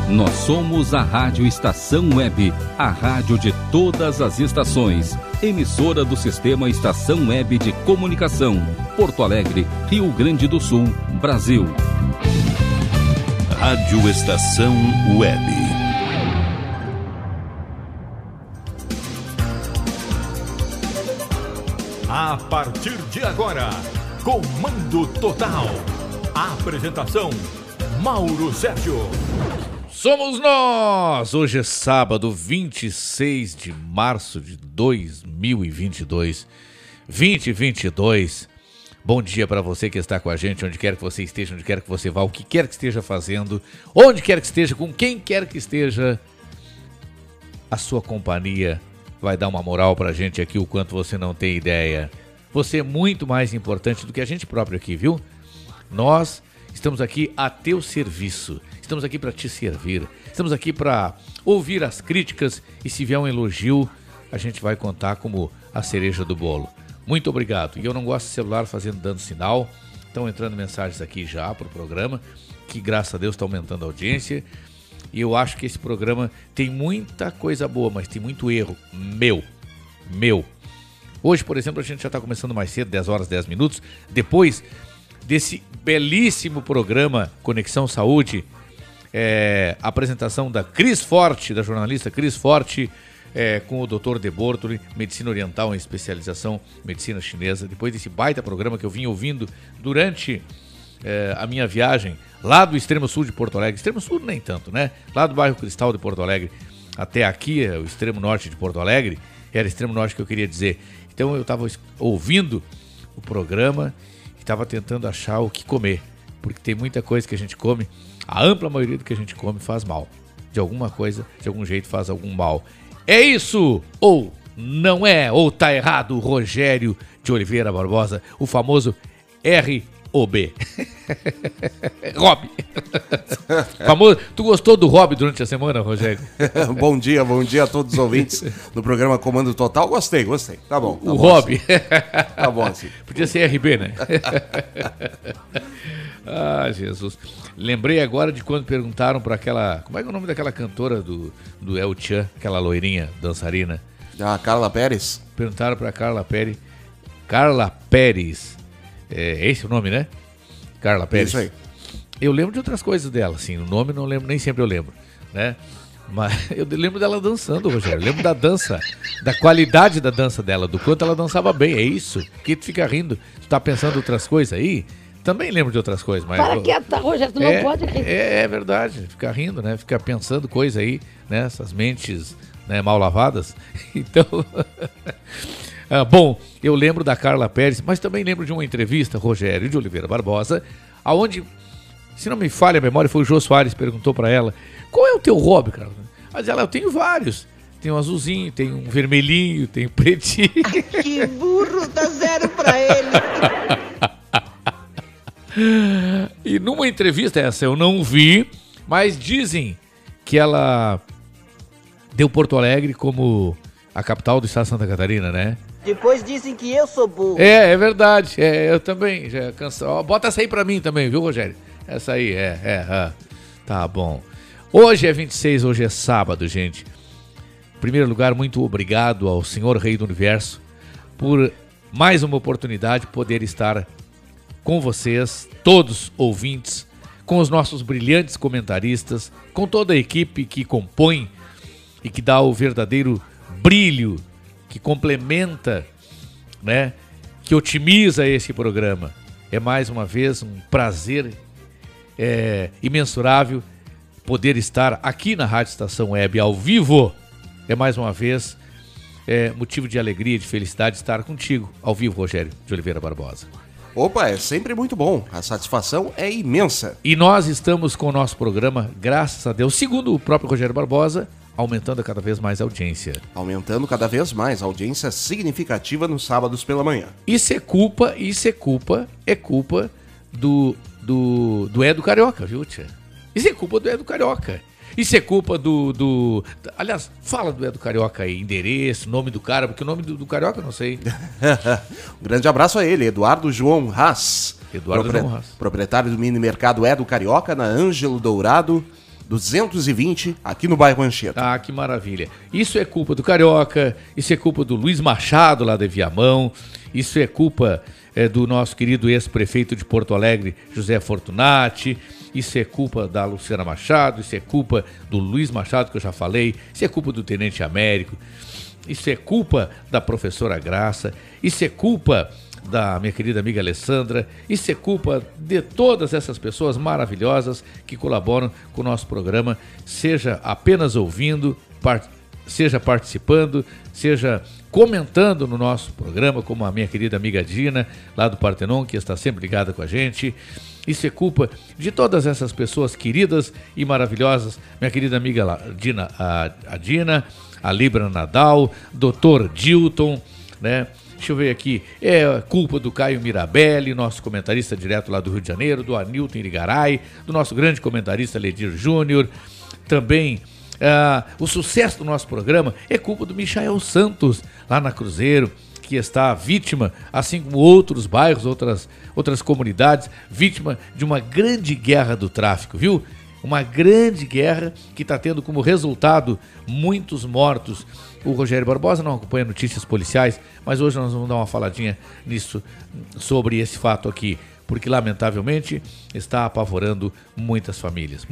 Nós somos a Rádio Estação Web, a rádio de todas as estações. Emissora do Sistema Estação Web de Comunicação. Porto Alegre, Rio Grande do Sul, Brasil. Rádio Estação Web. A partir de agora, Comando Total. A apresentação, Mauro Sérgio. Somos nós! Hoje é sábado, 26 de março de 2022. 2022. Bom dia para você que está com a gente, onde quer que você esteja, onde quer que você vá, o que quer que esteja fazendo, onde quer que esteja, com quem quer que esteja. A sua companhia vai dar uma moral pra gente aqui, o quanto você não tem ideia. Você é muito mais importante do que a gente próprio aqui, viu? Nós estamos aqui a teu serviço. Estamos aqui para te servir. Estamos aqui para ouvir as críticas e se vier um elogio, a gente vai contar como a cereja do bolo. Muito obrigado. E eu não gosto de celular dando sinal. Estão entrando mensagens aqui já para o programa, que graças a Deus está aumentando a audiência. E eu acho que esse programa tem muita coisa boa, mas tem muito erro. Meu. Hoje, por exemplo, a gente já está começando mais cedo, 10 horas, 10 minutos. Depois desse belíssimo programa Conexão Saúde, a apresentação da Cris Forte, da jornalista Cris Forte, com o Dr. De Bortoli, Medicina Oriental em especialização Medicina Chinesa. Depois desse baita programa que eu vim ouvindo durante a minha viagem lá do extremo sul de Porto Alegre, extremo sul nem tanto, né? Lá do bairro Cristal de Porto Alegre até aqui, o extremo norte de Porto Alegre, era extremo norte que eu queria dizer. Então eu estava ouvindo o programa e estava tentando achar o que comer, porque tem muita coisa que a gente come, a ampla maioria do que a gente come faz mal. De alguma coisa, de algum jeito faz algum mal. É isso ou não é? Ou tá errado, Rogério de Oliveira Barbosa, o famoso R.O.B. Rob. Famoso. Tu gostou do Rob durante a semana, Rogério? Bom dia a todos os ouvintes do programa Comando Total. Gostei. Tá bom. Tá o bom Rob. Assim. Tá bom assim. Podia ser RB, né? Ah, Jesus. Lembrei agora de quando perguntaram para aquela... Como é que é o nome daquela cantora do El Chan, aquela loirinha, dançarina? A Carla Pérez. Perguntaram para Carla Pérez. Carla Pérez. É esse o nome, né? Carla Pérez. Isso aí. Eu lembro de outras coisas dela, assim. O nome não lembro, nem sempre eu lembro, né? Mas eu lembro dela dançando, Rogério. Eu lembro da dança, da qualidade da dança dela, do quanto ela dançava bem. É isso. Que tu fica rindo. Tu tá pensando em outras coisas aí? Também lembro de outras coisas, mas... Para quieta, Rogério, tu não pode rir. É verdade. Ficar rindo, né? Ficar pensando coisa aí, né? Essas mentes, né, mal lavadas. Então... bom, eu lembro da Carla Pérez, mas também lembro de uma entrevista, Rogério de Oliveira Barbosa, aonde, se não me falha a memória, foi o Jô Soares que perguntou pra ela: qual é o teu hobby, cara? Mas ela: eu tenho vários. Tem um azulzinho, tem um vermelhinho, tem um pretinho. Que burro, dá 0 pra ele. E numa entrevista essa eu não vi, mas dizem que ela deu Porto Alegre como a capital do estado de Santa Catarina, né? Depois dizem que eu sou burro. É verdade. Eu também. Já canso. Bota essa aí pra mim também, viu, Rogério? Essa aí, Tá bom. Hoje é 26, hoje é sábado, gente. Em primeiro lugar, muito obrigado ao Senhor Rei do Universo por mais uma oportunidade de poder estar com vocês, todos ouvintes, com os nossos brilhantes comentaristas, com toda a equipe que compõe e que dá o verdadeiro brilho, que complementa, né, que otimiza esse programa. É mais uma vez um prazer imensurável poder estar aqui na Rádio Estação Web ao vivo. É mais uma vez motivo de alegria, de felicidade estar contigo ao vivo, Rogério de Oliveira Barbosa. Opa, é sempre muito bom. A satisfação é imensa. E nós estamos com o nosso programa, graças a Deus, segundo o próprio Rogério Barbosa, aumentando cada vez mais a audiência. Aumentando cada vez mais a audiência significativa nos sábados pela manhã. Isso é culpa do Edu Carioca, viu, tia? Isso é culpa do Edu Carioca. Isso é culpa Aliás, fala do Edu Carioca aí, endereço, nome do cara, porque o nome do Carioca eu não sei. Um grande abraço a ele, Eduardo João Haas. João Haas. Proprietário do mini mercado Edu Carioca, na Ângelo Dourado, 220, aqui no bairro Anchieta. Ah, que maravilha. Isso é culpa do Carioca, isso é culpa do Luiz Machado, lá de Viamão, isso é culpa do nosso querido ex-prefeito de Porto Alegre, José Fortunati, isso é culpa da Luciana Machado, isso é culpa do Luiz Machado, que eu já falei, isso é culpa do Tenente Américo, isso é culpa da professora Graça, isso é culpa da minha querida amiga Alessandra, isso é culpa de todas essas pessoas maravilhosas que colaboram com o nosso programa, seja apenas ouvindo, seja participando, seja comentando no nosso programa, como a minha querida amiga Dina, lá do Partenon, que está sempre ligada com a gente. Isso é culpa de todas essas pessoas queridas e maravilhosas, minha querida amiga Dina, a Dina, a Libra Nadal, Dr. Dilton, né? Deixa eu ver aqui, é culpa do Caio Mirabelli, nosso comentarista direto lá do Rio de Janeiro, do Anilton Irigaray, do nosso grande comentarista Ledir Júnior, também o sucesso do nosso programa é culpa do Michael Santos, lá na Cruzeiro, que está vítima, assim como outros bairros, outras comunidades, vítima de uma grande guerra do tráfico, viu? Uma grande guerra que está tendo como resultado muitos mortos. O Rogério Barbosa não acompanha notícias policiais, mas hoje nós vamos dar uma faladinha nisso, sobre esse fato aqui, porque lamentavelmente está apavorando muitas famílias,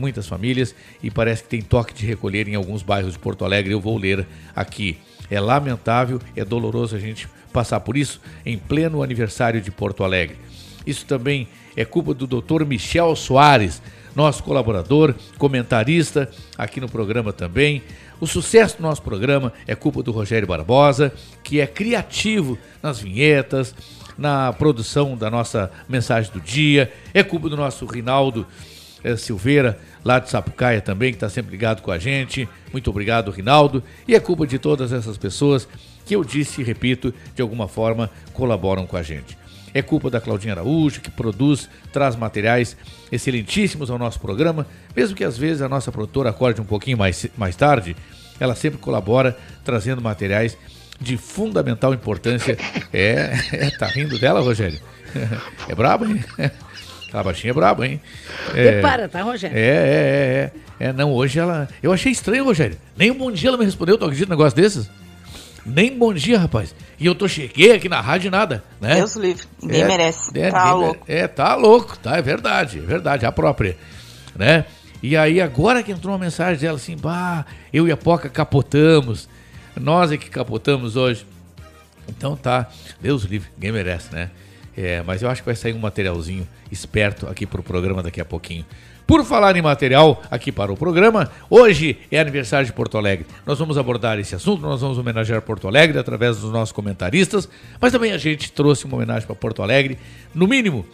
e parece que tem toque de recolher em alguns bairros de Porto Alegre. Eu vou ler aqui. É lamentável, é doloroso a gente passar por isso em pleno aniversário de Porto Alegre. Isso também é culpa do Dr. Michel Soares, nosso colaborador, comentarista aqui no programa também. O sucesso do nosso programa é culpa do Rogério Barbosa, que é criativo nas vinhetas, na produção da nossa mensagem do dia. É culpa do nosso Rinaldo Silveira, lá de Sapucaia também, que está sempre ligado com a gente. Muito obrigado, Rinaldo. E é culpa de todas essas pessoas que eu disse e repito, de alguma forma colaboram com a gente. É culpa da Claudinha Araújo, que traz materiais excelentíssimos ao nosso programa, mesmo que às vezes a nossa produtora acorde um pouquinho mais tarde, ela sempre colabora trazendo materiais de fundamental importância. Tá rindo dela, Rogério? É brabo, hein? Aquela baixinha é brabo, hein? Prepara, tá, Rogério? Não, hoje ela... Eu achei estranho, Rogério. Nem um bom dia ela me respondeu, tu acredita num negócio desses? Nem bom dia, rapaz. E eu cheguei aqui na rádio e nada, né? Deus livre, ninguém merece. Tá louco. Tá louco, tá, é verdade, a própria, né? E aí agora que entrou uma mensagem dela assim, eu e a Poca capotamos, nós é que capotamos hoje. Então tá, Deus livre, ninguém merece, né? Mas eu acho que vai sair um materialzinho esperto aqui pro programa daqui a pouquinho. Por falar em material aqui para o programa, hoje é aniversário de Porto Alegre. Nós vamos abordar esse assunto, nós vamos homenagear Porto Alegre através dos nossos comentaristas, mas também a gente trouxe uma homenagem para Porto Alegre. No mínimo,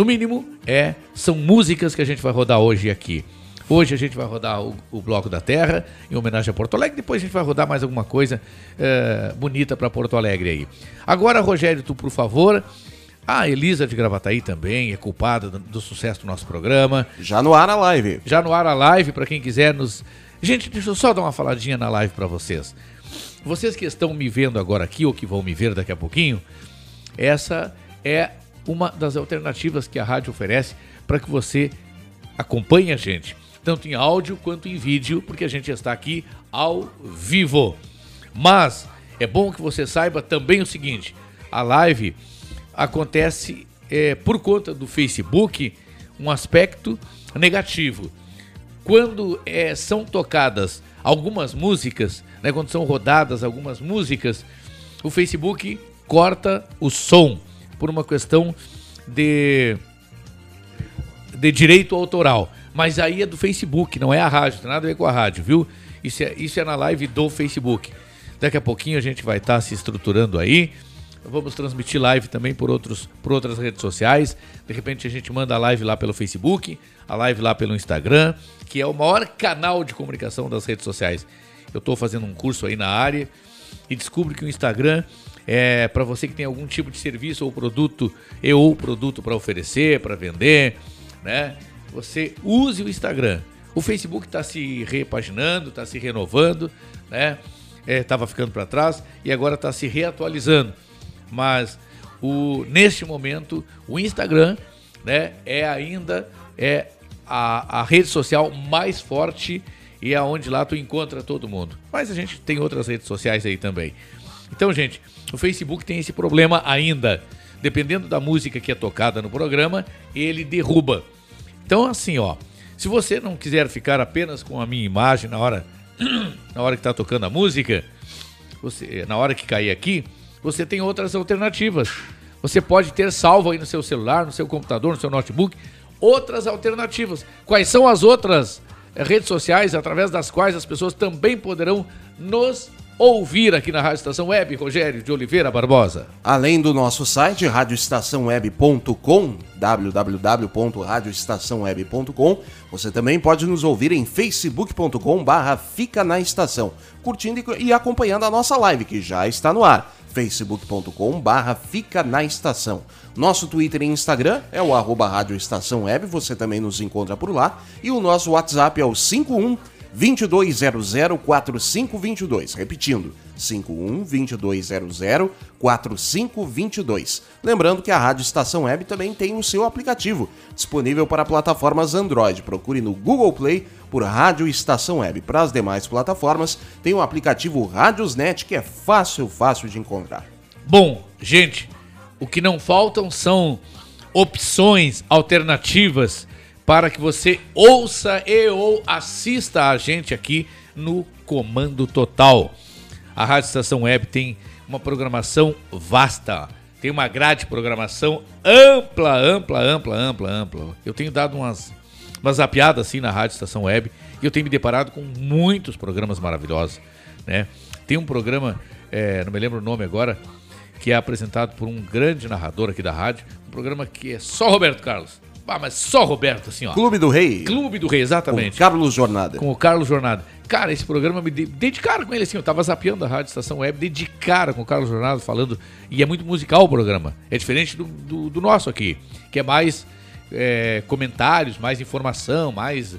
são músicas que a gente vai rodar hoje aqui. Hoje a gente vai rodar o Bloco da Terra, em homenagem a Porto Alegre, depois a gente vai rodar mais alguma coisa bonita para Porto Alegre aí. Agora, Rogério, tu, por favor... A Elisa de Gravataí também é culpada do sucesso do nosso programa. Já no ar a live. Para quem quiser nos... Gente, deixa eu só dar uma faladinha na live para vocês. Vocês que estão me vendo agora aqui ou que vão me ver daqui a pouquinho, essa é uma das alternativas que a rádio oferece para que você acompanhe a gente, tanto em áudio quanto em vídeo, porque a gente está aqui ao vivo. Mas é bom que você saiba também o seguinte, a live... acontece por conta do Facebook um aspecto negativo. Quando são tocadas algumas músicas, né, quando são rodadas algumas músicas, o Facebook corta o som por uma questão de direito autoral. Mas aí é do Facebook, não é a rádio, não tem nada a ver com a rádio, viu? Isso é na live do Facebook. Daqui a pouquinho a gente vai estar se estruturando aí. Vamos transmitir live também por outras redes sociais. De repente a gente manda a live lá pelo Facebook, a live lá pelo Instagram, que é o maior canal de comunicação das redes sociais. Eu estou fazendo um curso aí na área e descubro que o Instagram é para você que tem algum tipo de serviço ou produto para oferecer, para vender, né? Você use o Instagram. O Facebook está se repaginando, está se renovando, né? Estava ficando para trás e agora está se reatualizando. Mas neste momento o Instagram, né, ainda a rede social mais forte e é onde lá tu encontra todo mundo. Mas a gente tem outras redes sociais aí também. Então, gente, o Facebook tem esse problema ainda. Dependendo da música que é tocada no programa, ele derruba. Então, assim, ó, se você não quiser ficar apenas com a minha imagem na hora que está tocando a música, na hora que cair aqui, você tem outras alternativas. Você pode ter salvo aí no seu celular, no seu computador, no seu notebook, outras alternativas. Quais são as outras redes sociais através das quais as pessoas também poderão nos ouvir aqui na Rádio Estação Web, Rogério de Oliveira Barbosa? Além do nosso site, radioestaçãoweb.com, www.radioestaçãoweb.com, você também pode nos ouvir em facebook.com/Fica na Estação, curtindo e acompanhando a nossa live, que já está no ar, facebook.com/Fica na Estação. Nosso Twitter e Instagram é o @radioestaçãoweb, você também nos encontra por lá, e o nosso WhatsApp é o 51-2200-4522. Repetindo, 51-2200-4522. Lembrando que a Rádio Estação Web também tem o seu aplicativo, disponível para plataformas Android. Procure no Google Play por Rádio Estação Web. Para as demais plataformas, tem o aplicativo Radiosnet, que é fácil de encontrar. Bom, gente, o que não faltam são opções alternativas para que você ouça ou assista a gente aqui no Comando Total. A Rádio Estação Web tem uma programação vasta, tem uma grade de programação ampla. Eu tenho dado umas zapeadas assim na Rádio Estação Web e eu tenho me deparado com muitos programas maravilhosos, né? Tem um programa, não me lembro o nome agora, que é apresentado por um grande narrador aqui da rádio, um programa que é só Roberto Carlos. Mas só Roberto, assim, ó. Clube do Rei. Clube do Rei, exatamente. Com o Carlos Jornada. Com o Carlos Jornada. Cara, esse programa me dei de cara com ele, assim, eu tava zapeando a Rádio Estação Web, dei de cara com o Carlos Jornada falando, e é muito musical o programa. É diferente do nosso aqui, que é mais comentários, mais informação, mais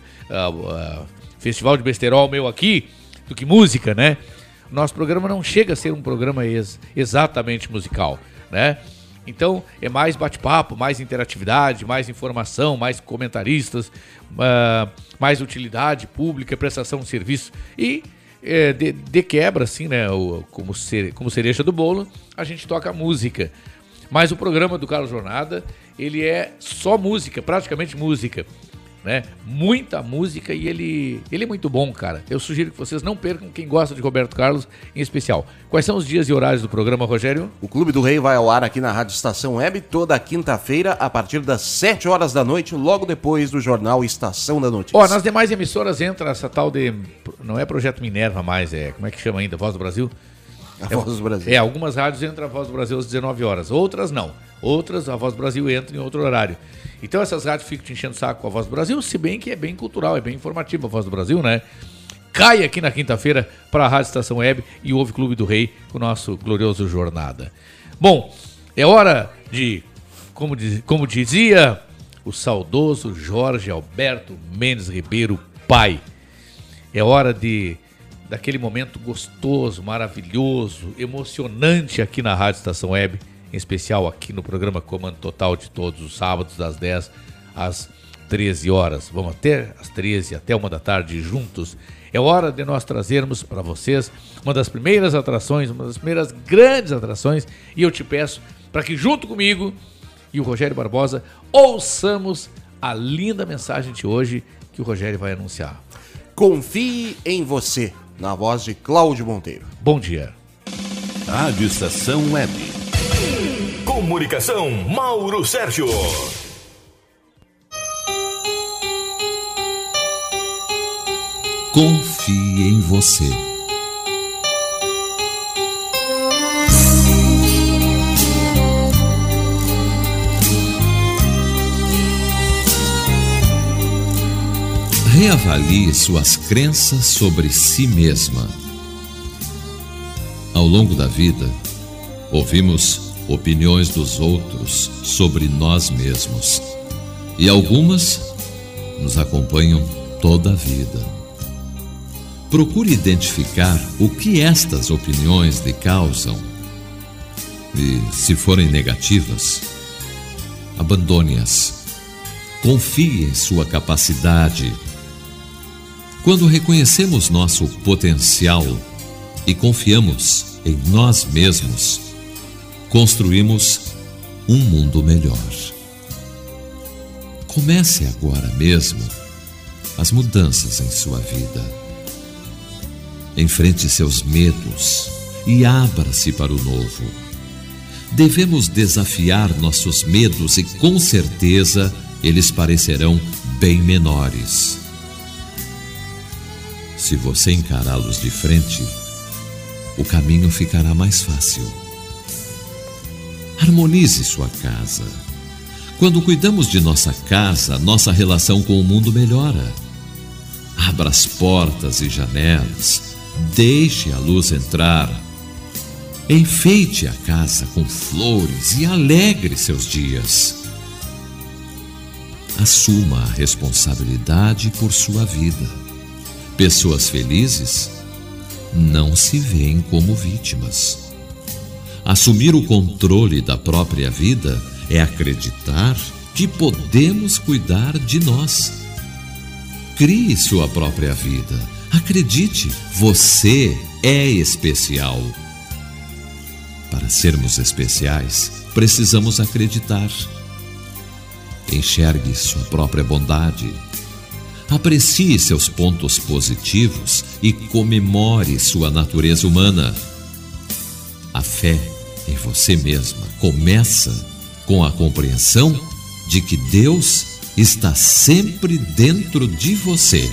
festival de besterol meu aqui, do que música, né? Nosso programa não chega a ser um programa exatamente musical, né? Então é mais bate-papo, mais interatividade, mais informação, mais comentaristas, mais utilidade pública, prestação de serviço e de quebra, assim, né? Como cereja do bolo, a gente toca música. Mas o programa do Carlos Jornada, ele é só música, praticamente música, né? Muita música e ele é muito bom, cara. Eu sugiro que vocês não percam, quem gosta de Roberto Carlos em especial. Quais são os dias e horários do programa, Rogério? O Clube do Rei vai ao ar aqui na Rádio Estação Web toda quinta-feira a partir das 7 horas da noite, logo depois do jornal Estação da Notícia. Nas demais emissoras entra essa tal de... Não é Projeto Minerva mais, como é que chama ainda? Voz do Brasil? A Voz do Brasil. Algumas rádios entram a Voz do Brasil às 19 horas, outras não. Outras, a Voz do Brasil entra em outro horário. Então essas rádios ficam te enchendo o saco com a Voz do Brasil, se bem que é bem cultural, é bem informativa a Voz do Brasil, né? Cai aqui na quinta-feira para a Rádio Estação Web e ouve Clube do Rei com o nosso glorioso Jornada. Bom, é hora de, como dizia o saudoso Jorge Alberto Mendes Ribeiro, pai, é hora daquele momento gostoso, maravilhoso, emocionante aqui na Rádio Estação Web, em especial aqui no programa Comando Total de todos os sábados, das 10 às 13 horas. Vamos até às 13, até 1 da tarde juntos. É hora de nós trazermos para vocês uma das primeiras atrações, uma das primeiras grandes atrações, e eu te peço para que junto comigo e o Rogério Barbosa ouçamos a linda mensagem de hoje que o Rogério vai anunciar. Confie em você, na voz de Cláudio Monteiro. Bom dia. Rádio Estação Web. Comunicação, Mauro Sérgio. Confie em você. Reavalie suas crenças sobre si mesma. Ao longo da vida, ouvimos opiniões dos outros sobre nós mesmos, e algumas nos acompanham toda a vida. Procure identificar o que estas opiniões lhe causam e, se forem negativas, abandone-as. Confie em sua capacidade. Quando reconhecemos nosso potencial e confiamos em nós mesmos, construímos um mundo melhor. Comece agora mesmo as mudanças em sua vida. Enfrente seus medos e abra-se para o novo. Devemos desafiar nossos medos e, com certeza, eles parecerão bem menores. Se você encará-los de frente, o caminho ficará mais fácil. Harmonize sua casa. Quando cuidamos de nossa casa, nossa relação com o mundo melhora. Abra as portas e janelas. Deixe a luz entrar. Enfeite a casa com flores e alegre seus dias. Assuma a responsabilidade por sua vida. Pessoas felizes não se veem como vítimas. Assumir o controle da própria vida é acreditar que podemos cuidar de nós. Crie sua própria vida. Acredite, você é especial. Para sermos especiais, precisamos acreditar. Enxergue sua própria bondade. Aprecie seus pontos positivos e comemore sua natureza humana. A fé em você mesma começa com a compreensão de que Deus está sempre dentro de você.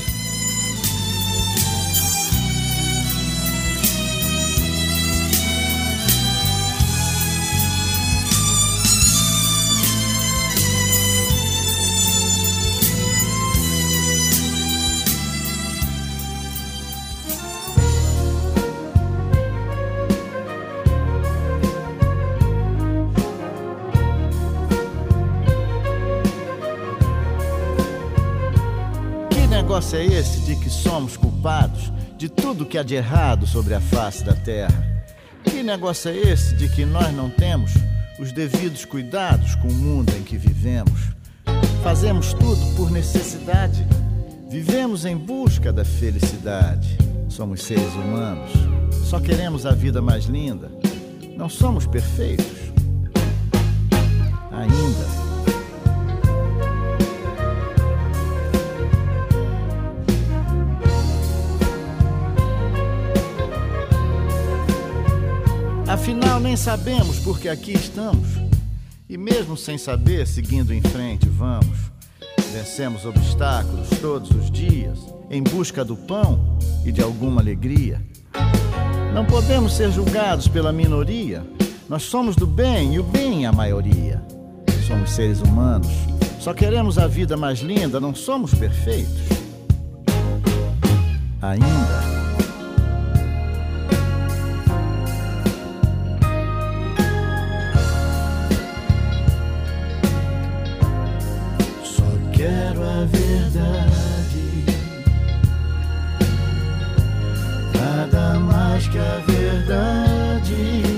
É esse de que somos culpados de tudo que há de errado sobre a face da terra? Que negócio é esse de que nós não temos os devidos cuidados com o mundo em que vivemos? Fazemos tudo por necessidade, vivemos em busca da felicidade. Somos seres humanos, só queremos a vida mais linda, não somos perfeitos ainda. Afinal, nem sabemos por que aqui estamos. E mesmo sem saber, seguindo em frente, vamos. Vencemos obstáculos todos os dias, em busca do pão e de alguma alegria. Não podemos ser julgados pela minoria. Nós somos do bem e o bem é a maioria. Somos seres humanos, só queremos a vida mais linda, não somos perfeitos ainda. Quero a verdade, nada mais que a verdade.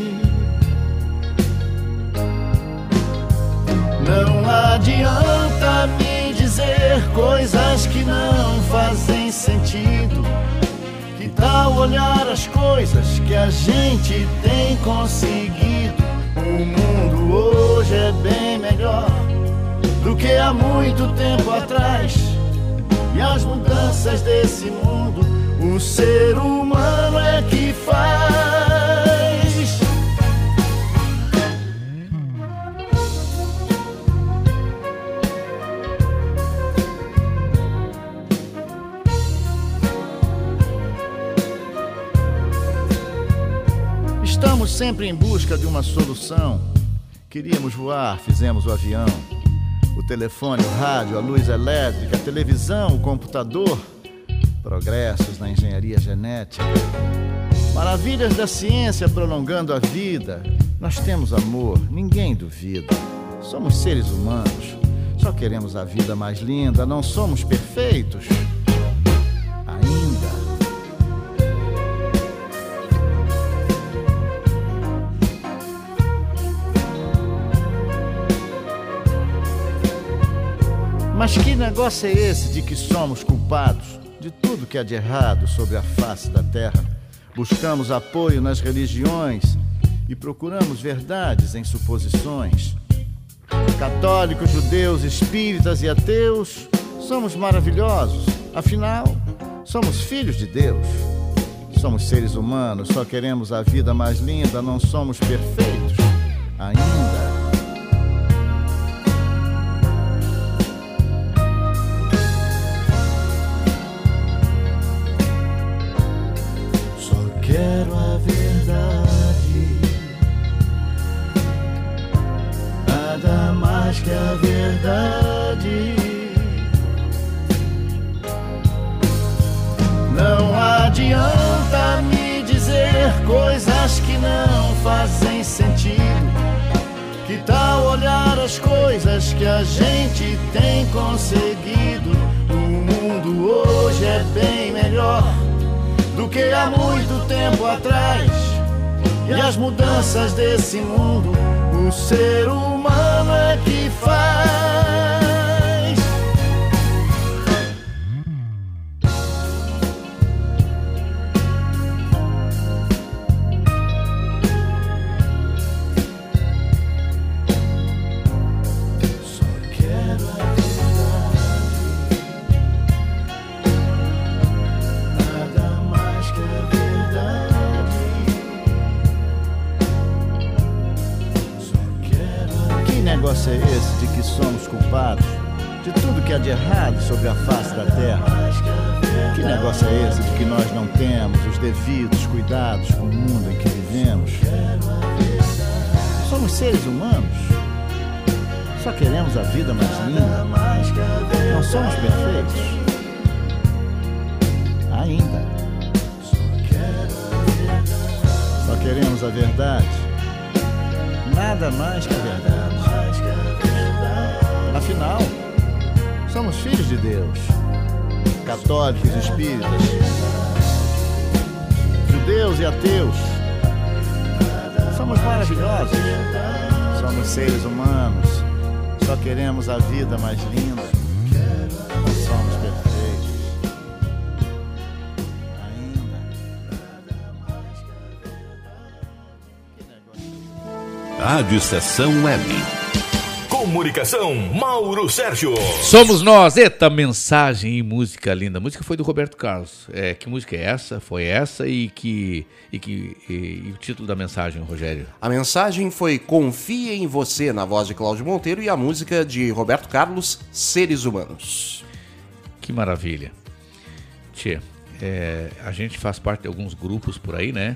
Não adianta me dizer coisas que não fazem sentido. Que tal olhar as coisas que a gente tem conseguido? O mundo hoje é bem melhor do que há muito tempo atrás. E as mudanças desse mundo, o ser humano é que faz. Estamos sempre em busca de uma solução. Queríamos voar, fizemos o avião. O telefone, o rádio, a luz elétrica, a televisão, o computador. Progressos na engenharia genética. Maravilhas da ciência prolongando a vida. Nós temos amor, ninguém duvida. Somos seres humanos, só queremos a vida mais linda. Não somos perfeitos ainda. Mas negócio é esse de que somos culpados de tudo que há de errado sobre a face da terra? Buscamos apoio nas religiões e procuramos verdades em suposições. Católicos, judeus, espíritas e ateus, somos maravilhosos. Afinal, somos filhos de Deus. Somos seres humanos, só queremos a vida mais linda, não somos perfeitos ainda. Quero a verdade, nada mais que a verdade. Não adianta me dizer coisas que não fazem sentido. Que tal olhar as coisas que a gente tem conseguido? O mundo hoje é bem melhor do que há muito tempo atrás. E as mudanças desse mundo, o ser humano é que faz. Só quero a negócio é esse de que somos culpados de tudo que há de errado sobre a face da terra? Que negócio é esse de que nós não temos os devidos cuidados com o mundo em que vivemos? Somos seres humanos, só queremos a vida mais linda, não somos perfeitos ainda. Só queremos a verdade, nada mais que a verdade. Afinal, somos filhos de Deus, católicos, espíritas, judeus e ateus. Somos maravilhosos, somos seres humanos, só queremos a vida mais linda, não somos perfeitos ainda. Rádio Estação Web. Comunicação, Mauro Sérgio. Somos nós. Eita, mensagem e música linda. A música foi do Roberto Carlos. Que música é essa? Foi essa e o título da mensagem, Rogério? A mensagem foi Confie em Você, na voz de Cláudio Monteiro, e a música de Roberto Carlos, Seres Humanos. Que maravilha. Tchê, a gente faz parte de alguns grupos por aí, né?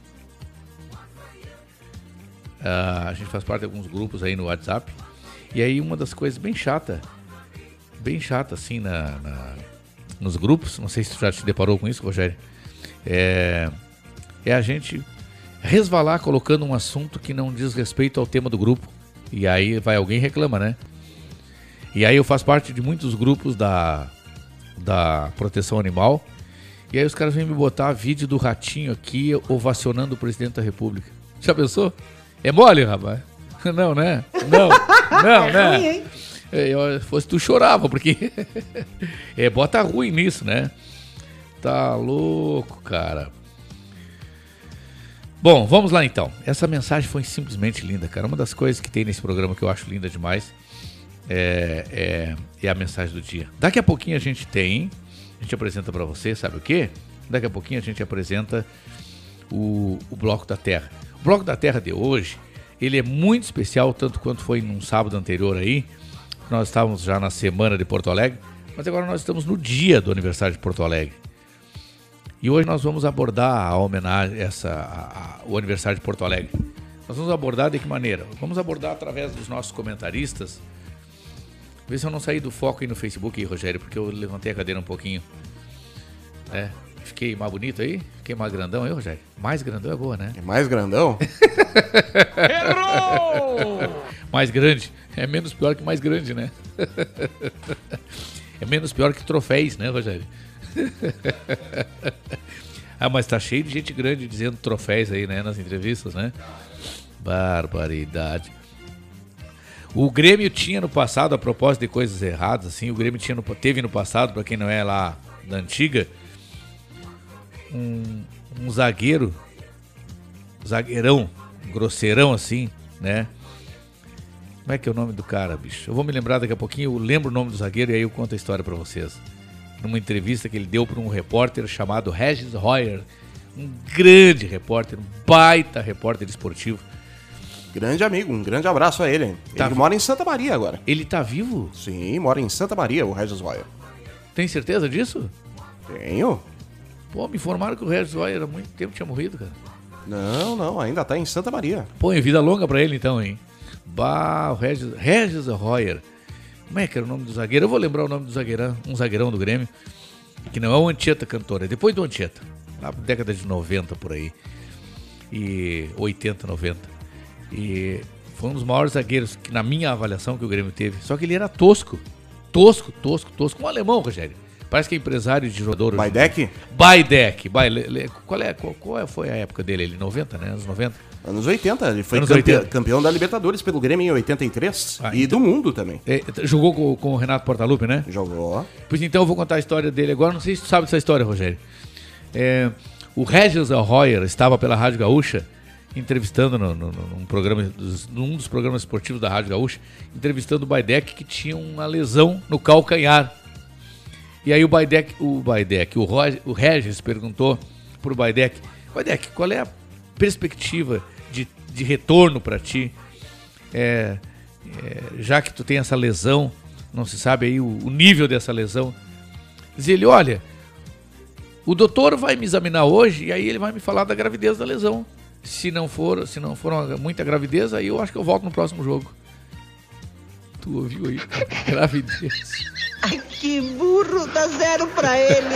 A gente faz parte de alguns grupos aí no WhatsApp. E aí uma das coisas bem chata assim nos grupos, não sei se tu já te deparou com isso, Rogério, é a gente resvalar colocando um assunto que não diz respeito ao tema do grupo. E aí vai alguém e reclama, né? E aí eu faço parte de muitos grupos da proteção animal. E aí os caras vêm me botar vídeo do ratinho aqui ovacionando o presidente da República. Já pensou? É mole, rapaz? Não, né? Não, né? Ruim, hein? Fosse tu chorava, porque bota ruim nisso, né? Tá louco, cara. Bom, vamos lá então. Essa mensagem foi simplesmente linda, cara. Uma das coisas que tem nesse programa que eu acho linda demais é a mensagem do dia. Daqui a pouquinho a gente apresenta pra você, sabe o quê? Daqui a pouquinho a gente apresenta o Bloco da Terra. O Bloco da Terra de hoje, ele é muito especial, tanto quanto foi num sábado anterior aí. Nós estávamos já na semana de Porto Alegre, mas agora nós estamos no dia do aniversário de Porto Alegre. E hoje nós vamos abordar a homenagem, o aniversário de Porto Alegre. Nós vamos abordar de que maneira? Vamos abordar através dos nossos comentaristas. Vê se eu não saí do foco aí no Facebook, aí, Rogério, porque eu levantei a cadeira um pouquinho. Fiquei mais bonito aí? Fiquei mais grandão aí, Rogério? Mais grandão é boa, né? É mais grandão? Errou! Mais grande. É menos pior que mais grande, né? É menos pior que troféus, né, Rogério? Mas tá cheio de gente grande dizendo troféus aí, né, nas entrevistas, né? Barbaridade. O Grêmio tinha no passado, a propósito de coisas erradas, assim, o Grêmio teve no passado, pra quem não é lá da antiga, um zagueirão, grosseirão assim, né? Como é que é o nome do cara, bicho? Eu vou me lembrar daqui a pouquinho, eu lembro o nome do zagueiro e aí eu conto a história pra vocês. Numa entrevista que ele deu pra um repórter chamado Regis Royer, um grande repórter, um baita repórter esportivo. Grande amigo, um grande abraço a ele. Ele mora em Santa Maria agora. Ele tá vivo? Sim, mora em Santa Maria, o Regis Royer. Tem certeza disso? Tenho. Pô, me informaram que o Regis Royer há muito tempo tinha morrido, cara. Não, ainda tá em Santa Maria. Pô, em vida longa pra ele então, hein? Bah, o Regis Royer. Como é que era o nome do zagueiro? Eu vou lembrar o nome do zagueirão, um zagueirão do Grêmio, que não é o Anchieta cantor, é depois do Anchieta, lá na década de 90 por aí, e 80, 90. E foi um dos maiores zagueiros, que na minha avaliação, que o Grêmio teve. Só que ele era tosco, um alemão, Rogério. Parece que é empresário de jogador. Baidek? Qual foi a época dele? Ele 90, né? Anos 90? Anos 80, ele foi campeão da Libertadores pelo Grêmio em 83 e então, do mundo também. Jogou com o Renato Portaluppi, né? Jogou. Pois então eu vou contar a história dele agora, não sei se tu sabe dessa história, Rogério. O Regis Royer estava pela Rádio Gaúcha, entrevistando num dos programas esportivos da Rádio Gaúcha, entrevistando o Baidek, que tinha uma lesão no calcanhar. E aí o Regis perguntou pro Baidek, qual é a perspectiva de retorno para ti, já que tu tem essa lesão, não se sabe aí o nível dessa lesão. Diz ele, olha, o doutor vai me examinar hoje e aí ele vai me falar da gravidez da lesão. Se não for muita gravidez, aí eu acho que eu volto no próximo jogo. Tu ouviu aí? Gravidez. Ai, que burro, dá 0 pra ele.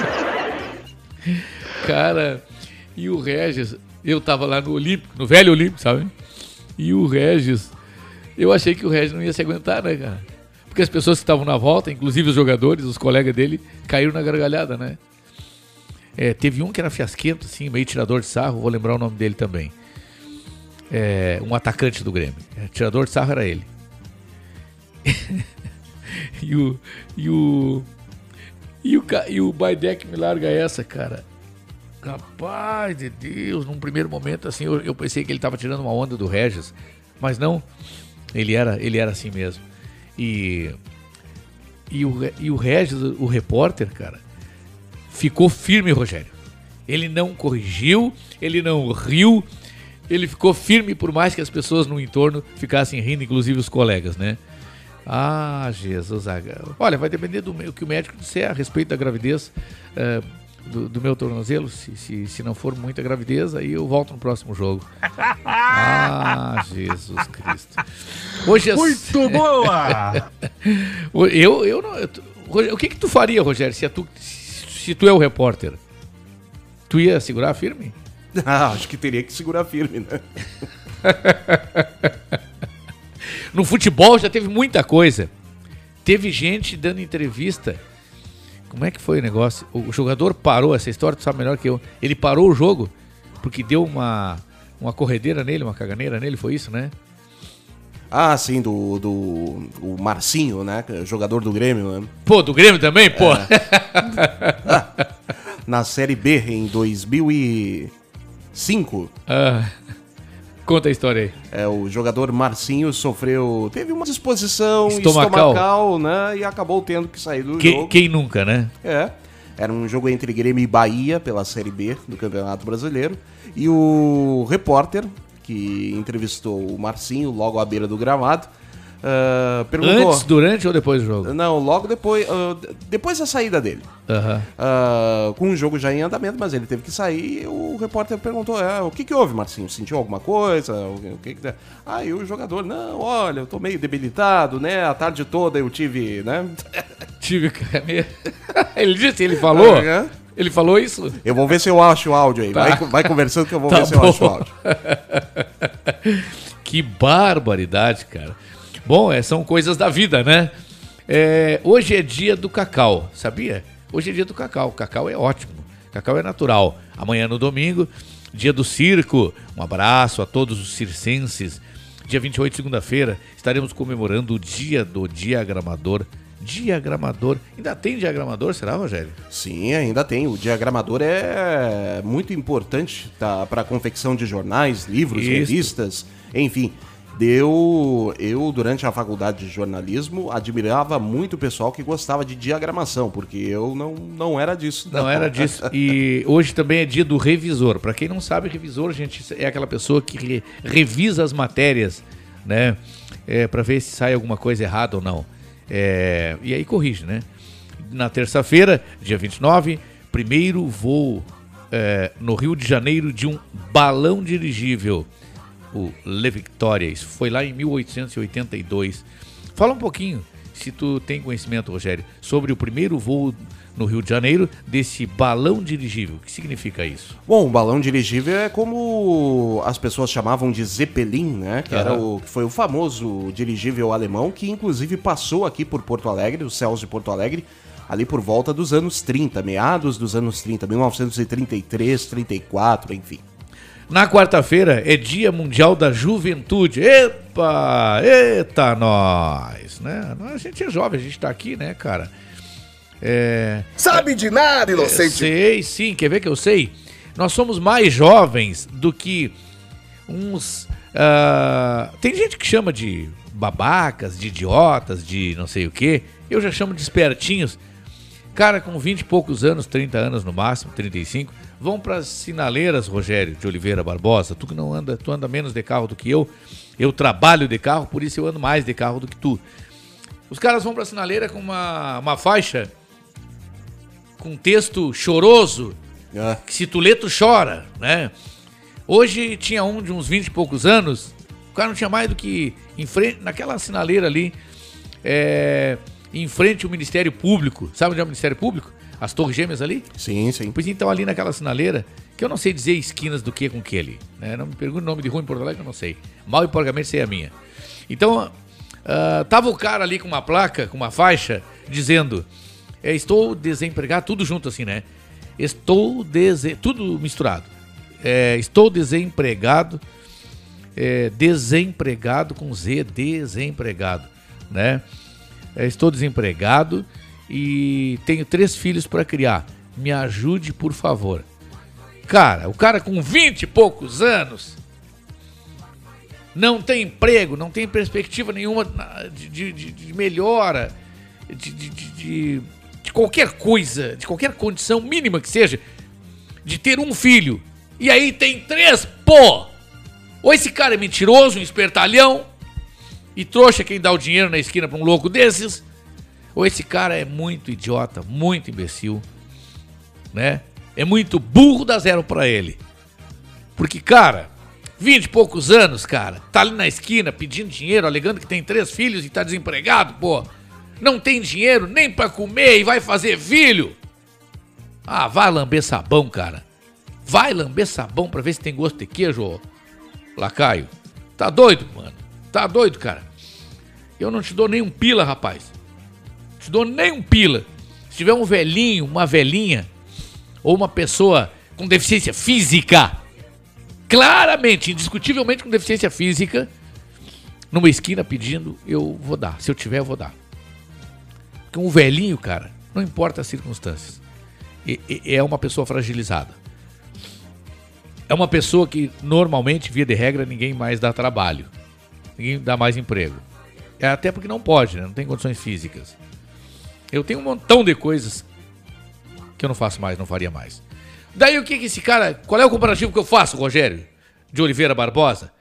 Cara, e o Regis, eu tava lá no Olímpico, no velho Olímpico, sabe? E o Regis, eu achei que o Regis não ia se aguentar, né, cara? Porque as pessoas que estavam na volta, inclusive os jogadores, os colegas dele, caíram na gargalhada, né? Teve um que era fiasquento, assim, meio tirador de sarro, vou lembrar o nome dele também. Um atacante do Grêmio. Tirador de sarro era ele. E o Baidek me larga essa, cara. Rapaz de Deus, num primeiro momento assim, eu pensei que ele tava tirando uma onda do Regis, mas não, ele era assim mesmo. E o Regis, o repórter, cara, ficou firme, Rogério. Ele não corrigiu, ele não riu, ele ficou firme, por mais que as pessoas no entorno ficassem rindo, inclusive os colegas, né? Ah, Jesus. Olha, vai depender do que o médico disser a respeito da gravidez do meu tornozelo. Se não for muita gravidez, aí eu volto no próximo jogo. Ah, Jesus Cristo. Hoje muito boa! O que tu faria, Rogério, se tu é o repórter? Tu ia segurar firme? Acho que teria que segurar firme, né? No futebol já teve muita coisa. Teve gente dando entrevista. Como é que foi o negócio? O jogador parou, essa história tu sabe melhor que eu. Ele parou o jogo porque deu uma corredeira nele, uma caganeira nele, foi isso, né? Ah, sim, o Marcinho, né? Jogador do Grêmio, né? Pô, do Grêmio também, pô? Na Série B, em 2005. Conta a história aí. O jogador Marcinho teve uma disposição estomacal, né? E acabou tendo que sair do jogo. Quem nunca, né? Era um jogo entre Grêmio e Bahia pela Série B do Campeonato Brasileiro. E o repórter que entrevistou o Marcinho logo à beira do gramado perguntou... Antes, durante ou depois do jogo? Não, logo depois da saída dele. Com o jogo já em andamento, mas ele teve que sair. O repórter perguntou, o que houve, Marcinho? Sentiu alguma coisa? Aí o jogador, não, olha, eu tô meio debilitado, né? A tarde toda eu tive, né? Tive caneira. Ele falou? Ele falou isso? Eu vou ver se eu acho o áudio aí. Tá. Vai conversando que eu vou ver se eu acho o áudio. Que barbaridade, cara. Bom, são coisas da vida, né? Hoje é dia do cacau, sabia? Hoje é dia do cacau. O cacau é ótimo. O cacau é natural. Amanhã no domingo, dia do circo. Um abraço a todos os circenses. dia 28, segunda-feira, estaremos comemorando o Dia do Diagramador. Diagramador. Ainda tem diagramador, será, Rogério? Sim, ainda tem. O diagramador é muito importante para a confecção de jornais, livros, revistas, enfim. Eu, durante a faculdade de jornalismo, admirava muito o pessoal que gostava de diagramação, porque eu não era disso. Não era disso. E hoje também é dia do revisor. Para quem não sabe, revisor, gente, é aquela pessoa que revisa as matérias, né? Para ver se sai alguma coisa errada ou não. E aí corrige, né? Na terça-feira, dia 29, primeiro voo no Rio de Janeiro de um balão dirigível, o Le Victoria. Isso foi lá em 1882. Fala um pouquinho, se tu tem conhecimento, Rogério, sobre o primeiro voo no Rio de Janeiro desse balão dirigível. O que significa isso? Bom, o balão dirigível é como as pessoas chamavam de Zeppelin, né? Que foi o famoso dirigível alemão que inclusive passou aqui por Porto Alegre, os céus de Porto Alegre, ali por volta dos anos 30, meados dos anos 30, 1933, 34, enfim. Na quarta-feira é Dia Mundial da Juventude. Eita nós, né? A gente é jovem, a gente tá aqui, né, cara? Sabe de nada, inocente. Sei, sim, quer ver que eu sei? Nós somos mais jovens do que uns... tem gente que chama de babacas, de idiotas, de não sei o quê. Eu já chamo de espertinhos. Cara, com 20 e poucos anos, 30 anos no máximo, 35, vão para as sinaleiras, Rogério de Oliveira Barbosa. Tu que não anda, tu anda menos de carro do que eu. Eu trabalho de carro, por isso eu ando mais de carro do que tu. Os caras vão para a sinaleira com uma faixa com texto choroso, que se tu lê, tu chora, né? Hoje tinha um de uns 20 e poucos anos, o cara não tinha mais do que em frente, naquela sinaleira ali, em frente ao Ministério Público. Sabe onde é o Ministério Público? As Torres Gêmeas ali? Sim, sim. Pois então, ali naquela sinaleira, que eu não sei dizer esquinas do que com que ali, né? Não me pergunte o nome de rua em Porto Alegre, eu não sei. Mal e porcamente sei a minha. Então, tava o cara ali com uma placa, com uma faixa, dizendo... estou desempregado, tudo junto assim, né? Tudo misturado. Estou desempregado, desempregado com Z, desempregado, né? Estou desempregado e tenho 3 filhos para criar. Me ajude, por favor. Cara, o cara com 20 e poucos anos não tem emprego, não tem perspectiva nenhuma de melhora, de qualquer coisa, de qualquer condição mínima que seja, de ter um filho. E aí tem 3, pô! Ou esse cara é mentiroso, um espertalhão, e trouxa quem dá o dinheiro na esquina pra um louco desses, ou esse cara é muito idiota, muito imbecil, né? É muito burro, dá 0 pra ele. Porque, cara, 20 e poucos anos, cara, tá ali na esquina pedindo dinheiro, alegando que tem 3 filhos e tá desempregado, pô. Não tem dinheiro nem pra comer e vai fazer filho. Ah, vai lamber sabão, cara. Vai lamber sabão pra ver se tem gosto de queijo, ô lacaio. Tá doido, mano? Tá doido, cara? Eu não te dou nem um pila, rapaz. Não te dou nem um pila. Se tiver um velhinho, uma velhinha, ou uma pessoa com deficiência física, claramente, indiscutivelmente com deficiência física, numa esquina pedindo, eu vou dar. Se eu tiver, eu vou dar. Porque um velhinho, cara, não importa as circunstâncias, é uma pessoa fragilizada. É uma pessoa que, normalmente, via de regra, ninguém mais dá trabalho. Ninguém dá mais emprego. Até porque não pode, né? Não tem condições físicas. Eu tenho um montão de coisas que eu não faço mais, não faria mais. Daí o que esse cara... Qual é o comparativo que eu faço, Rogério de Oliveira Barbosa?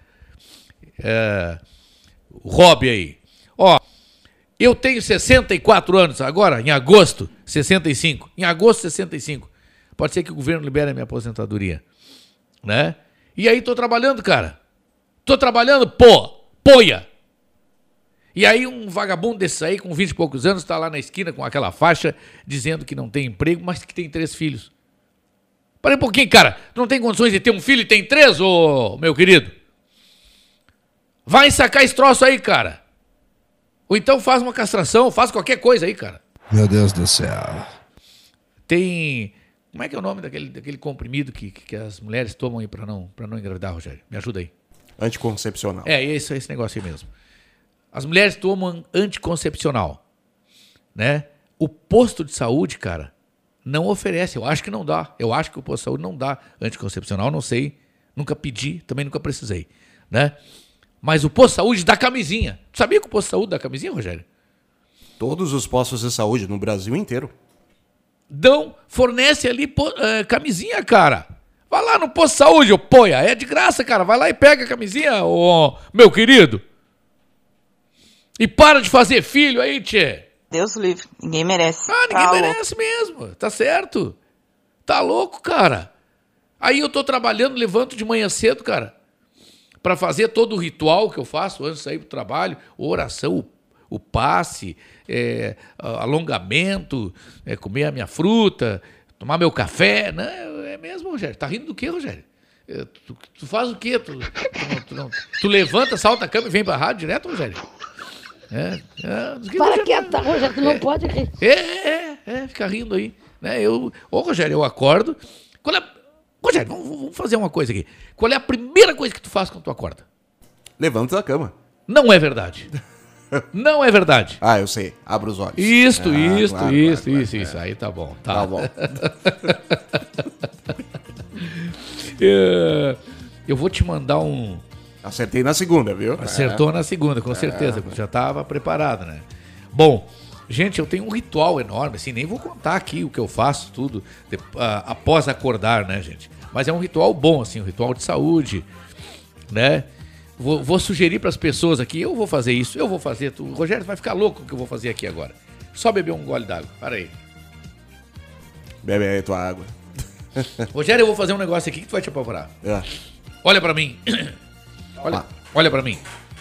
O Rob aí. Ó, eu tenho 64 anos agora, em agosto, 65. Em agosto, 65. Pode ser que o governo libere a minha aposentadoria, né? E aí tô trabalhando, cara. Tô trabalhando, poia. E aí um vagabundo desse aí, com 20 e poucos anos, tá lá na esquina com aquela faixa, dizendo que não tem emprego, mas que tem 3 filhos. Para um pouquinho, cara. Tu não tem condições de ter um filho e tem 3, ô meu querido? Vai sacar esse troço aí, cara. Ou então faz uma castração, faz qualquer coisa aí, cara. Meu Deus do céu. Tem... Como é que é o nome daquele comprimido que as mulheres tomam aí pra não engravidar, Rogério? Me ajuda aí. Anticoncepcional. Esse negócio aí mesmo. As mulheres tomam anticoncepcional, né? O posto de saúde, cara, não oferece. Eu acho que não dá. Eu acho que o posto de saúde não dá anticoncepcional, não sei. Nunca pedi, também nunca precisei, né? Mas o posto de saúde dá camisinha. Tu sabia que o posto de saúde dá camisinha, Rogério? Todos os postos de saúde no Brasil inteiro. Fornece ali camisinha, cara. Vai lá no posto de saúde, poia. É de graça, cara. Vai lá e pega a camisinha, meu querido. E para de fazer filho aí, tchê. Deus livre. Ninguém merece. Ninguém merece mesmo. Tá certo. Tá louco, cara. Aí eu tô trabalhando, levanto de manhã cedo, cara, pra fazer todo o ritual que eu faço antes de sair pro trabalho. Oração, o passe, alongamento, comer a minha fruta, tomar meu café. Não, é mesmo, Rogério. Tá rindo do quê, Rogério? Tu faz o quê? Tu levanta, salta a cama e vem pra rádio direto, Rogério? Para quieta, Rogério, tu não pode rir. Fica rindo aí. Né? Rogério, eu acordo. Rogério, vamos fazer uma coisa aqui. Qual é a primeira coisa que tu faz quando tu acorda? Levanta da cama. Não é verdade. Não é verdade. Eu sei. Abra os olhos. Isso. Aí tá bom. Tá bom. Eu vou te mandar um... Acertei na segunda, viu? Acertou na segunda, com certeza. Já estava preparado, né? Bom, gente, eu tenho um ritual enorme, assim, nem vou contar aqui o que eu faço, tudo, após acordar, né, gente? Mas é um ritual bom, assim, um ritual de saúde, né? Vou sugerir para as pessoas aqui, eu vou fazer isso, eu vou fazer. Rogério, vai ficar louco o que eu vou fazer aqui agora. Só beber um gole d'água, para aí. Bebe aí tua água. Rogério, eu vou fazer um negócio aqui que tu vai te apavorar. Olha para mim. Olha pra mim.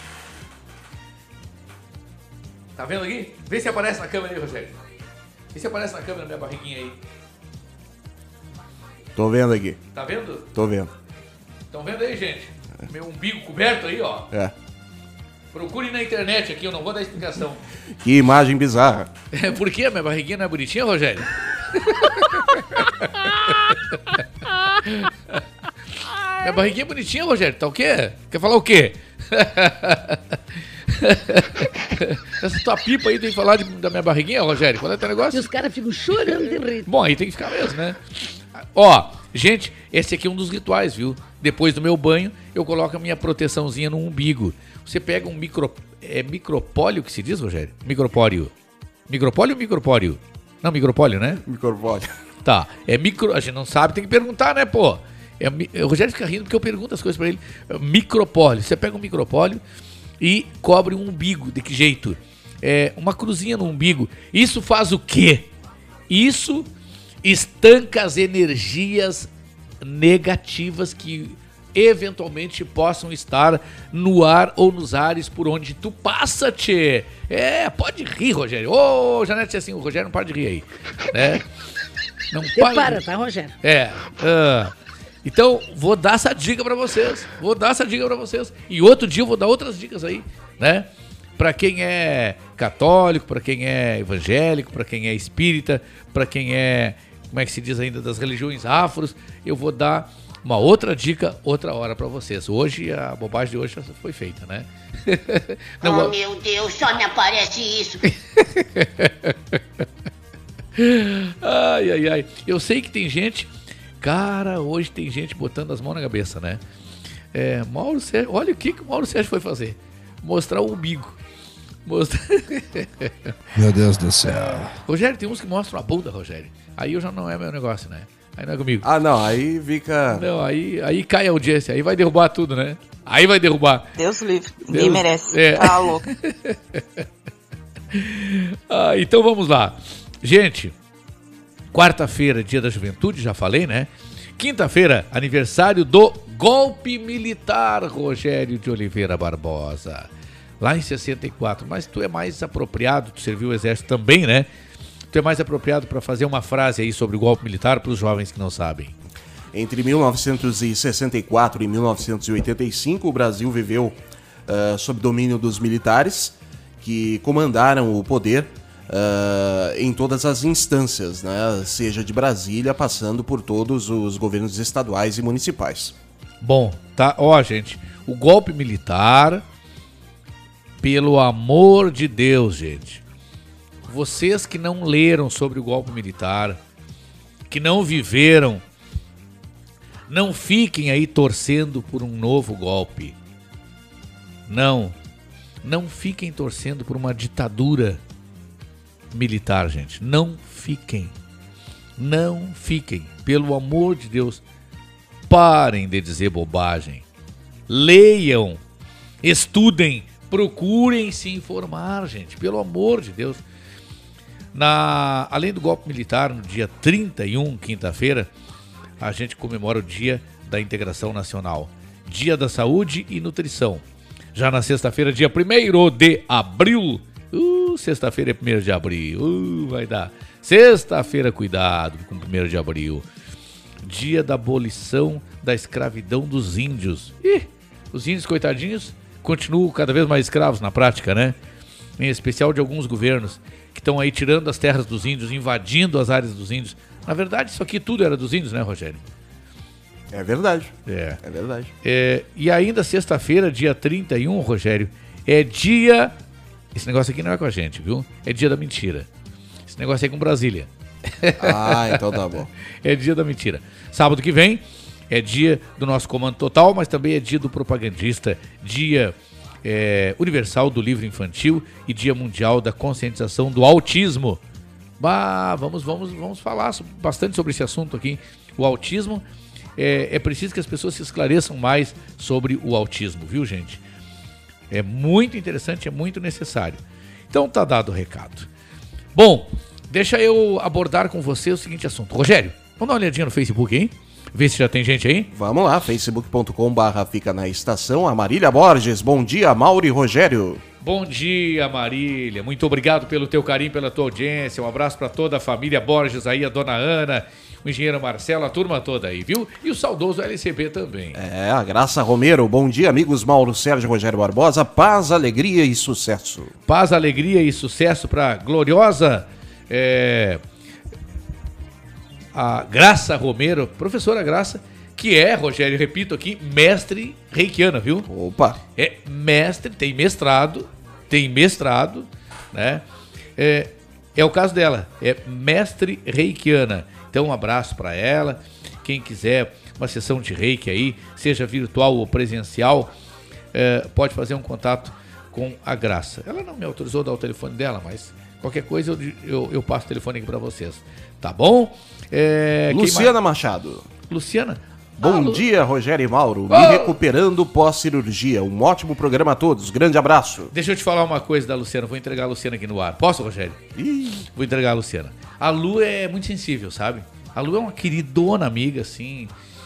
Tá vendo aqui? Vê se aparece na câmera aí, Rogério. Vê se aparece na câmera, minha barriguinha aí. Tô vendo aqui. Tá vendo? Tô vendo. Estão vendo aí, gente? Meu umbigo coberto aí, ó. Procure na internet aqui, eu não vou dar explicação. Que imagem bizarra. Por quê? Minha barriguinha não é bonitinha, Rogério? Minha barriguinha é bonitinha, Rogério. Tá o quê? Quer falar o quê? Essa tua pipa aí tem que falar da minha barriguinha, Rogério? Qual é o teu negócio? E os caras ficam chorando de rir. Bom, aí tem que ficar mesmo, né? Gente, esse aqui é um dos rituais, viu? Depois do meu banho, eu coloco a minha proteçãozinha no umbigo. Você pega um micropólio que se diz, Rogério? Micropólio. Micropólio ou micropólio? Não, micropólio, né? Micropólio. Tá, a gente não sabe, tem que perguntar, né, pô? O Rogério fica rindo porque eu pergunto as coisas pra ele. Micropólio. Você pega um micropólio e cobre um umbigo. De que jeito? Uma cruzinha no umbigo. Isso faz o quê? Isso estanca as energias negativas que eventualmente possam estar no ar ou nos ares por onde tu passa, tchê. Pode rir, Rogério. Janete, assim, o Rogério não para de rir aí. Né? Não para, tá, Rogério? Então, vou dar essa dica pra vocês. E outro dia eu vou dar outras dicas aí, né? Pra quem é católico, pra quem é evangélico, pra quem é espírita, pra quem é, como é que se diz ainda, das religiões afros, eu vou dar uma outra dica, outra hora pra vocês. Hoje, a bobagem de hoje já foi feita, né? Não, meu Deus, só me aparece isso. Ai. Eu sei que tem gente... Cara, hoje tem gente botando as mãos na cabeça, né? Mauro Sérgio, olha o que o Mauro Sérgio foi fazer. Mostrar o umbigo. Meu Deus do céu. Rogério, tem uns que mostram a bunda, Rogério. Aí já não é meu negócio, né? Aí não é comigo. Não, aí fica... Não, aí cai a audiência, aí vai derrubar tudo, né? Aí vai derrubar. Deus livre, ninguém merece. Tá louco. Então vamos lá. Gente... Quarta-feira, dia da juventude, já falei, né? Quinta-feira, aniversário do golpe militar, Rogério de Oliveira Barbosa. Lá em 64. Mas tu é mais apropriado, tu serviu o exército também, né? Tu é mais apropriado para fazer uma frase aí sobre o golpe militar para os jovens que não sabem. Entre 1964 e 1985, o Brasil viveu sob domínio dos militares que comandaram o poder em todas as instâncias, né? Seja de Brasília, passando por todos os governos estaduais e municipais. Bom, tá, ó, gente, o golpe militar, pelo amor de Deus, gente, vocês que não leram sobre o golpe militar, que não viveram, não fiquem aí torcendo por um novo golpe. Não fiquem torcendo por uma ditadura militar, gente. Não fiquem, pelo amor de Deus. Parem de dizer bobagem. Leiam, estudem, procurem se informar, gente, pelo amor de Deus. Além do golpe militar, no dia 31, quinta-feira, a gente comemora o Dia da Integração Nacional, Dia da Saúde e Nutrição. Já na sexta-feira, dia 1º de abril, sexta-feira é 1º de abril, vai dar. Sexta-feira, cuidado com 1º de abril. Dia da abolição da escravidão dos índios. Os índios, coitadinhos, continuam cada vez mais escravos na prática, né? Em especial de alguns governos que estão aí tirando as terras dos índios, invadindo as áreas dos índios. Na verdade, isso aqui tudo era dos índios, né, Rogério? É verdade. É verdade. E ainda sexta-feira, dia 31, Rogério, é dia... Esse negócio aqui não é com a gente, viu? É dia da mentira. Esse negócio aí é com Brasília. Então tá bom. É dia da mentira. Sábado que vem é dia do nosso Comando Total, mas também é dia do propagandista, dia universal do livro infantil e dia mundial da conscientização do autismo. Vamos falar bastante sobre esse assunto aqui. O autismo, é preciso que as pessoas se esclareçam mais sobre o autismo, viu, gente? É muito interessante, é muito necessário. Então tá dado o recado. Bom, deixa eu abordar com você o seguinte assunto. Rogério, vamos dar uma olhadinha no Facebook, hein? Ver se já tem gente aí. Vamos lá, facebook.com/fica na estação. A Marília Borges, bom dia, Mauro e Rogério. Bom dia, Marília. Muito obrigado pelo teu carinho, pela tua audiência. Um abraço para toda a família Borges aí, a dona Ana, o engenheiro Marcelo, a turma toda aí, viu? E o saudoso LCB também. A Graça Romero. Bom dia, amigos Mauro, Sérgio e Rogério Barbosa. Paz, alegria e sucesso. Paz, alegria e sucesso para gloriosa a Graça Romero, professora Graça, que é, Rogério, repito aqui, mestre reikiana, viu? Opa! É mestre, tem mestrado, né? É o caso dela, é mestre reikiana. Então um abraço para ela. Quem quiser uma sessão de reiki aí, seja virtual ou presencial, pode fazer um contato com a Graça. Ela não me autorizou a dar o telefone dela, mas qualquer coisa eu passo o telefone aqui para vocês. Tá bom? Luciana Machado. Luciana? Bom dia, Rogério e Mauro. Me recuperando pós-cirurgia. Um ótimo programa a todos. Grande abraço. Deixa eu te falar uma coisa da Luciana. Vou entregar a Luciana aqui no ar. Posso, Rogério? Vou entregar a Luciana. A Lu é muito sensível, sabe? A Lu é uma queridona amiga, assim,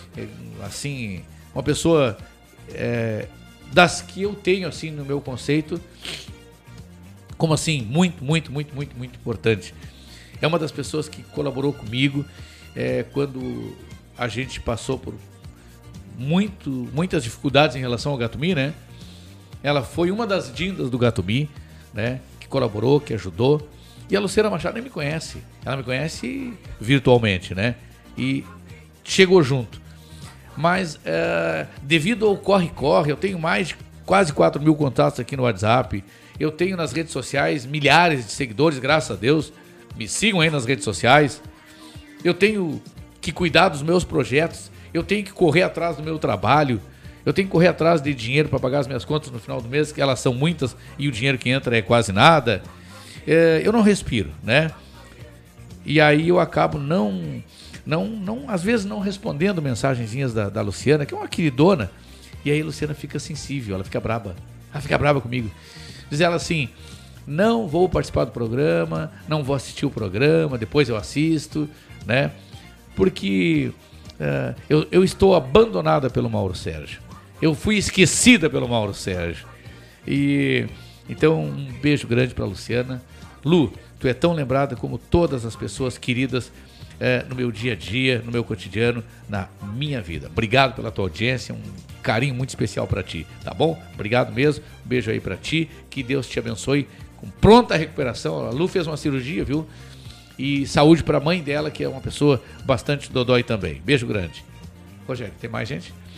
uma pessoa das que eu tenho, assim, no meu conceito, como assim, muito importante. É uma das pessoas que colaborou comigo quando a gente passou por muitas dificuldades em relação ao Gatumi, né? Ela foi uma das dindas do Gatumi, né? Que colaborou, que ajudou. E a Luciana Machado nem me conhece. Ela me conhece virtualmente, né? E chegou junto. Mas devido ao corre-corre, eu tenho mais de quase 4 mil contatos aqui no WhatsApp. Eu tenho nas redes sociais milhares de seguidores, graças a Deus. Me sigam aí nas redes sociais. Eu tenho que cuidar dos meus projetos. Eu tenho que correr atrás do meu trabalho. Eu tenho que correr atrás de dinheiro para pagar as minhas contas no final do mês, que elas são muitas e o dinheiro que entra é quase nada. Eu não respiro, né? E aí eu acabo às vezes não respondendo mensagenzinhas da Luciana, que é uma queridona. E aí a Luciana fica sensível, ela fica braba. Ela fica braba comigo. Diz ela assim: não vou participar do programa, não vou assistir o programa, depois eu assisto, né? Porque eu estou abandonada pelo Mauro Sérgio. Eu fui esquecida pelo Mauro Sérgio. E então um beijo grande para Luciana. Lu, tu é tão lembrada como todas as pessoas queridas no meu dia a dia, no meu cotidiano, na minha vida. Obrigado pela tua audiência, um carinho muito especial para ti, tá bom? Obrigado mesmo, um beijo aí para ti, que Deus te abençoe com pronta recuperação. A Lu fez uma cirurgia, viu? E saúde para a mãe dela, que é uma pessoa bastante dodói também. Beijo grande. Rogério, tem mais gente?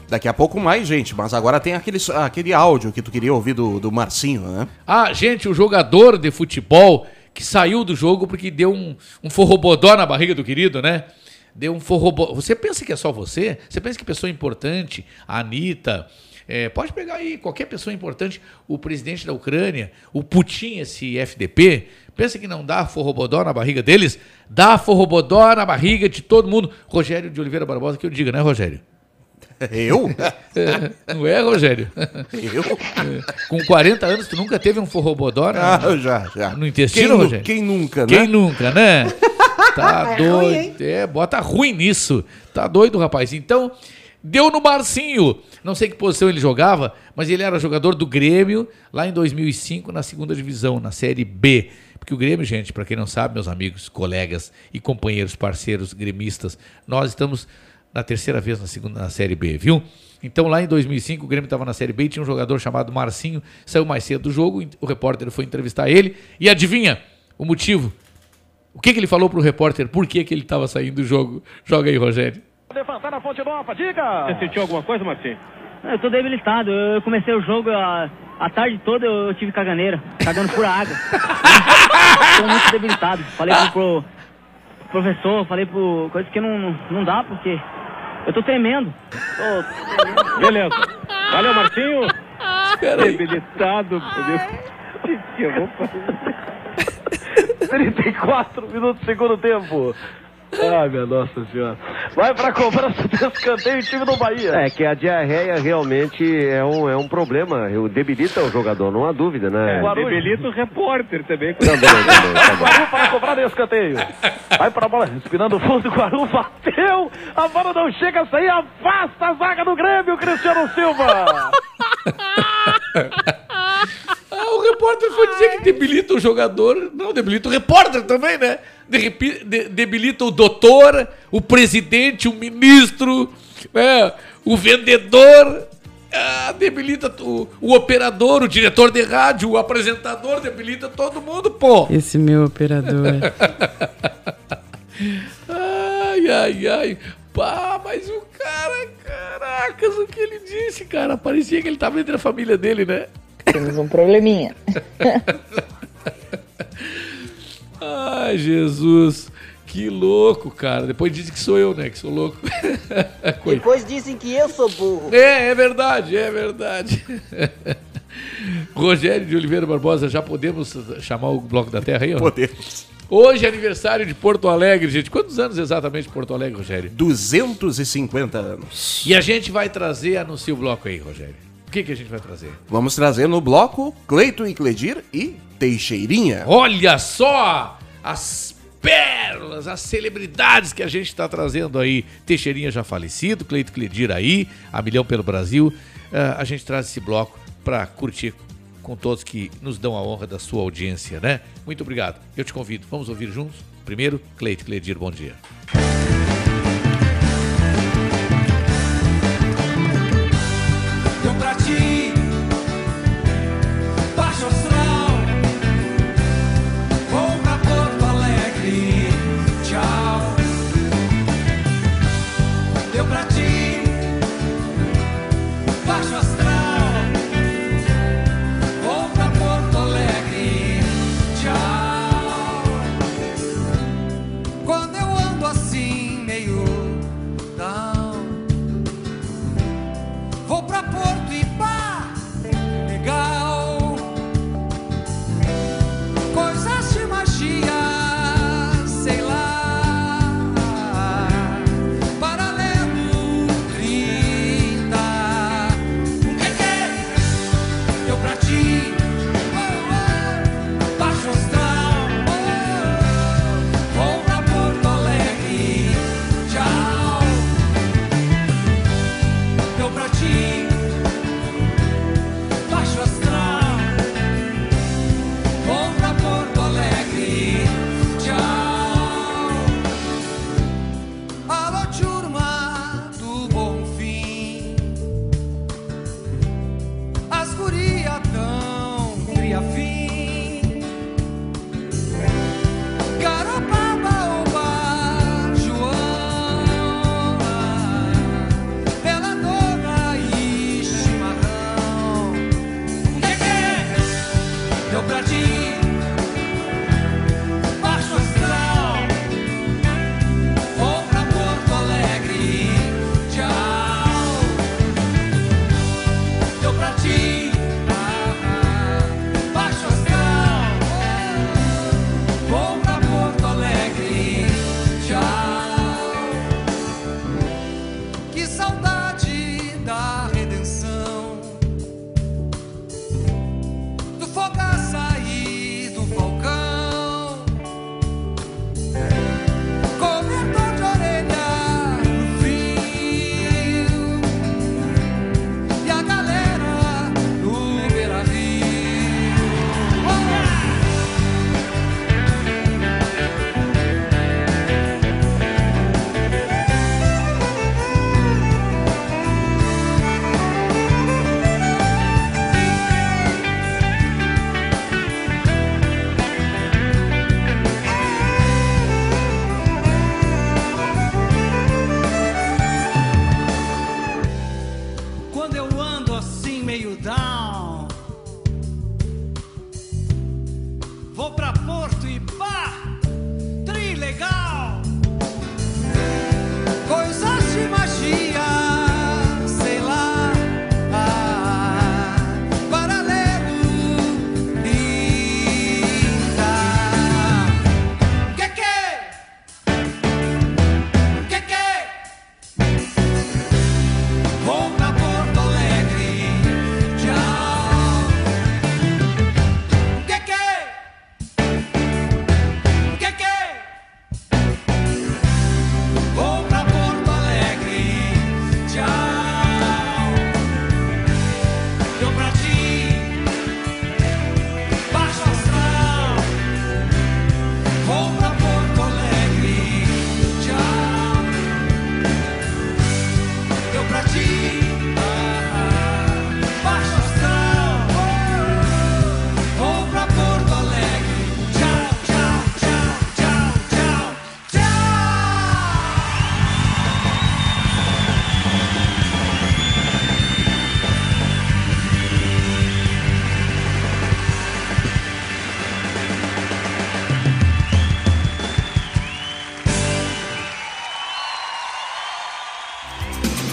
Daqui a pouco mais, gente, mas agora tem aquele áudio que tu queria ouvir do Marcinho, né? Ah, gente, o jogador de futebol que saiu do jogo porque deu um forrobodó na barriga do querido, né? Deu um forrobodó. Você pensa que é só você? Você pensa que pessoa importante, a Anitta, pode pegar aí qualquer pessoa importante, o presidente da Ucrânia, o Putin, esse FDP, pensa que não dá forrobodó na barriga deles? Dá forrobodó na barriga de todo mundo. Rogério de Oliveira Barbosa, que eu diga, né, Rogério? Eu? Não é, Rogério? Eu? Com 40 anos, tu nunca teve um forrobodó, né? Ah, já. No intestino, Rogério? Quem nunca, né? Quem nunca, né? Tá doido. Ruim, bota ruim nisso. Tá doido, rapaz. Então, deu no Marcinho. Não sei que posição ele jogava, mas ele era jogador do Grêmio lá em 2005, na segunda divisão, na Série B. Porque o Grêmio, gente, para quem não sabe, meus amigos, colegas e companheiros, parceiros, gremistas, nós estamos na terceira vez na Série B, viu? Então, lá em 2005, o Grêmio estava na Série B e tinha um jogador chamado Marcinho, saiu mais cedo do jogo, o repórter foi entrevistar ele e adivinha o motivo? O que ele falou pro repórter? Por que ele estava saindo do jogo? Joga aí, Rogério. Levantar na Fonte Nova, diga! Você sentiu alguma coisa, Marcinho? Eu tô debilitado, eu comecei o jogo, a tarde toda eu tive caganeira, cagando pura água. Tô muito debilitado, falei pro professor, falei pro coisa que não dá, porque eu tô tremendo. Beleza. Valeu, Marcinho. Debilitado, eu vou fazer. 34 minutos, segundo tempo. Ai, minha Nossa Senhora. Vai pra cobrança de escanteio o time do Bahia. É que a diarreia realmente é um problema. Debilita o jogador, não há dúvida, né? Debilita o repórter também. Também. Guaru para cobrar de escanteio. Vai pra bola, respirando fundo, Guaru bateu. A bola não chega a sair, afasta a zaga do Grêmio, Cristiano Silva. O repórter foi dizer que debilita o jogador. Não, debilita o repórter também, né? Debilita o doutor, o presidente, o ministro, o vendedor, debilita o operador, o diretor de rádio, o apresentador, debilita todo mundo, pô. Esse meu operador. Ai. Pá, mas o cara, caracas, o que ele disse, cara? Parecia que ele tava entre a família dele, né? Temos um probleminha. Ai, Jesus. Que louco, cara. Depois dizem que sou eu, né? Que sou louco. Depois dizem que eu sou burro. É verdade. Rogério de Oliveira Barbosa, já podemos chamar o Bloco da Terra aí? Ó? Podemos. Hoje é aniversário de Porto Alegre, gente. Quantos anos exatamente de Porto Alegre, Rogério? 250 anos. E a gente vai trazer, anuncia o bloco aí, Rogério. O que a gente vai trazer? Vamos trazer no bloco Cleiton e Cledir e Teixeirinha. Olha só as pérolas, as celebridades que a gente está trazendo aí. Teixeirinha já falecido, Cleiton e Cledir aí, a milhão pelo Brasil. A gente traz esse bloco para curtir com todos que nos dão a honra da sua audiência, né? Muito obrigado. Eu te convido. Vamos ouvir juntos? Primeiro, Cleiton e Cledir, bom dia. Deu pra ti, baixo astral, vou pra Porto Alegre, tchau. Deu pra ti, baixo astral, vou pra Porto Alegre, tchau. Quando eu ando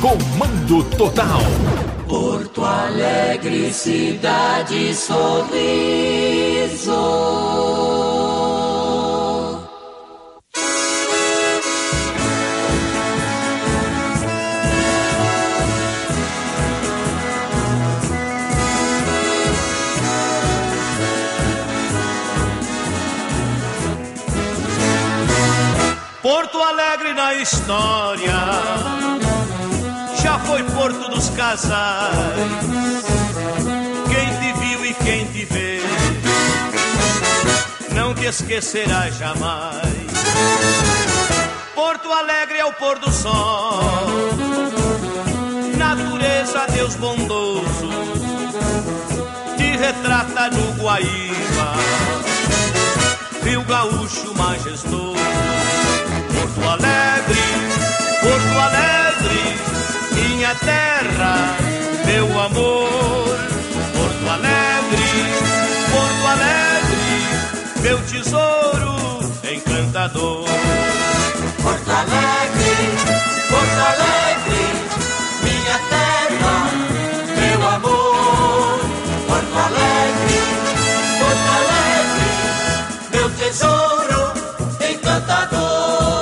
Comando Total. Porto Alegre, cidade sorriso. Porto Alegre na história já foi Porto dos Casais. Quem te viu e quem te vê não te esquecerá jamais. Porto Alegre é o pôr do sol, natureza, Deus bondoso, te retrata no Guaíba, Rio Gaúcho majestoso. Porto Alegre, Porto Alegre, minha terra, meu amor. Porto Alegre, meu tesouro encantador. Porto Alegre, minha terra, meu amor. Porto Alegre, meu tesouro encantador.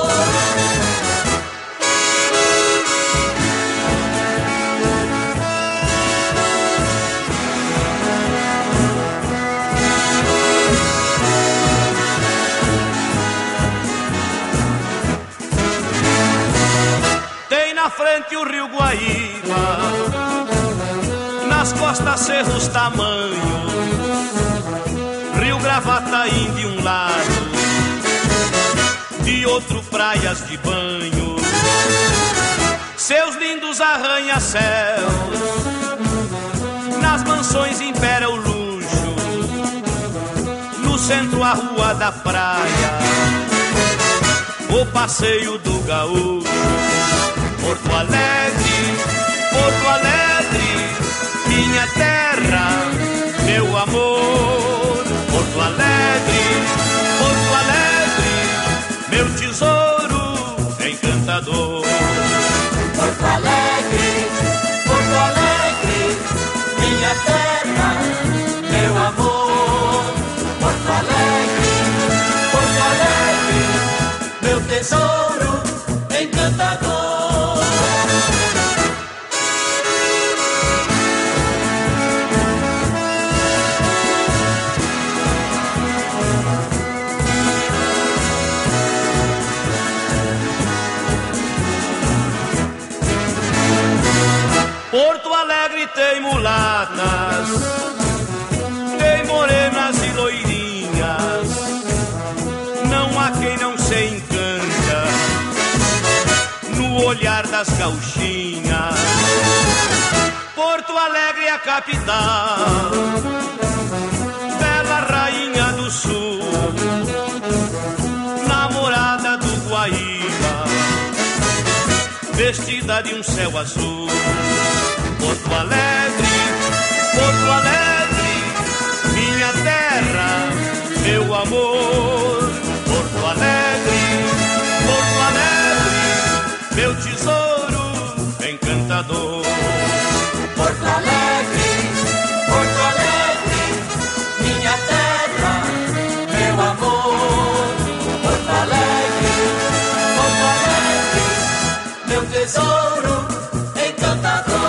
Na frente o rio Guaíba, nas costas cerros tamanho, Rio Gravataí de um lado, de outro praias de banho, seus lindos arranha-céus, nas mansões impera o luxo, no centro a rua da praia, o passeio do gaúcho. Porto Alegre, minha terra, meu amor. Porto Alegre, meu tesouro encantador. Porto Alegre, minha terra, meu amor. Porto Alegre, meu tesouro encantador. Porto Alegre tem mulatas, tem morenas e loirinhas, não há quem não se encanta no olhar das gauchinhas. Porto Alegre é a capital, bela rainha do sul, namorada do Guaíba, vestida de um céu azul. Porto Alegre, minha terra, meu amor. Porto Alegre, meu tesouro encantador. Porto Alegre, minha terra, meu amor. Porto Alegre, meu tesouro encantador.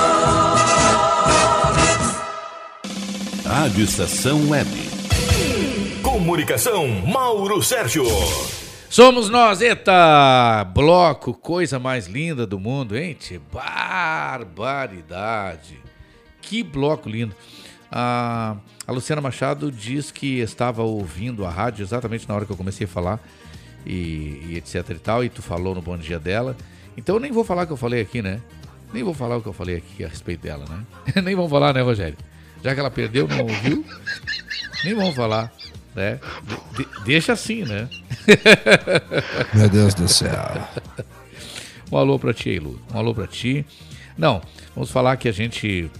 Rádio Estação Web. Comunicação, Mauro Sérgio. Somos nós, eita, bloco, coisa mais linda do mundo, hein? Barbaridade. Que bloco lindo. A Luciana Machado diz que estava ouvindo a rádio exatamente na hora que eu comecei a falar e etc e tal, e tu falou no bom dia dela. Então eu nem vou falar o que eu falei aqui, né? Nem vou falar o que eu falei aqui a respeito dela, né? Nem vamos falar, né, Rogério? Já que ela perdeu, não ouviu, nem vamos falar, né? Deixa assim, né? Meu Deus do céu. Um alô pra ti aí, Lu. Um alô pra ti. Não, vamos falar que a gente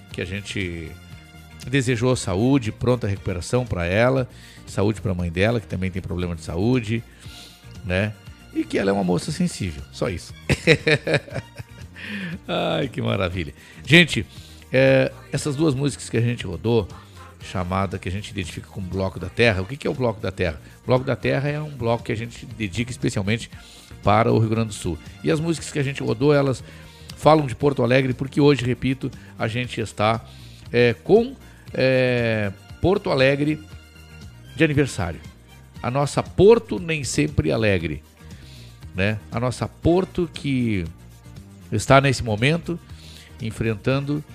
desejou saúde, pronta recuperação pra ela, saúde pra mãe dela, que também tem problema de saúde, né? E que ela é uma moça sensível, só isso. Ai, que maravilha. Gente, essas duas músicas que a gente rodou, chamada que a gente identifica como Bloco da Terra. O que é o Bloco da Terra? O Bloco da Terra é um bloco que a gente dedica especialmente para o Rio Grande do Sul. E as músicas que a gente rodou, elas falam de Porto Alegre, porque hoje, repito, a gente está com Porto Alegre de aniversário. A nossa Porto nem sempre alegre, né? A nossa Porto que está nesse momento enfrentando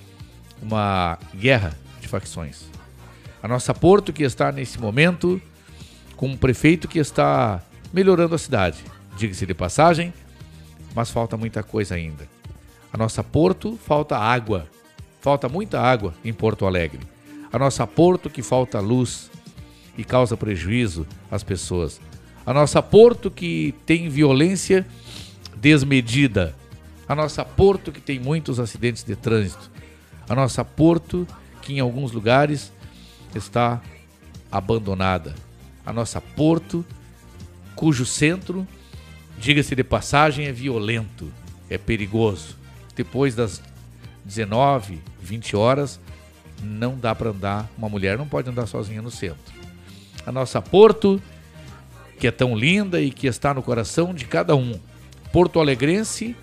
uma guerra de facções. A nossa Porto que está nesse momento com um prefeito que está melhorando a cidade, diga-se de passagem, mas falta muita coisa ainda. A nossa Porto falta água, falta muita água em Porto Alegre. A nossa Porto que falta luz e causa prejuízo às pessoas. A nossa Porto que tem violência desmedida. A nossa Porto que tem muitos acidentes de trânsito. A nossa Porto que em alguns lugares está abandonada. A nossa Porto cujo centro, diga-se de passagem, é violento, é perigoso. Depois das 19, 20 horas, não dá para andar, uma mulher não pode andar sozinha no centro. A nossa Porto, que é tão linda e que está no coração de cada um, porto-alegrense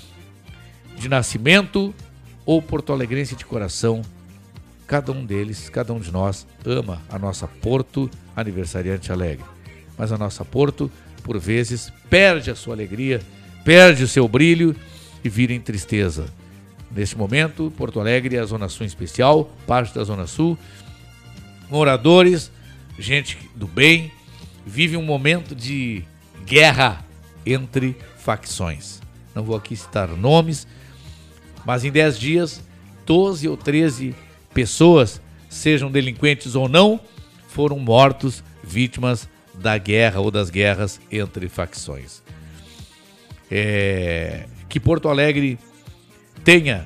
de nascimento ou porto-alegrense de coração, cada um deles, cada um de nós ama a nossa Porto aniversariante alegre. Mas a nossa Porto, por vezes, perde a sua alegria, perde o seu brilho e vira em tristeza. Neste momento, Porto Alegre é a Zona Sul em especial, parte da Zona Sul, moradores, gente do bem, vive um momento de guerra entre facções. Não vou aqui citar nomes, mas em 10 dias, 12 ou 13 pessoas, sejam delinquentes ou não, foram mortos vítimas da guerra ou das guerras entre facções. Que Porto Alegre tenha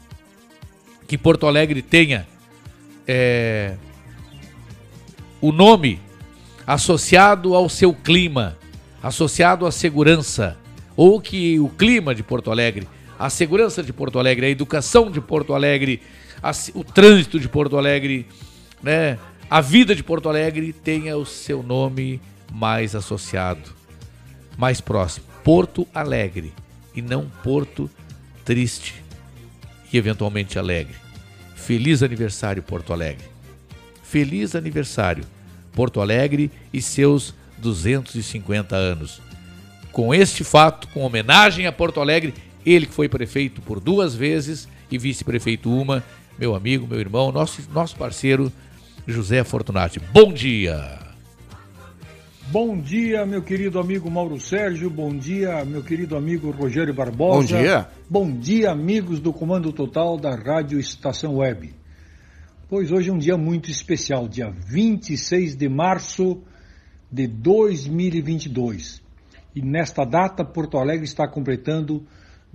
o nome associado ao seu clima, associado à segurança, ou que o clima de Porto Alegre, a segurança de Porto Alegre, a educação de Porto Alegre, o trânsito de Porto Alegre, né, a vida de Porto Alegre tenha o seu nome mais associado, mais próximo. Porto Alegre e não Porto Triste e eventualmente alegre. Feliz aniversário, Porto Alegre. Feliz aniversário, Porto Alegre e seus 250 anos. Com este fato, com homenagem a Porto Alegre, ele que foi prefeito por 2 vezes e vice-prefeito uma, meu amigo, meu irmão, nosso parceiro, José Fortunati. Bom dia! Bom dia, meu querido amigo Mauro Sérgio. Bom dia, meu querido amigo Rogério Barbosa. Bom dia. Bom dia, amigos do Comando Total da Rádio Estação Web. Pois hoje é um dia muito especial, dia 26 de março de 2022. E nesta data, Porto Alegre está completando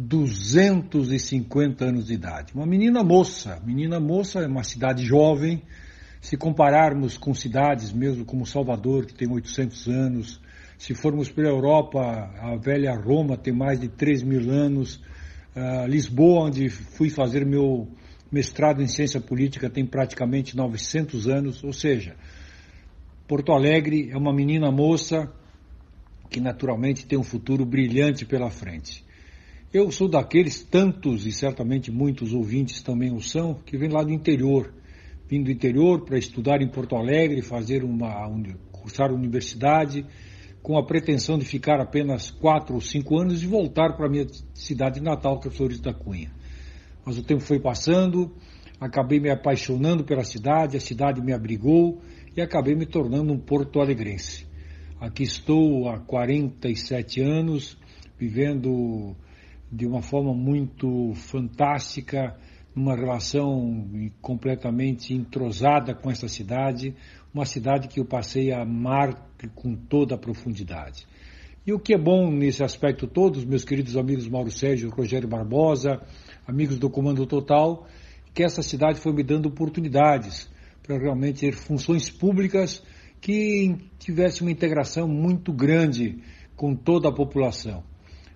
250 anos de idade. Uma menina moça é uma cidade jovem. Se compararmos com cidades mesmo como Salvador, que tem 800 anos, se formos pela Europa, a velha Roma tem mais de 3.000 anos, Lisboa, onde fui fazer meu mestrado em ciência política, tem praticamente 900 anos, ou seja, Porto Alegre é uma menina moça que naturalmente tem um futuro brilhante pela frente. Eu sou daqueles tantos, e certamente muitos ouvintes também o são, que vêm lá do interior, vim do interior para estudar em Porto Alegre, cursar universidade, com a pretensão de ficar apenas 4 ou 5 anos e voltar para a minha cidade natal, que é Flores da Cunha. Mas o tempo foi passando, acabei me apaixonando pela cidade, a cidade me abrigou e acabei me tornando um porto-alegrense. Aqui estou há 47 anos, vivendo de uma forma muito fantástica, uma relação completamente entrosada com essa cidade, uma cidade que eu passei a amar com toda a profundidade. E o que é bom nesse aspecto todo, meus queridos amigos Mauro Sérgio, Rogério Barbosa, amigos do Comando Total, que essa cidade foi me dando oportunidades para realmente ter funções públicas que tivesse uma integração muito grande com toda a população.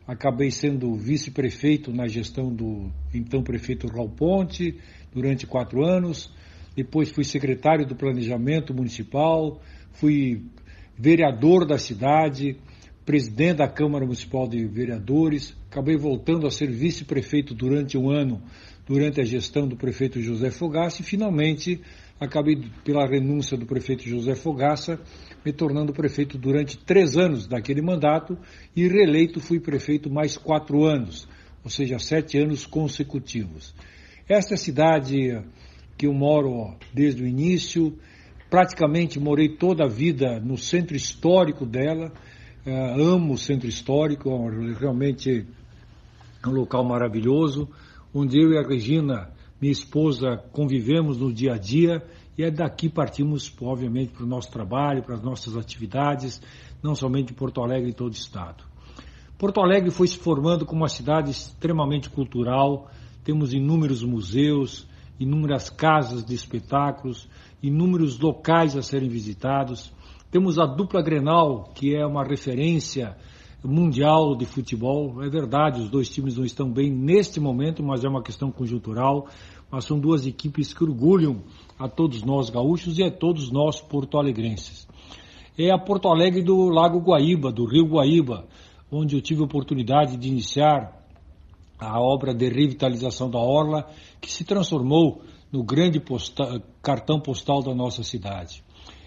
acabei sendo vice-prefeito na gestão do então prefeito Raul Ponte durante 4 anos, depois fui secretário do Planejamento Municipal, fui vereador da cidade, presidente da Câmara Municipal de Vereadores, acabei voltando a ser vice-prefeito durante 1 ano, durante a gestão do prefeito José Fogaça, e finalmente acabei, pela renúncia do prefeito José Fogaça, me tornando prefeito durante 3 anos daquele mandato, e reeleito fui prefeito mais 4 anos, ou seja, 7 anos consecutivos. Esta é a cidade que eu moro desde o início, praticamente morei toda a vida no centro histórico dela, amo o centro histórico, realmente é um local maravilhoso, onde eu e a Regina, minha esposa, convivemos no dia a dia, e é daqui partimos, obviamente, para o nosso trabalho, para as nossas atividades, não somente em Porto Alegre, em todo o estado. Porto Alegre foi se formando como uma cidade extremamente cultural, temos inúmeros museus, inúmeras casas de espetáculos, inúmeros locais a serem visitados. Temos a dupla Grenal, que é uma referência mundial de futebol. É verdade, os 2 times não estão bem neste momento, mas é uma questão conjuntural. Mas são 2 equipes que orgulham a todos nós gaúchos e a todos nós porto-alegrenses. É a Porto Alegre do Lago Guaíba, do Rio Guaíba, onde eu tive a oportunidade de iniciar a obra de revitalização da Orla, que se transformou no grande cartão postal da nossa cidade.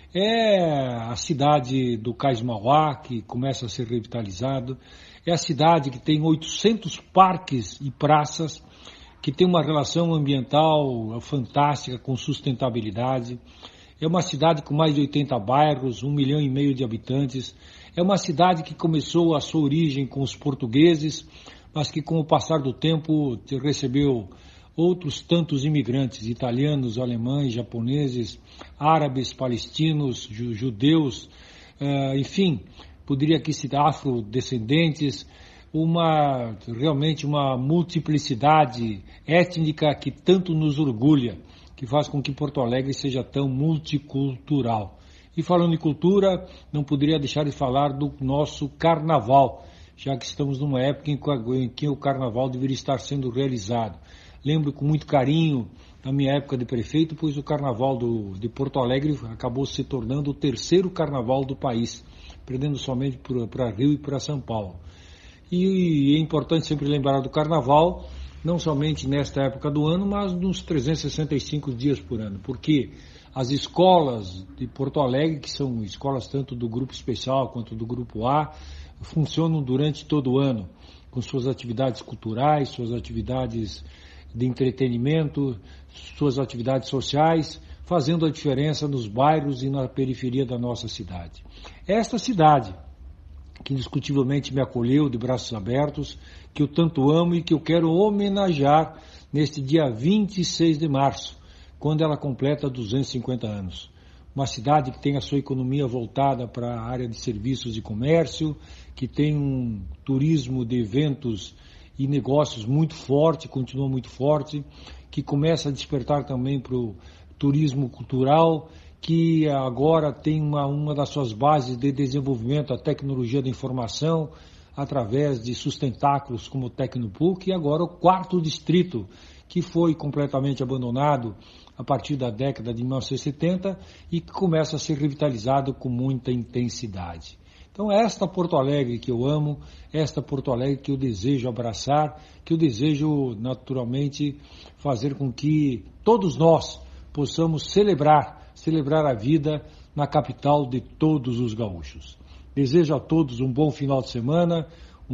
É a cidade do Cais Mauá, que começa a ser revitalizado. É a cidade que tem 800 parques e praças, que tem uma relação ambiental fantástica com sustentabilidade. É uma cidade com mais de 80 bairros, 1,5 milhão de habitantes. É uma cidade que começou a sua origem com os portugueses, mas que com o passar do tempo recebeu outros tantos imigrantes, italianos, alemães, japoneses, árabes, palestinos, judeus, enfim, poderia aqui citar afrodescendentes, realmente uma multiplicidade étnica que tanto nos orgulha, que faz com que Porto Alegre seja tão multicultural. E falando em cultura, não poderia deixar de falar do nosso carnaval, já que estamos numa época em que o carnaval deveria estar sendo realizado. Lembro com muito carinho da minha época de prefeito, pois o carnaval de Porto Alegre acabou se tornando o 3º carnaval do país, perdendo somente para Rio e para São Paulo. E é importante sempre lembrar do carnaval, não somente nesta época do ano, mas nos 365 dias por ano, porque as escolas de Porto Alegre, que são escolas tanto do Grupo Especial quanto do Grupo A, funcionam durante todo o ano, com suas atividades culturais, suas atividades de entretenimento, suas atividades sociais, fazendo a diferença nos bairros e na periferia da nossa cidade. Esta cidade, que indiscutivelmente me acolheu de braços abertos, que eu tanto amo e que eu quero homenagear neste dia 26 de março, quando ela completa 250 anos. Uma cidade que tem a sua economia voltada para a área de serviços e comércio, que tem um turismo de eventos e negócios muito forte, continua muito forte, que começa a despertar também para o turismo cultural, que agora tem uma das suas bases de desenvolvimento, a tecnologia da informação, através de sustentáculos como o Tecnopuc, e agora o 4º distrito, que foi completamente abandonado a partir da década de 1970 e que começa a ser revitalizado com muita intensidade. Então é esta Porto Alegre que eu amo, esta Porto Alegre que eu desejo abraçar, que eu desejo naturalmente fazer com que todos nós possamos celebrar a vida na capital de todos os gaúchos. Desejo a todos um bom final de semana,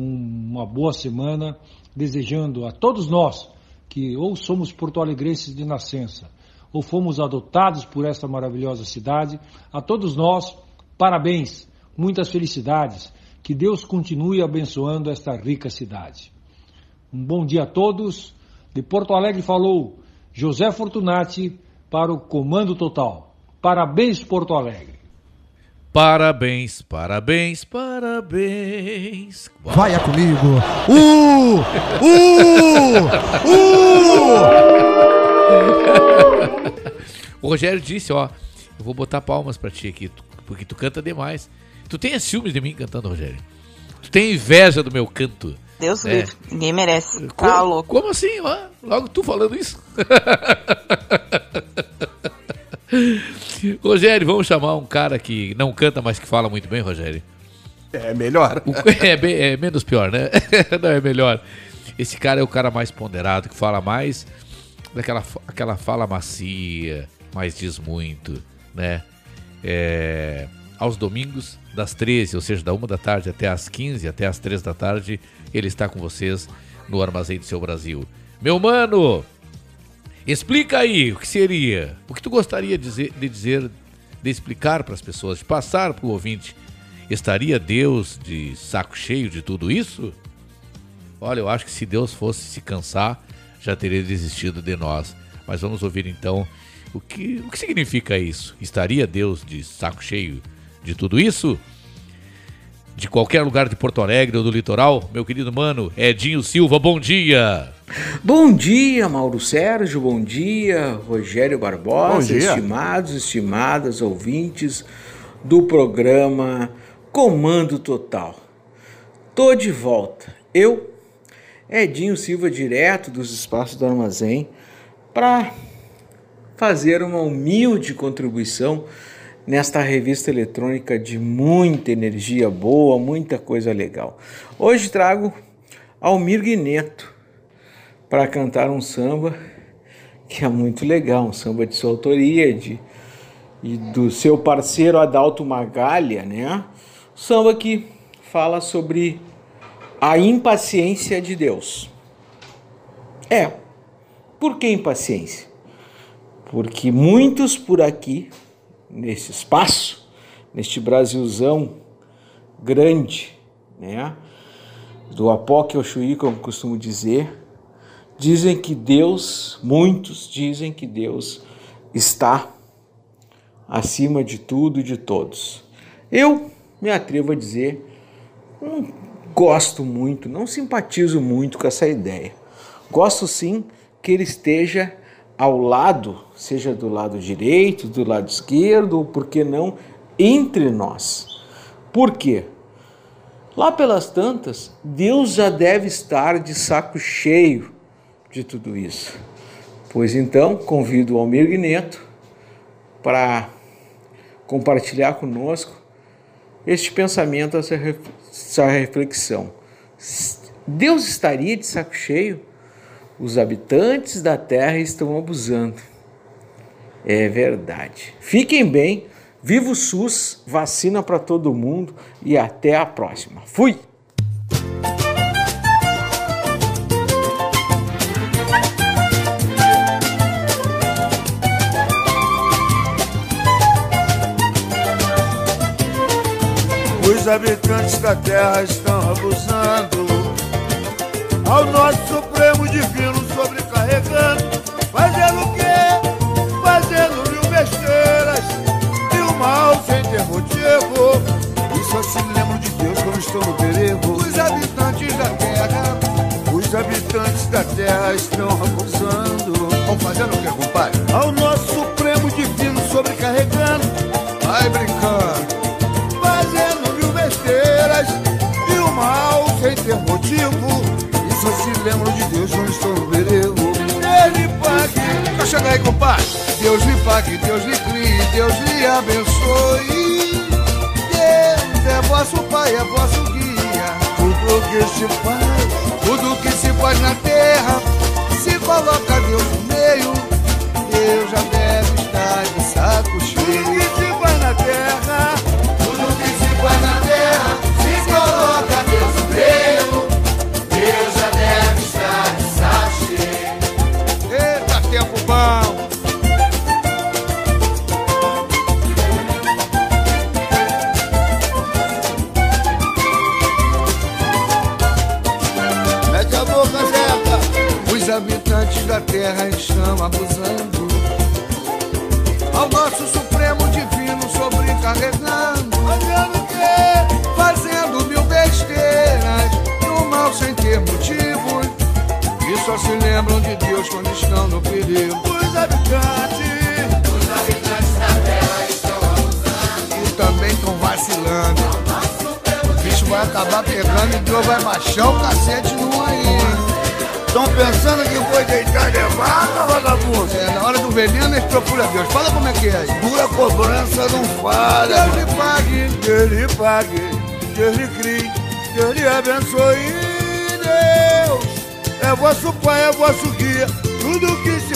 uma boa semana, desejando a todos nós que ou somos porto-alegrenses de nascença, ou fomos adotados por esta maravilhosa cidade, a todos nós, parabéns, muitas felicidades, que Deus continue abençoando esta rica cidade. Um bom dia a todos. De Porto Alegre falou José Fortunati para o Comando Total. Parabéns, Porto Alegre. Parabéns, parabéns, parabéns. Vai comigo. O Rogério disse, ó, eu vou botar palmas pra ti aqui, porque tu canta demais. Tu tem ciúmes de mim cantando, Rogério? Tu tem inveja do meu canto? Deus livre. Ninguém merece. Tá louco. Como assim? Logo tu falando isso? Rogério, vamos chamar um cara que não canta, mas que fala muito bem, Rogério. É melhor. É menos pior, né? Não, é melhor. Esse cara é o cara mais ponderado, que fala mais aquela fala macia, mas diz muito, né? Aos domingos, das 13, ou seja, da 1 da tarde até às 15, até às 3 da tarde, ele está com vocês no Armazém do Seu Brasil. Meu mano, explica aí o que seria, o que tu gostaria de explicar para as pessoas, de passar para o ouvinte. Estaria Deus de saco cheio de tudo isso? Olha, eu acho que se Deus fosse se cansar, já teria desistido de nós. Mas vamos ouvir então o que significa isso. Estaria Deus de saco cheio de tudo isso? De qualquer lugar de Porto Alegre ou do litoral, meu querido mano, Edinho Silva, bom dia! Bom dia, Mauro Sérgio, bom dia, Rogério Barbosa, bom dia. Estimados, estimadas ouvintes do programa Comando Total. Tô de volta, eu, Edinho Silva, direto dos espaços do Armazém, para fazer uma humilde contribuição nesta revista eletrônica de muita energia boa, muita coisa legal. Hoje trago Almir Guineto para cantar um samba que é muito legal, um samba de sua autoria e do seu parceiro Adalto Magalha, né? Samba que fala sobre a impaciência de Deus. Por que impaciência? Porque muitos por aqui, nesse espaço, neste Brasilzão grande, né? Do Apoque ao Chuí, como costumo dizer, dizem que Deus, muitos dizem que Deus está acima de tudo e de todos. Eu me atrevo a dizer, não gosto muito, não simpatizo muito com essa ideia. Gosto sim que ele esteja ao lado, seja do lado direito, do lado esquerdo, ou por que não, entre nós. Por quê? Lá pelas tantas, Deus já deve estar de saco cheio de tudo isso. Pois então, convido o Almir Guineto para compartilhar conosco este pensamento, essa reflexão. Deus estaria de saco cheio? Os habitantes da terra estão abusando. É verdade. Fiquem bem, viva o SUS, vacina para todo mundo e até a próxima. Fui! Os habitantes da terra estão abusando, ao nosso Supremo Divino sobrecarregando, fazendo o quê? Fazendo mil besteiras e o mal sem ter motivo. E só se lembram de Deus quando estão no perigo. Os habitantes da terra estão abusando. Estão fazendo o quê, compadre? Ao nosso Supremo Divino sobrecarregando, vai brincando, fazendo mil besteiras e o mal sem ter motivo. E só se lembram de Deus quando estão no perigo. Deus lhe pague. Deixa eu chegar aí, compadre. Deus lhe pague, Deus lhe crie, Deus lhe abençoe. Deus é vosso Pai, é vosso guia. Tudo que se faz na terra, se coloca Deus no meio, Deus já deve estar de saco cheio. Tudo que se faz na terra, se coloca Deus no meio, Deus já deve estar de saco cheio. Eita, tempo bom! Mete a boca, Zeca. Os habitantes da terra estão abusando, ao nosso Supremo Divino sobrecarregando. Fazendo o quê? Fazendo mil besteiras e o mal sem ter motivos. E só se lembram de Deus quando estão no perigo. Os habitantes da terra estão abusando e também estão vacilando. O bicho vai acabar. acabar pegando e Deus vai baixar o cacete no aí. Estão pensando que foi deitar de vaca, vagabundo? É, na hora do veneno eles procuram Deus. Fala como é que é. Dura cobrança não falha. Deus lhe pague, Deus lhe pague, Deus lhe crie, Deus lhe abençoe. Deus é vosso Pai, é vosso guia. Tudo que se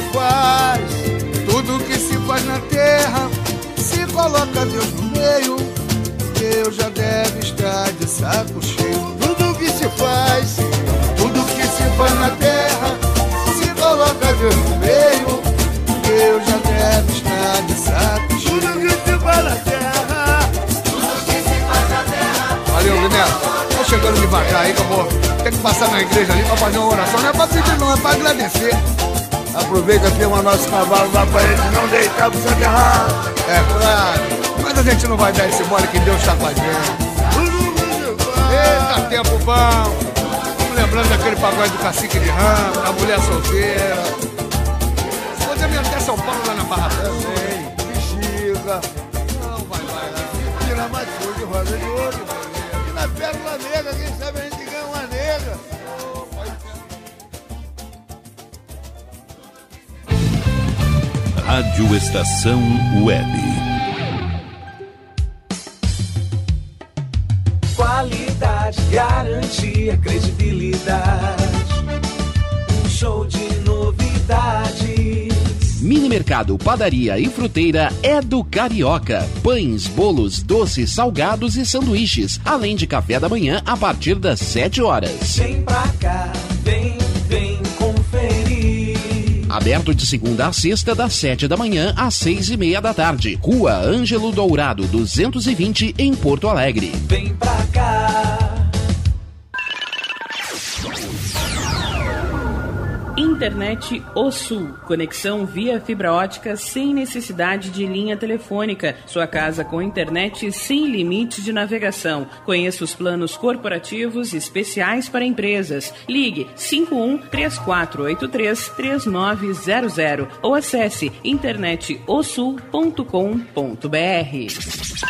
faz na terra, se coloca Deus no meio, Deus já deve estar de saco cheio. Tudo que se faz na terra, se coloca Deus no meio, Deus já deve estar de saco cheio. Tudo que se faz na terra, Valeu, Neto. Tô chegando devagar aí que eu vou ter que passar na igreja ali pra fazer uma oração. Não é pra pedir não, é pra agradecer. Aproveita que o nosso cavalo lá pra ele não deitar pro Santo Errado. É claro, mas a gente não vai dar esse mole que Deus tá com a gente. Eita, tempo bom. Vamos lembrando daquele pagode do Cacique de Ramo, da mulher solteira. Podemos ir até São Paulo lá na Barra também. Bexiga. Não, vai lá. Tira mais de rosa de ouro. E na Pérola Negra, quem sabe a gente ganha uma negra. Rádio Estação Web. Qualidade, garantia, credibilidade. Um show de novidades. Mini Mercado, Padaria e Fruteira é do Carioca. Pães, bolos, doces, salgados e sanduíches. Além de café da manhã a partir das 7 horas. Vem pra cá, vem conferir. Aberto de segunda a sexta, das 7 da manhã às 6:30 da tarde. Rua Ângelo Dourado, 220, em Porto Alegre. Vem pra cá. Internet O Sul. Conexão via fibra ótica sem necessidade de linha telefônica. Sua casa com internet sem limite de navegação. Conheça os planos corporativos especiais para empresas. Ligue 51-3483-3900 ou acesse internetosul.com.br.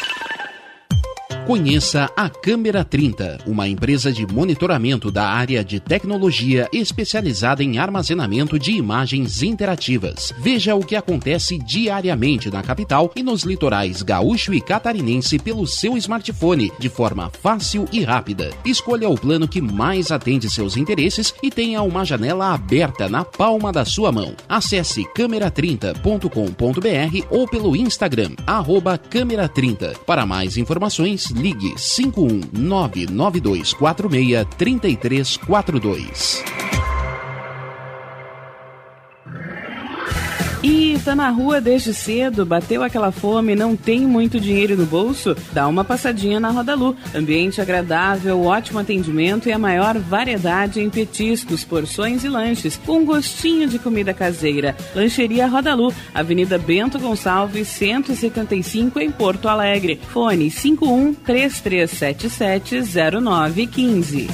Conheça a Câmera 30, uma empresa de monitoramento da área de tecnologia especializada em armazenamento de imagens interativas. Veja o que acontece diariamente na capital e nos litorais gaúcho e catarinense pelo seu smartphone, de forma fácil e rápida. Escolha o plano que mais atende seus interesses e tenha uma janela aberta na palma da sua mão. Acesse câmera30.com.br ou pelo Instagram, @câmera30. Para mais informações, ligue 51992463342. E tá na rua desde cedo, bateu aquela fome, não tem muito dinheiro no bolso? Dá uma passadinha na Rodalu. Ambiente agradável, ótimo atendimento e a maior variedade em petiscos, porções e lanches, com gostinho de comida caseira. Lancheria Rodalu, Avenida Bento Gonçalves, 175, em Porto Alegre. Fone 51-3377-0915.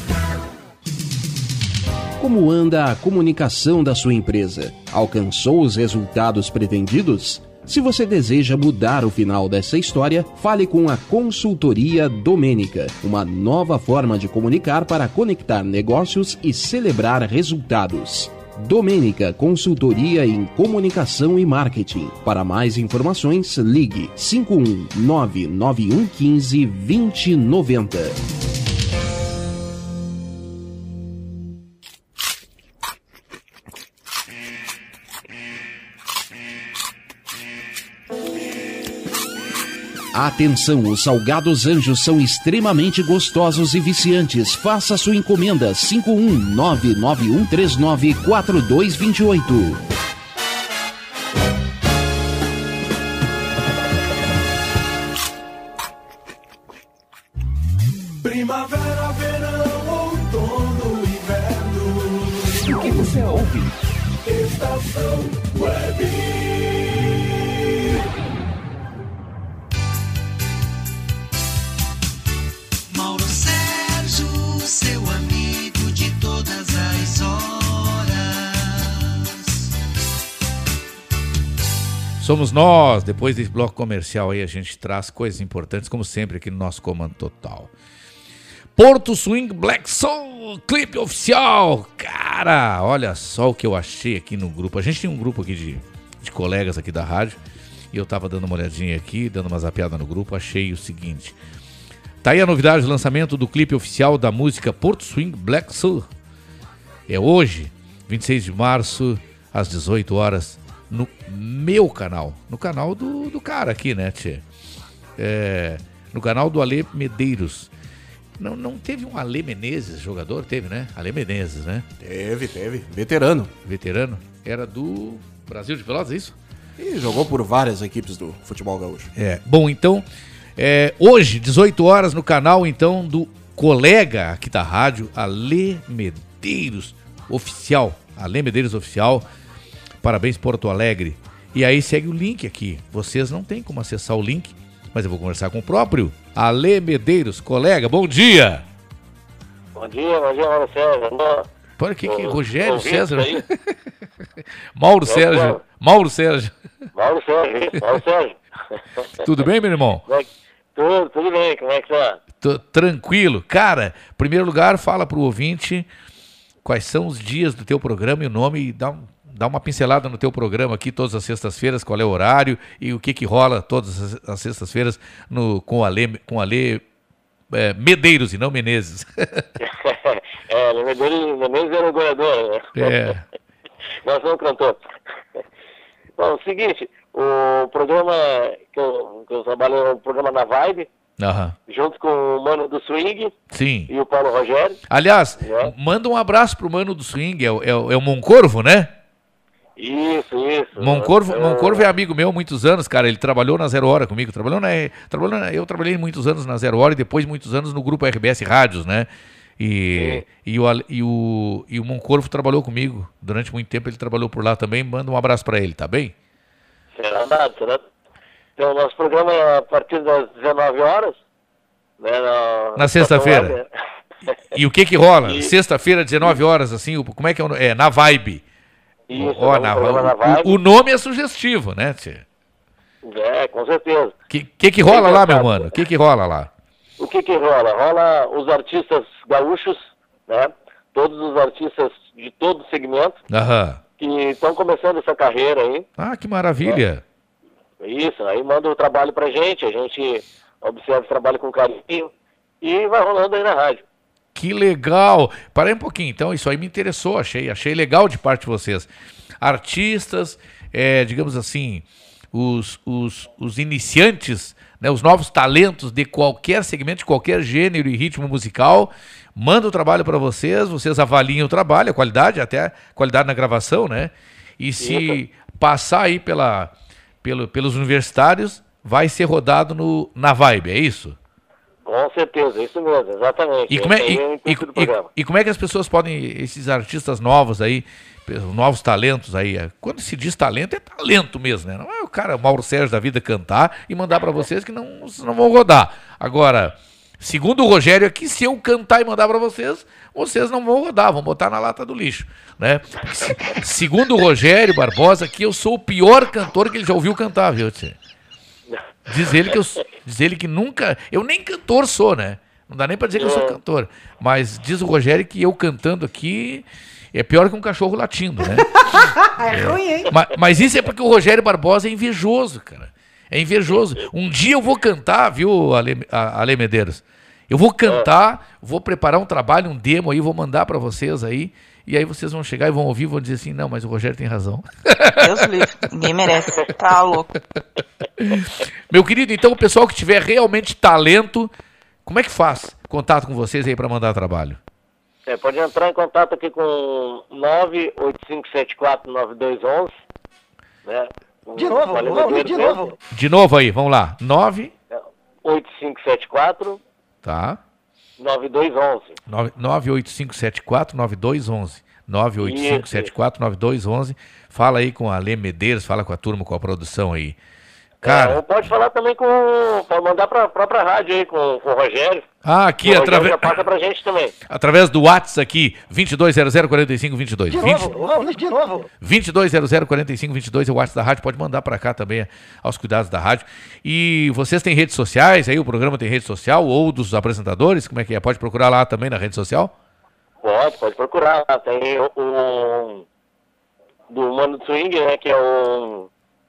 Como anda a comunicação da sua empresa? Alcançou os resultados pretendidos? Se você deseja mudar o final dessa história, fale com a Consultoria Domênica, uma nova forma de comunicar para conectar negócios e celebrar resultados. Domênica Consultoria em Comunicação e Marketing. Para mais informações, ligue 51991152090. Atenção, os salgados Anjos são extremamente gostosos e viciantes. Faça sua encomenda 51991394228. Primavera, verão, outono, inverno. O que você ouve? Estação Web. Seu amigo de todas as horas. Somos nós. Depois desse bloco comercial aí, a gente traz coisas importantes, como sempre, aqui no nosso Comando Total. Porto Swing Black Soul, clipe oficial. Cara, olha só o que eu achei aqui no grupo. A gente tem um grupo aqui de colegas aqui da rádio. E eu tava dando uma olhadinha aqui, dando uma zapeada no grupo. Achei o seguinte. Tá aí a novidade do lançamento do clipe oficial da música Porto Swing Black Soul. É hoje, 26 de março, às 18 horas, no meu canal. No canal do cara aqui, né, tchê? No canal do Ale Medeiros. Não teve um Ale Menezes, jogador? Teve, né? Ale Menezes, né? Teve. Veterano. Era do Brasil de Pelotas, é isso? E jogou por várias equipes do futebol gaúcho. Bom, então, hoje, 18 horas, no canal, então, do colega aqui da rádio, Ale Medeiros Oficial. Ale Medeiros Oficial. Parabéns, Porto Alegre. E aí segue o link aqui. Vocês não tem como acessar o link, mas eu vou conversar com o próprio Ale Medeiros, colega. Bom dia. Bom dia, Mauro César. Para que Rogério César? Mauro Sérgio. Mauro Sérgio. Tudo bem, meu irmão? Tudo bem, como é que tá? Tô tranquilo. Cara, em primeiro lugar, fala pro ouvinte quais são os dias do teu programa e o nome, e dá uma pincelada no teu programa aqui todas as sextas-feiras, qual é o horário e o que rola todas as sextas-feiras com o Ale Medeiros e não Menezes. Menezes era o goleador, né? Nós não cantor. Bom, o seguinte, o programa que eu trabalho é um programa na Vibe, junto com o Mano do Swing. Sim. E o Paulo Rogério. Aliás, manda um abraço pro Mano do Swing, é o Moncorvo, né? Isso. Moncorvo é amigo meu há muitos anos, cara. Ele trabalhou na Zero Hora comigo. Eu trabalhei muitos anos na Zero Hora e depois muitos anos no grupo RBS Rádios, né? E o Moncorvo trabalhou comigo durante muito tempo. Ele trabalhou por lá também. Manda um abraço pra ele, tá bem? Será nada. Então, nosso programa é a partir das 19 horas. Né, na sexta-feira. E o que rola? Sexta-feira, 19 horas, assim, como é que é? Na Vibe. Isso, o nome é sugestivo, né, tchê? Com certeza. O que rola lá, meu mano? O que rola lá? O que rola? Rola os artistas gaúchos, né? Todos os artistas de todo segmento que estão começando essa carreira aí. Ah, que maravilha! Isso, aí manda o trabalho pra gente, a gente observa o trabalho com carinho e vai rolando aí na rádio. Que legal! Parei um pouquinho, então, isso aí me interessou, achei legal de parte de vocês. Artistas, digamos assim, os iniciantes, né, os novos talentos de qualquer segmento, de qualquer gênero e ritmo musical, manda o trabalho para vocês avaliam o trabalho, a qualidade, até a qualidade na gravação, né? E se passar aí pelos universitários, vai ser rodado na Vibe, é isso? Com certeza, isso mesmo, exatamente. E como é que as pessoas podem, esses artistas novos aí, novos talentos aí, quando se diz talento, é talento mesmo, né? Não é o cara Mauro Sérgio da vida cantar e mandar pra vocês que não vão rodar. Agora, segundo o Rogério aqui, se eu cantar e mandar pra vocês não vão rodar, vão botar na lata do lixo, né? Segundo o Rogério Barbosa, aqui eu sou o pior cantor que ele já ouviu cantar, viu, tchê? Diz ele que nunca... Eu nem cantor sou, né? Não dá nem pra dizer que eu sou cantor. Mas diz o Rogério que eu cantando aqui é pior que um cachorro latindo, né? É ruim, hein? Mas isso é porque o Rogério Barbosa é invejoso, cara. É invejoso. Um dia eu vou cantar, viu, Ale Medeiros? Eu vou cantar, vou preparar um trabalho, um demo aí, vou mandar pra vocês aí. E aí vocês vão chegar e vão ouvir e vão dizer assim, não, mas o Rogério tem razão. Deus livre, ninguém merece, tá louco. Meu querido, então o pessoal que tiver realmente talento, como é que faz contato com vocês aí para mandar trabalho? Pode entrar em contato aqui com 985749211, né? De novo. De novo aí, vamos lá. 98574 Tá. 9211. 98574-9211. 98574-9211. Fala aí com a Ale Medeiros, fala com a turma, com a produção aí. Cara. Ou pode falar também pode mandar pra própria rádio aí com o Rogério. Ah, aqui através. Já passa pra gente também. Através do WhatsApp aqui, 22004522. De novo. 22004522 é o WhatsApp da rádio, pode mandar pra cá também aos cuidados da rádio. E vocês têm redes sociais, aí o programa tem rede social, ou dos apresentadores, como é que é? Pode procurar lá também na rede social? Pode procurar. Tem o do Mano do Swing, né, que é o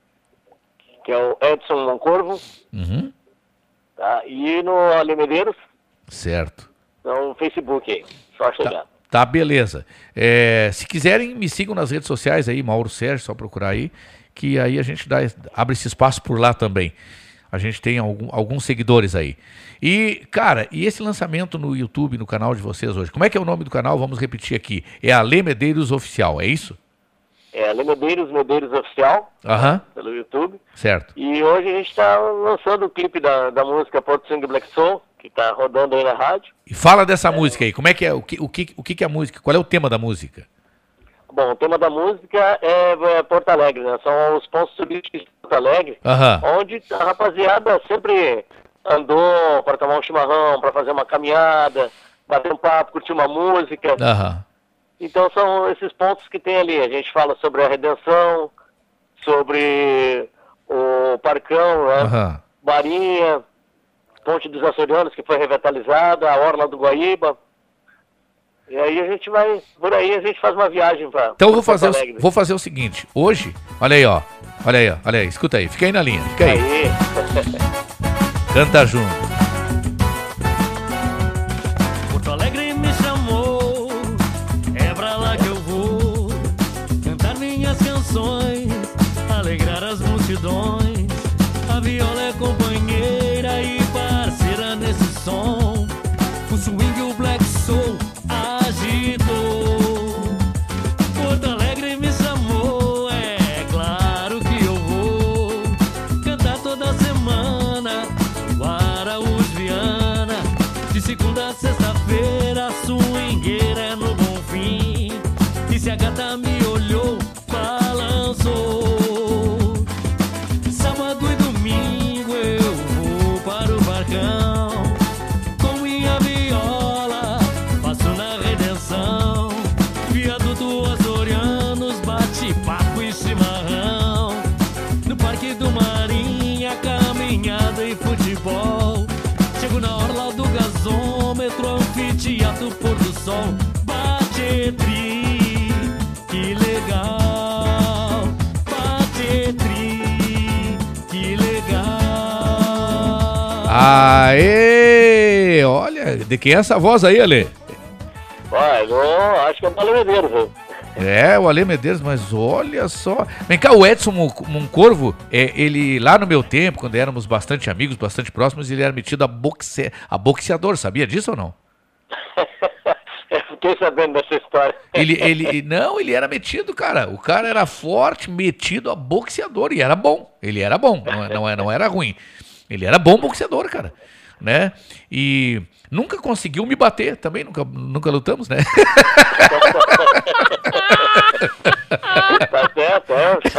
Edson Corvo. Uhum. Tá? E no Ale Medeiros. Certo. No Facebook aí, só chegar. Tá, beleza. Se quiserem, me sigam nas redes sociais aí, Mauro Sérgio, só procurar aí, que aí a gente abre esse espaço por lá também. A gente tem alguns seguidores aí. E, cara, esse lançamento no YouTube, no canal de vocês hoje, como é que é o nome do canal? Vamos repetir aqui. É Ale Medeiros Oficial, é isso? É Ale Medeiros Oficial, pelo YouTube. Certo. E hoje a gente está lançando o clipe da música Porto Swing Black Soul, que está rodando aí na rádio. E fala dessa música aí, como é que é, o que é a música, qual é o tema da música? Bom, o tema da música é Porto Alegre, né? São os pontos turísticos de Porto Alegre, onde a rapaziada sempre andou para tomar um chimarrão, para fazer uma caminhada, bater um papo, curtir uma música. Então são esses pontos que tem ali. A gente fala sobre a Redenção, sobre o Parcão, né? Barinha, Ponte dos Açorianos, que foi revitalizada, a Orla do Guaíba. E aí a gente vai, por aí a gente faz uma viagem para Então vou fazer o seguinte, hoje, olha aí, escuta aí, fica aí na linha, fica aí. Canta junto. Porto Alegre me chamou, é pra lá que eu vou, cantar minhas canções, alegrar as multidões, a viola é companheira e parceira nesse som, o swing e o black soul agitou. Porto Alegre me chamou, é claro que eu vou cantar toda semana o Araújo Viana, de segunda a sexta-feira, swingueira é no Bonfim, e se a gata me olhou, balançou. Sábado e domingo eu vou para o Barcão, com minha viola passo na Redenção, viaduto Açorianos, bate-papo e chimarrão, no Parque do Marinha, caminhada e futebol, chego na Orla do Gasômetro, anfiteatro, pôr do sol, bate-tri, que legal, bate-tri, que legal. Aê! Olha, de quem é essa voz aí, Ale? Acho que é o Ale Medeiros, viu? É, o Ale Medeiros, mas olha só. Vem cá, o Edson Moncorvo, ele lá no meu tempo, quando éramos bastante amigos, bastante próximos, ele era metido a boxeador, sabia disso ou não? Fiquei sabendo dessa história. Ele era metido, cara. O cara era forte, metido a boxeador, e era bom. Ele era bom, não era ruim. Ele era bom boxeador, cara, né? E nunca conseguiu me bater, também nunca lutamos, né? Tá certo,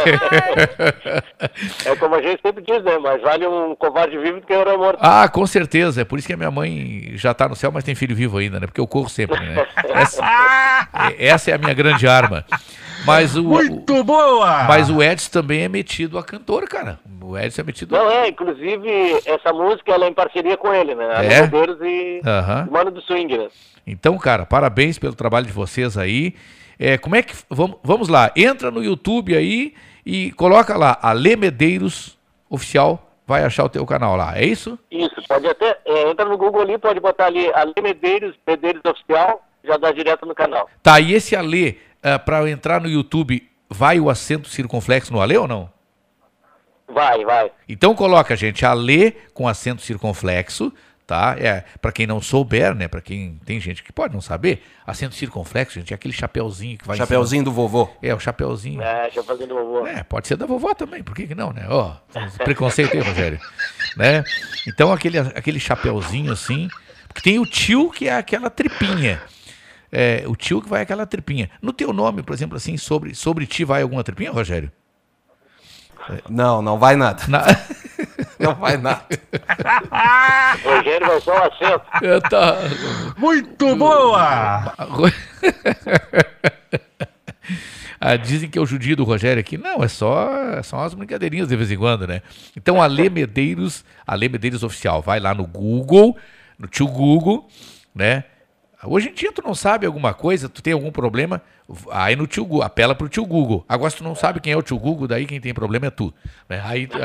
é como a gente sempre diz, né? Mas vale um covarde vivo do que um morto. Ah, com certeza. É por isso que a minha mãe já tá no céu, mas tem filho vivo ainda, né? Porque eu corro sempre, né? Essa é a minha grande arma. Mas Muito boa! Mas o Edson também é metido a cantor, cara. O Edson é metido inclusive essa música ela é em parceria com ele, né? Ale Medeiros e Mano do Swing, né? Então, cara, parabéns pelo trabalho de vocês aí. Como é que... Vamos lá, entra no YouTube aí e coloca lá, Ale Medeiros Oficial, vai achar o teu canal lá, é isso? Isso, pode até... entra no Google ali, pode botar ali Ale Medeiros Oficial, já dá direto no canal. Tá, e esse Ale, pra entrar no YouTube, vai o acento circunflexo no Ale ou não? Vai. Então coloca, gente, Ale com acento circunflexo, tá? Pra quem não souber, né? Pra quem tem gente que pode não saber, acento circunflexo, gente, é aquele chapeuzinho que vai... Chapeuzinho do vovô. O chapeuzinho. Chapeuzinho do vovô. Pode ser da vovó também, por que não, né? Preconceito aí, Rogério. Né? Então aquele chapeuzinho assim, porque tem o tio que é aquela tripinha. O tio que vai aquela tripinha. No teu nome, por exemplo, assim, sobre ti vai alguma tripinha, Rogério? Não vai nada. Não vai nada. Rogério vai só um acento. Muito boa! Dizem que é o judia do Rogério aqui. Não, são umas brincadeirinhas de vez em quando, né? Então, Ale Medeiros Oficial. Vai lá no Google, no tio Google, né? Hoje em dia tu não sabe alguma coisa, tu tem algum problema, aí no tio Google, apela pro tio Google. Agora se tu não sabe quem é o tio Google, daí quem tem problema é tu. Né?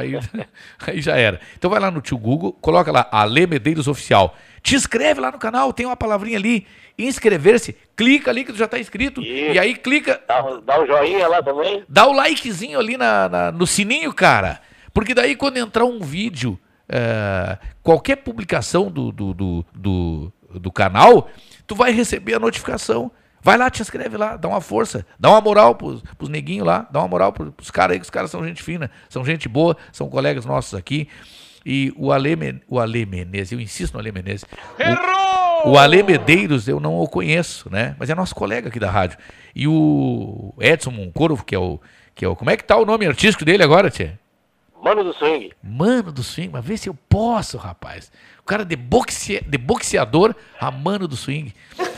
Aí já era. Então vai lá no tio Google, coloca lá, Ale Medeiros Oficial. Te inscreve lá no canal, tem uma palavrinha ali, inscrever-se, clica ali que tu já tá inscrito, e aí clica... Dá um joinha lá também. Dá o likezinho ali no sininho, cara. Porque daí quando entrar um vídeo, qualquer publicação do canal, tu vai receber a notificação. Vai lá, te inscreve lá, dá uma força, dá uma moral pros neguinhos lá, dá uma moral pros caras aí, que os caras são gente fina, são gente boa, são colegas nossos aqui. E o Ale Menezes, eu insisto no Ale Menezes. O Ale Medeiros eu não o conheço, né? Mas é nosso colega aqui da rádio. E o Edson Moncoro, que é o... Como é que tá o nome artístico dele agora, tchê? Mano do Swing. Mano do Swing, mas vê se eu posso, rapaz. O cara de boxeador a Mano do Swing.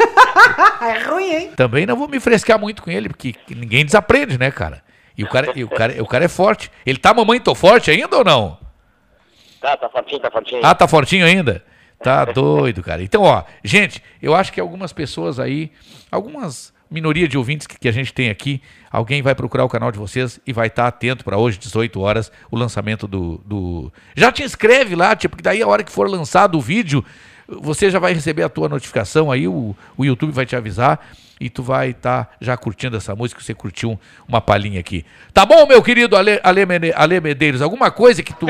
É ruim, hein? Também não vou me frescar muito com ele, porque ninguém desaprende, né, cara? E o cara é forte. Ele tá mamãe tô forte ainda ou não? Tá fortinho. Ah, tá fortinho ainda? Tá doido, cara. Então, ó, gente, eu acho que algumas pessoas aí, algumas minoria de ouvintes que a gente tem aqui, alguém vai procurar o canal de vocês e vai estar atento para hoje, 18 horas, o lançamento do... Já te inscreve lá, tipo, porque daí a hora que for lançado o vídeo, você já vai receber a tua notificação aí, o YouTube vai te avisar e tu vai estar já curtindo essa música, você curtiu uma palhinha aqui. Tá bom, meu querido Ale Medeiros? Alguma coisa que tu...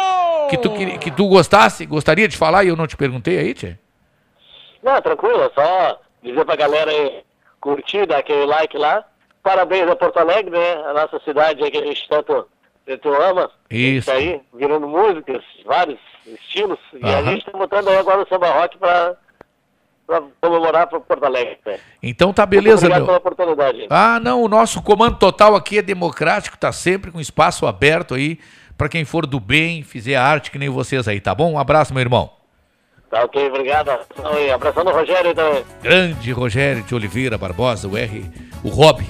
Que tu gostaria de falar e eu não te perguntei aí, tchê? Não, tranquilo, só dizer pra galera aí, curtir, dar aquele like lá. Parabéns a Porto Alegre, né? A nossa cidade aí que a gente tanto ama. Isso. Tá aí, virando músicas, vários estilos. E a gente tá botando aí agora o samba rock pra comemorar para Porto Alegre. Né? Então tá beleza, obrigado meu. pela oportunidade. Não, o nosso comando total aqui é democrático, tá sempre com espaço aberto aí para quem for do bem, fizer arte que nem vocês aí, tá bom? Um abraço, meu irmão. Tá ok, obrigado. Abração do Rogério também. Grande Rogério de Oliveira Barbosa, o Rob.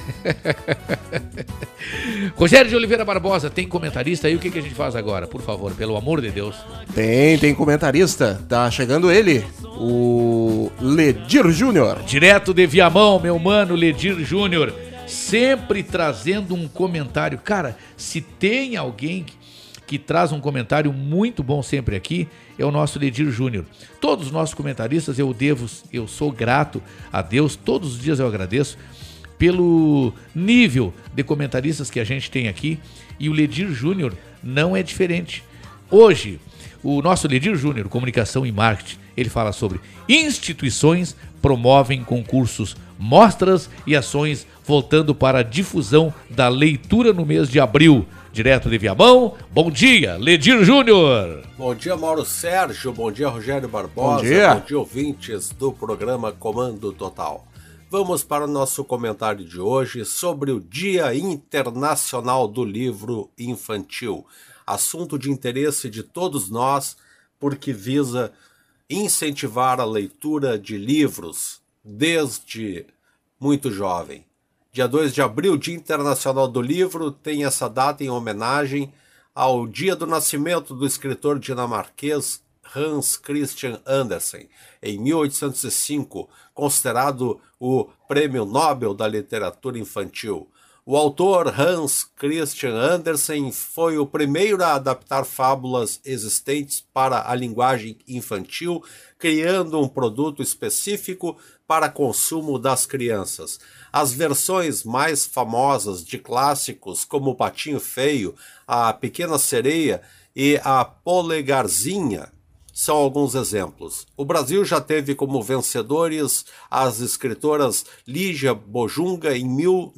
Rogério de Oliveira Barbosa, tem comentarista aí? O que a gente faz agora? Por favor, pelo amor de Deus. Tem comentarista. Tá chegando ele, o Ledir Júnior. Direto de Viamão, meu mano, Ledir Júnior. Sempre trazendo um comentário. Cara, se tem alguém que traz um comentário muito bom sempre aqui, é o nosso Ledir Júnior. Todos os nossos comentaristas eu sou grato a Deus, todos os dias eu agradeço pelo nível de comentaristas que a gente tem aqui, e o Ledir Júnior não é diferente. Hoje, o nosso Ledir Júnior, Comunicação e Marketing, ele fala sobre instituições promovem concursos, mostras e ações voltando para a difusão da leitura no mês de abril. Direto de Viamão, bom dia, Ledir Júnior. Bom dia, Mauro Sérgio, bom dia, Rogério Barbosa, bom dia, ouvintes do programa Comando Total. Vamos para o nosso comentário de hoje sobre o Dia Internacional do Livro Infantil. Assunto de interesse de todos nós, porque visa incentivar a leitura de livros desde muito jovem. Dia 2 de abril, Dia Internacional do Livro, tem essa data em homenagem ao dia do nascimento do escritor dinamarquês Hans Christian Andersen, em 1805, considerado o Prêmio Nobel da Literatura Infantil. O autor Hans Christian Andersen foi o primeiro a adaptar fábulas existentes para a linguagem infantil, criando um produto específico para consumo das crianças. As versões mais famosas de clássicos como O Patinho Feio, A Pequena Sereia e A Polegarzinha são alguns exemplos. O Brasil já teve como vencedores as escritoras Lígia Bojunga em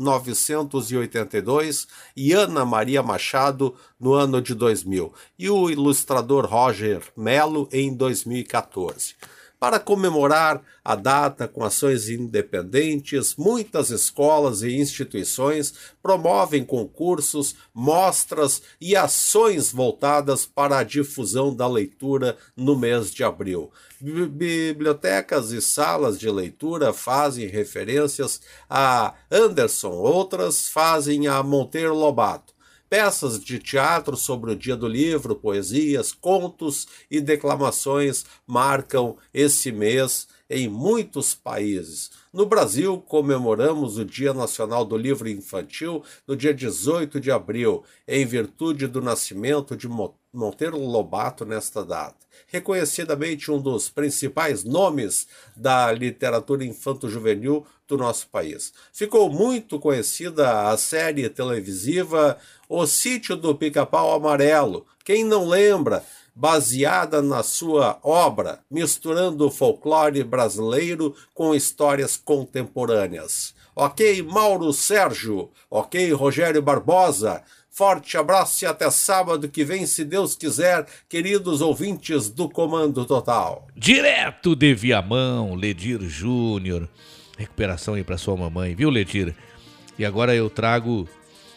1982 e Ana Maria Machado no ano de 2000 e o ilustrador Roger Melo em 2014. Para comemorar a data com ações independentes, muitas escolas e instituições promovem concursos, mostras e ações voltadas para a difusão da leitura no mês de abril. Bibliotecas e salas de leitura fazem referências a Anderson, outras fazem a Monteiro Lobato. Peças de teatro sobre o Dia do Livro, poesias, contos e declamações marcam esse mês em muitos países. No Brasil, comemoramos o Dia Nacional do Livro Infantil no dia 18 de abril, em virtude do nascimento de Monteiro Lobato nesta data. Reconhecidamente um dos principais nomes da literatura infanto-juvenil do nosso país. Ficou muito conhecida a série televisiva O Sítio do Pica-Pau Amarelo. Quem não lembra? Baseada na sua obra, misturando o folclore brasileiro com histórias contemporâneas. Ok, Mauro Sérgio. Ok, Rogério Barbosa. Forte abraço e até sábado que vem, se Deus quiser, queridos ouvintes do Comando Total. Direto de Viamão, Ledir Júnior. Recuperação aí pra sua mamãe, viu, Ledir? E agora eu trago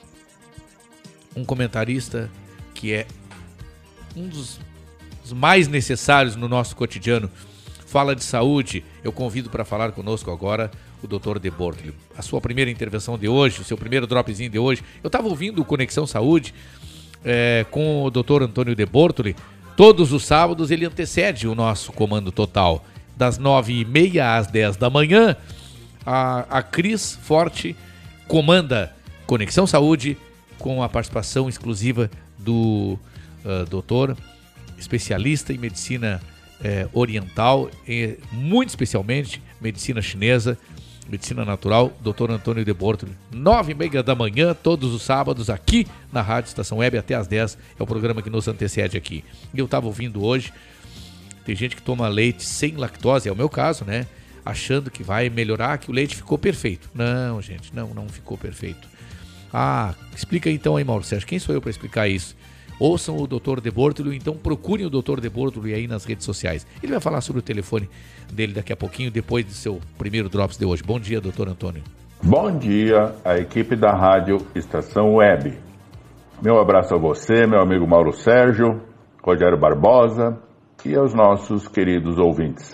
um comentarista que é um dos mais necessários no nosso cotidiano. Fala de saúde. Eu convido para falar conosco agora o Dr. De Bortoli. A sua primeira intervenção de hoje, o seu primeiro dropzinho de hoje. Eu estava ouvindo o Conexão Saúde com o Dr. Antônio De Bortoli. Todos os sábados ele antecede o nosso Comando Total. Das 9h30 às 10 da manhã, a Cris Forte comanda Conexão Saúde com a participação exclusiva do doutor especialista em medicina oriental, muito especialmente medicina chinesa, medicina natural, Dr. Antônio De Bortoli. 9h30 da manhã, todos os sábados, aqui na Rádio Estação Web, até às 10, é o programa que nos antecede aqui. E eu estava ouvindo hoje, tem gente que toma leite sem lactose, é o meu caso, né? Achando que vai melhorar, que o leite ficou perfeito. Não, gente, não ficou perfeito. Explica então aí, Mauro Sérgio, quem sou eu para explicar isso? Ouçam o Dr. De Bortoli, então procurem o Dr. De Bortoli aí nas redes sociais. Ele vai falar sobre o telefone dele daqui a pouquinho, depois do seu primeiro Drops de hoje. Bom dia, doutor Antônio. Bom dia, a equipe da Rádio Estação Web. Meu abraço a você, meu amigo Mauro Sérgio, Rogério Barbosa e aos nossos queridos ouvintes.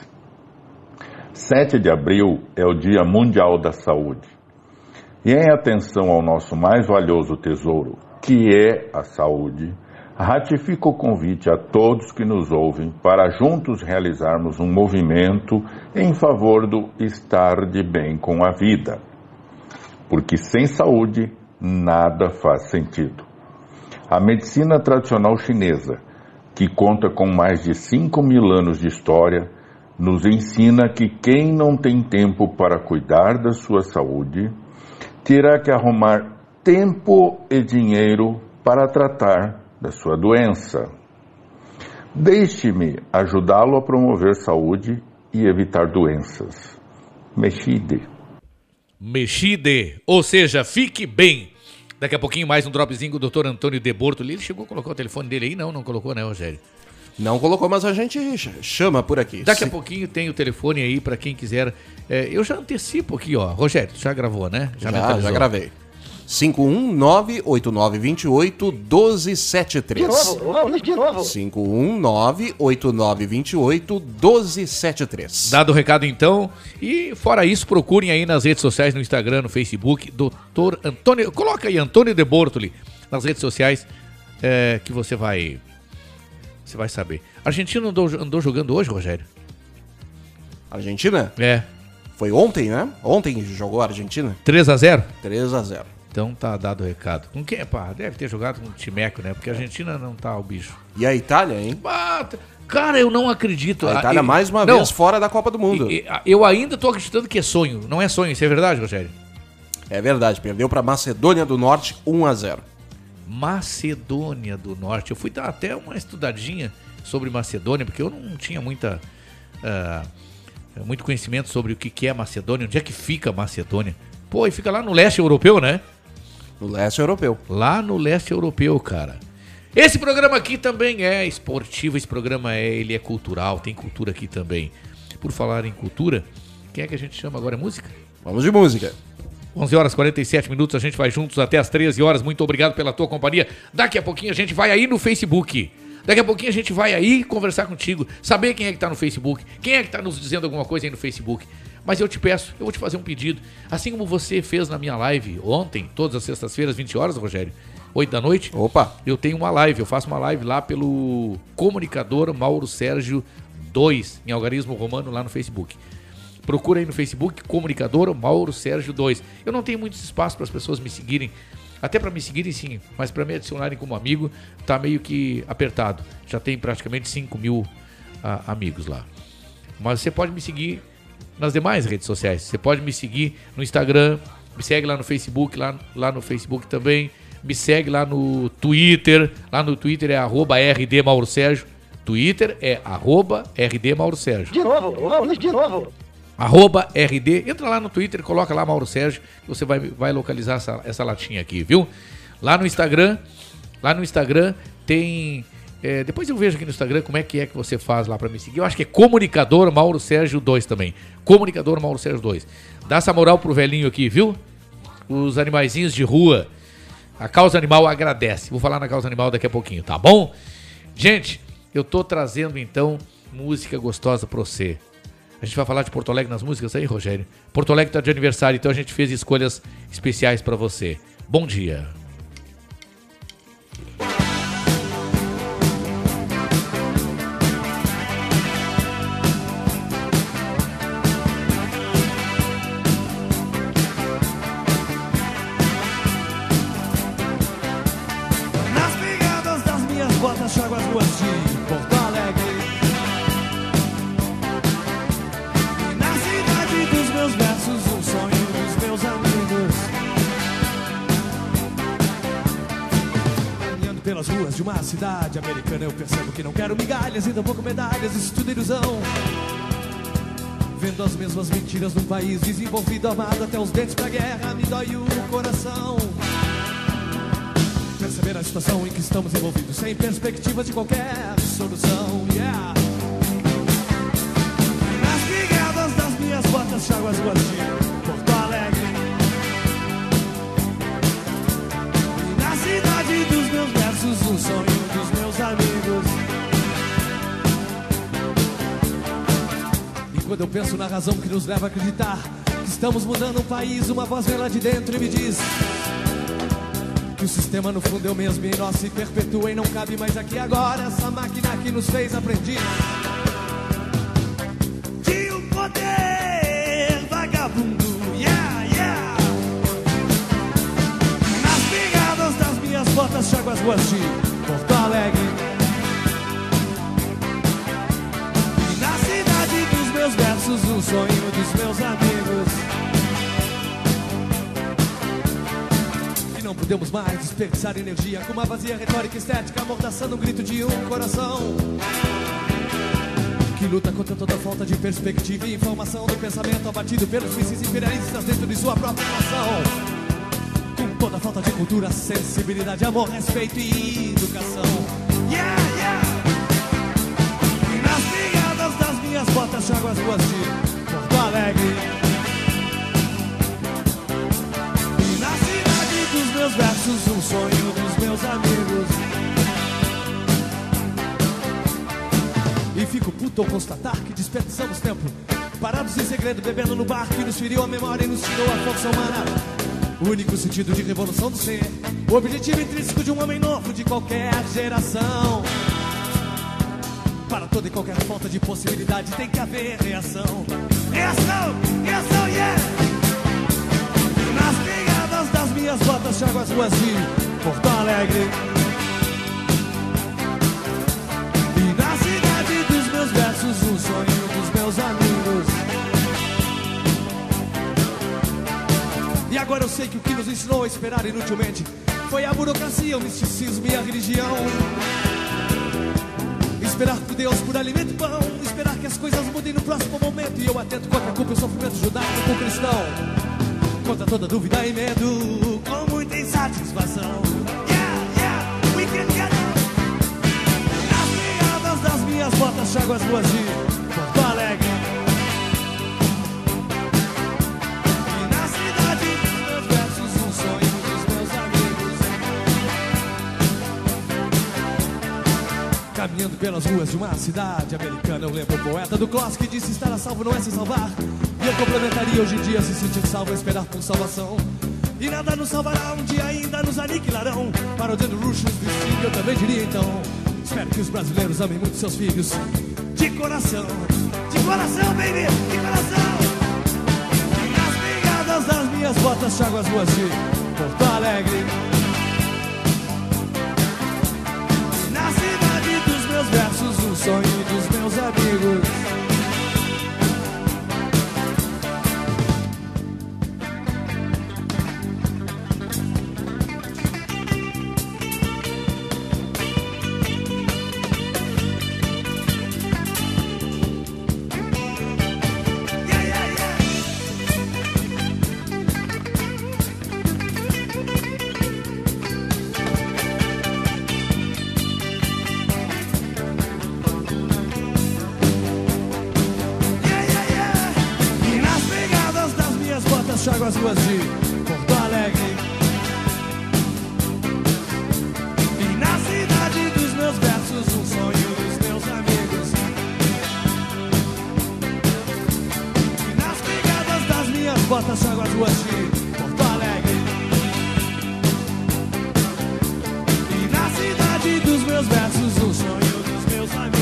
7 de abril é o Dia Mundial da Saúde. E em atenção ao nosso mais valioso tesouro, que é a saúde, ratifico o convite a todos que nos ouvem para juntos realizarmos um movimento em favor do estar de bem com a vida. Porque sem saúde, nada faz sentido. A medicina tradicional chinesa, que conta com mais de 5.000 anos de história, nos ensina que quem não tem tempo para cuidar da sua saúde, terá que arrumar tempo e dinheiro para tratar da sua doença. Deixe-me ajudá-lo a promover saúde e evitar doenças. Mexide, ou seja, fique bem. Daqui a pouquinho mais um dropzinho com o Dr. Antônio De Bortoli. Ele chegou a colocar o telefone dele aí? Não colocou, né, Rogério? Não colocou, mas a gente chama por aqui. Daqui a pouquinho tem o telefone aí para quem quiser. Eu já antecipo aqui, ó. Rogério, já gravou, né? Já gravei. 519-8928-1273. De novo. 519-8928-1273. Dado o recado, então. E fora isso, procurem aí nas redes sociais, no Instagram, no Facebook, Dr. Antônio. Coloca aí, Antônio De Bortoli, nas redes sociais, que você vai saber. A Argentina andou jogando hoje, Rogério? Argentina? É. Foi ontem, né? Ontem jogou a Argentina. 3-0? 3-0. Então tá dado o recado. Com quem? Deve ter jogado com o Timeco, né? Porque a Argentina não tá o bicho. E a Itália, hein? Cara, eu não acredito. A Itália mais uma vez fora da Copa do Mundo. Eu ainda tô acreditando que é sonho. Não é sonho, isso é verdade, Rogério? É verdade, perdeu pra Macedônia do Norte 1-0. Macedônia do Norte. Eu fui dar até uma estudadinha sobre Macedônia, porque eu não tinha muito conhecimento sobre o que é Macedônia, onde é que fica Macedônia. E fica lá no leste europeu, né? No leste europeu. Lá no leste europeu, cara. Esse programa aqui também é esportivo, esse programa ele é cultural, tem cultura aqui também. Por falar em cultura, quem é que a gente chama agora? É música? Vamos de música. 11 horas 47 minutos, a gente vai juntos até as 13 horas. Muito obrigado pela tua companhia. Daqui a pouquinho a gente vai aí no Facebook. Daqui a pouquinho a gente vai aí conversar contigo, saber quem é que tá no Facebook, quem é que tá nos dizendo alguma coisa aí no Facebook. Mas eu te peço, eu vou te fazer um pedido. Assim como você fez na minha live ontem, todas as sextas-feiras, 20 horas, Rogério, 8 da noite. Opa! Eu tenho uma live, eu faço uma live lá pelo Comunicador Mauro Sérgio 2, em Algarismo Romano, lá no Facebook. Procura aí no Facebook, Comunicador Mauro Sérgio 2. Eu não tenho muito espaço para as pessoas me seguirem. Até para me seguirem sim, mas para me adicionarem como amigo, tá meio que apertado. Já tem praticamente 5 mil amigos lá. Mas você pode me seguir nas demais redes sociais. Você pode me seguir no Instagram, me segue lá no Facebook, lá no Facebook também. Me segue lá no Twitter. Lá no Twitter é @RDMauroSérgio. Twitter é @RDMauroSérgio. De novo. @RD, entra lá no Twitter, coloca lá Mauro Sérgio, que você vai localizar essa latinha aqui, viu? Lá no Instagram tem... depois eu vejo aqui no Instagram como é que você faz lá pra me seguir. Eu acho que é Comunicador Mauro Sérgio 2 também. Comunicador Mauro Sérgio 2. Dá essa moral pro velhinho aqui, viu? Os animaizinhos de rua. A Causa Animal agradece. Vou falar na Causa Animal daqui a pouquinho, tá bom? Gente, eu tô trazendo então música gostosa pra você. A gente vai falar de Porto Alegre nas músicas aí, Rogério? Porto Alegre tá de aniversário, então a gente fez escolhas especiais pra você. Bom dia. Nas pegadas das minhas botas, chago as ruas de Porto Alegre. Meus versos, um sonho dos meus amigos. Caminhando pelas ruas de uma cidade americana, eu percebo que não quero migalhas e tampouco medalhas, isso tudo é ilusão. Vendo as mesmas mentiras num país desenvolvido, armado até os dentes pra guerra, me dói o coração. Perceber a situação em que estamos envolvidos, sem perspectiva de qualquer solução, yeah. Das minhas botas, chago as ruas de Porto Alegre. E na cidade dos meus versos, um sonho dos meus amigos. E quando eu penso na razão que nos leva a acreditar que estamos mudando um país, uma voz vem lá de dentro e me diz que o sistema no fundo é o mesmo e nós se perpetua e não cabe mais aqui agora essa máquina que nos fez aprendiz. Poder vagabundo, yeah, yeah. Nas pegadas das minhas botas, chago as ruas de Porto Alegre. E na cidade dos meus versos, um sonho dos meus amigos. E não podemos mais desperdiçar energia com uma vazia retórica estética, amordaçando o grito de um coração que luta contra toda falta de perspectiva e informação do pensamento abatido pelos mísseis imperialistas dentro de sua própria nação. Com toda falta de cultura, sensibilidade, amor, respeito e educação. Yeah, yeah. E nas pegadas das minhas botas, chago as ruas de Porto Alegre. E na cidade dos meus versos, um sonho dos meus amigos. E fico puto ao constatar que desperdiçamos tempo parados em segredo, bebendo no bar que nos feriu a memória e nos tirou a força humana. O único sentido de revolução do ser, o objetivo intrínseco de um homem novo de qualquer geração. Para toda e qualquer falta de possibilidade tem que haver reação. Reação, reação, yeah! Nas pegadas das minhas botas, chago as ruas de Porto Alegre. Versos, um sonho dos meus amigos. E agora eu sei que o que nos ensinou a esperar inutilmente foi a burocracia, o misticismo e a religião. Esperar por Deus, por alimento e pão. Esperar que as coisas mudem no próximo momento. E eu atento contra a culpa e o sofrimento judaico com cristão. Contra toda dúvida e medo, com muita insatisfação. Yeah, yeah, we can get it. Das minhas botas, chago as ruas de Porto Alegre. Caminhando pelas ruas de uma cidade americana, eu lembro o poeta do Kloss que disse estar a salvo não é se salvar. E eu complementaria: hoje em dia se sentir salvo é esperar por salvação. E nada nos salvará, um dia ainda nos aniquilarão. Parodiando luxos do estilo, eu também diria então: espero que os brasileiros amem muito seus filhos. De coração, baby, de coração. E nas pegadas das minhas botas trago as ruas de Porto Alegre. Na cidade dos meus versos, o sonho dos meus amigos. Trago as ruas de Porto Alegre. E na cidade dos meus versos, um sonho dos meus amigos. E nas pegadas das minhas botas, trago as ruas de Porto Alegre. E na cidade dos meus versos, um sonho dos meus amigos.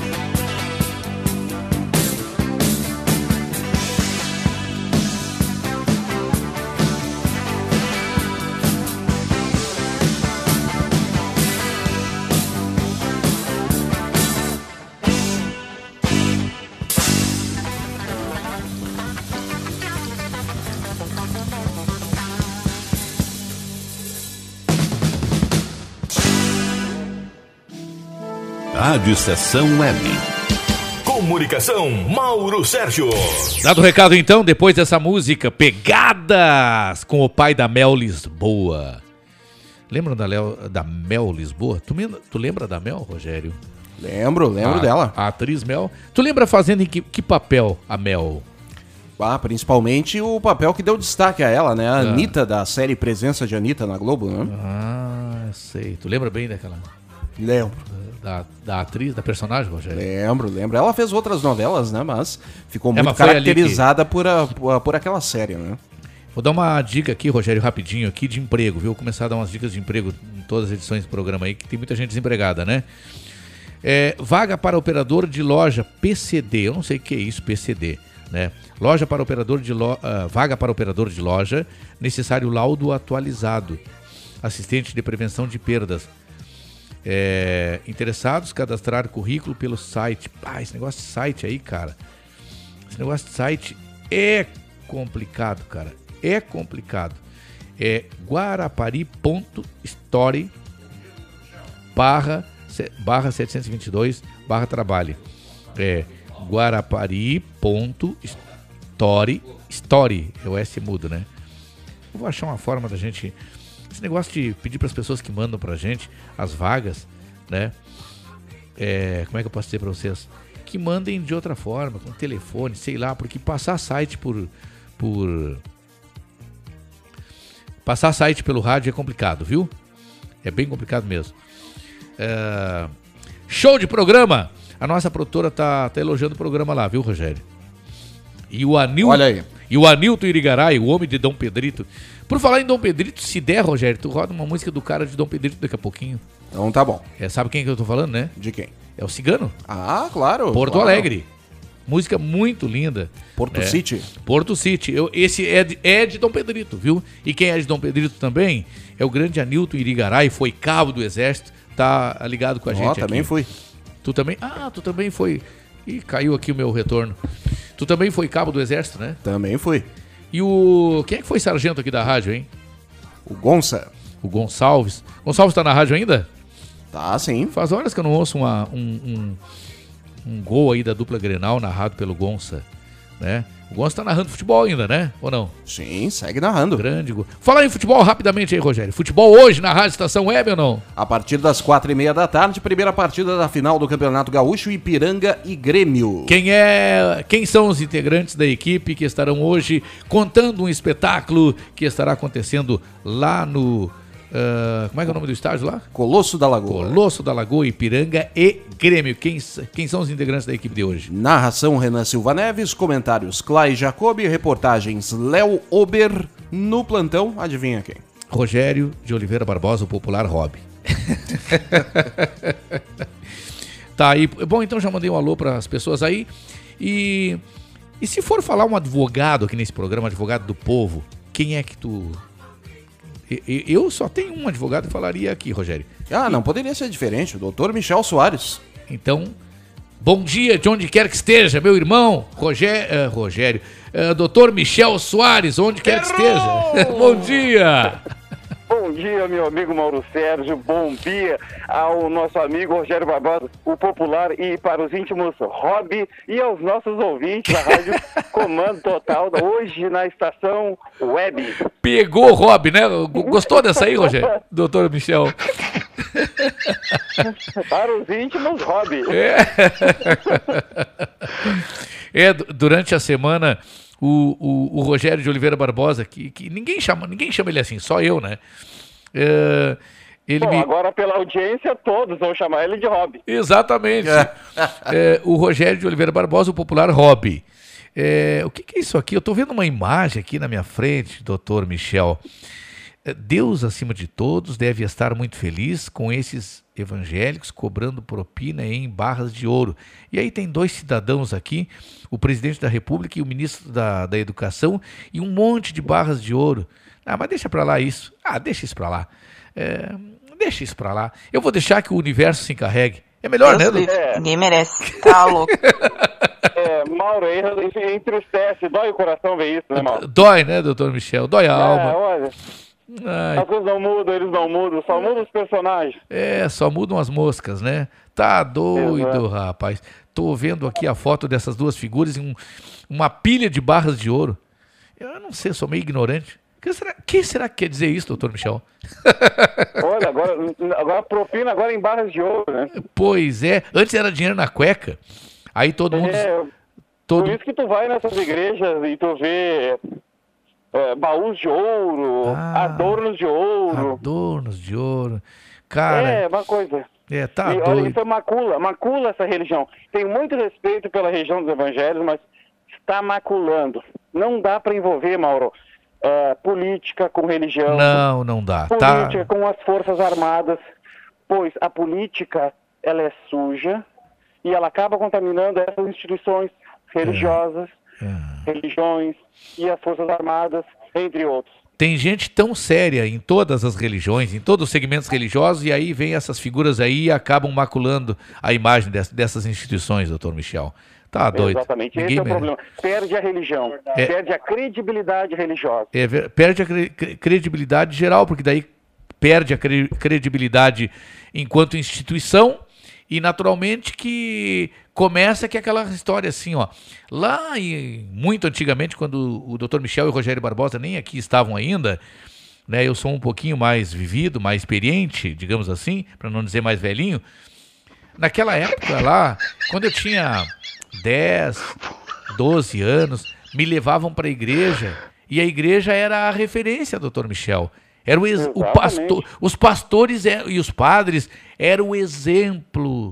Rádio Estação Web. Comunicação, Mauro Sérgio. Dado o recado então, depois dessa música, Pegadas, com o pai da Mel Lisboa. Lembram da Mel Lisboa? Tu lembra da Mel, Rogério? Lembro dela. A atriz Mel. Tu lembra fazendo em que papel a Mel? Principalmente o papel que deu destaque a ela, né? A Anitta, da série Presença de Anitta na Globo, né? Sei. Tu lembra bem daquela? Lembro. Da atriz, da personagem, Rogério? Lembro. Ela fez outras novelas, né? Mas ficou muito caracterizada por aquela série, né? Vou dar uma dica aqui, Rogério, rapidinho, aqui de emprego, viu? Vou começar a dar umas dicas de emprego em todas as edições do programa aí, que tem muita gente desempregada, né? Vaga para operador de loja PCD. Eu não sei o que é isso, PCD, né? Vaga para operador de loja, necessário laudo atualizado. Assistente de prevenção de perdas. Interessados, cadastrar currículo pelo site. Esse negócio de site aí, cara. Esse negócio de site é complicado, cara. É complicado. É guarapari.story barra 722 barra trabalho. Guarapari.story. É o S mudo, né? Eu vou achar uma forma da gente... Esse negócio de pedir para as pessoas que mandam pra gente as vagas, né? Como é que eu posso dizer para vocês? Que mandem de outra forma, com telefone, sei lá, porque passar site passar site pelo rádio é complicado, viu? É bem complicado mesmo. Show de programa! A nossa produtora tá elogiando o programa lá, viu, Rogério? E o Anilton... Olha aí. E o Anilton Irigaray, o homem de Dom Pedrito. Por falar em Dom Pedrito, se der, Rogério, tu roda uma música do cara de Dom Pedrito daqui a pouquinho. Então tá bom. Sabe quem que eu tô falando, né? De quem? É o Cigano. Claro. Porto Alegre. Música muito linda. Porto City. Porto City. Esse é de Dom Pedrito, viu? E quem é de Dom Pedrito também é o grande Anilton Irigaray, foi cabo do Exército, tá ligado com a gente aqui. Também fui. Tu também? Tu também foi. Ih, caiu aqui o meu retorno. Tu também foi cabo do Exército, né? Também fui. E quem é que foi sargento aqui da rádio, hein? O Gonça. O Gonçalves. Gonçalves tá na rádio ainda? Tá, sim. Faz horas que eu não ouço um gol aí da dupla Grenal narrado pelo Gonça, né? O Gonça tá narrando futebol ainda, né? Ou não? Sim, segue narrando. Grande gol. Fala em futebol rapidamente aí, Rogério. Futebol hoje na Rádio Estação Web ou não? A partir das 4h30 da tarde, primeira partida da final do Campeonato Gaúcho, Ipiranga e Grêmio. Quem são os integrantes da equipe que estarão hoje contando um espetáculo que estará acontecendo lá no Como é que é o nome do estádio lá? Colosso da Lagoa. Colosso da Lagoa, Ipiranga e Grêmio. Quem são os integrantes da equipe de hoje? Narração Renan Silva Neves, comentários Clay Jacobi, reportagens Léo Ober. No plantão, adivinha quem? Rogério de Oliveira Barbosa, o popular Rob. Tá aí. Bom, então já mandei um alô para as pessoas aí. E se for falar um advogado aqui nesse programa, advogado do povo, quem é que tu... Eu só tenho um advogado que falaria aqui, Rogério. Não poderia ser diferente, o doutor Michel Soares. Então, bom dia de onde quer que esteja, meu irmão, Rogério. Doutor Michel Soares, onde quer que esteja. Bom dia. Bom dia, meu amigo Mauro Sérgio. Bom dia ao nosso amigo Rogério Barbosa, o popular, e para os íntimos Rob, e aos nossos ouvintes da Rádio Comando Total, hoje na estação web. Pegou o Rob, né? Gostou dessa aí, Rogério? Doutor Michel. Para os íntimos Rob. Durante a semana... O Rogério de Oliveira Barbosa, que ninguém chama ele assim, só eu, né? Agora pela audiência todos vão chamar ele de Rob. Exatamente. O Rogério de Oliveira Barbosa, o popular Rob. O que é isso aqui? Eu tô vendo uma imagem aqui na minha frente, doutor Michel. Deus, acima de todos, deve estar muito feliz com esses evangélicos cobrando propina em barras de ouro. E aí tem dois cidadãos aqui, o presidente da República e o ministro da Educação, e um monte de barras de ouro. Mas deixa pra lá isso. Deixa isso pra lá. Deixa isso pra lá. Eu vou deixar que o universo se encarregue. É melhor, né? Ninguém merece. Tá louco. Mauro, entristece, dói o coração ver isso, né, Mauro? Dói, né, doutor Michel? Dói a alma. Olha... As coisas não mudam, eles não mudam, só mudam os personagens. Só mudam as moscas, né? Tá doido, rapaz. Tô vendo aqui a foto dessas duas figuras em uma pilha de barras de ouro. Eu não sei, sou meio ignorante. O que será que quer dizer isso, doutor Michel? Olha, agora propina agora em barras de ouro, né? Pois é, antes era dinheiro na cueca. Aí todo mundo... Por isso que tu vai nessas igrejas e tu vê... baús de ouro, adornos de ouro. Adornos de ouro. Cara... uma coisa. Tá doido. Olha, isso macula essa religião. Tenho muito respeito pela religião dos evangelhos, mas está maculando. Não dá para envolver, Mauro, política com religião. Não dá. Política com as forças armadas, pois a política, ela é suja e ela acaba contaminando essas instituições religiosas, religiões e as forças armadas, entre outros. Tem gente tão séria em todas as religiões, em todos os segmentos religiosos, e aí vem essas figuras aí e acabam maculando a imagem dessas instituições, doutor Michel. Tá doido. Exatamente, esse é o problema. Perde a religião, perde a credibilidade religiosa. Perde a credibilidade geral, porque daí perde a credibilidade enquanto instituição. E naturalmente que começa que aquela história assim, lá muito antigamente, quando o Dr. Michel e o Rogério Barbosa nem aqui estavam ainda, né? Eu sou um pouquinho mais vivido, mais experiente, digamos assim, para não dizer mais velhinho. Naquela época lá, quando eu tinha 10, 12 anos, me levavam para a igreja, e a igreja era a referência, Dr. Michel. Era os pastores e os padres eram o exemplo.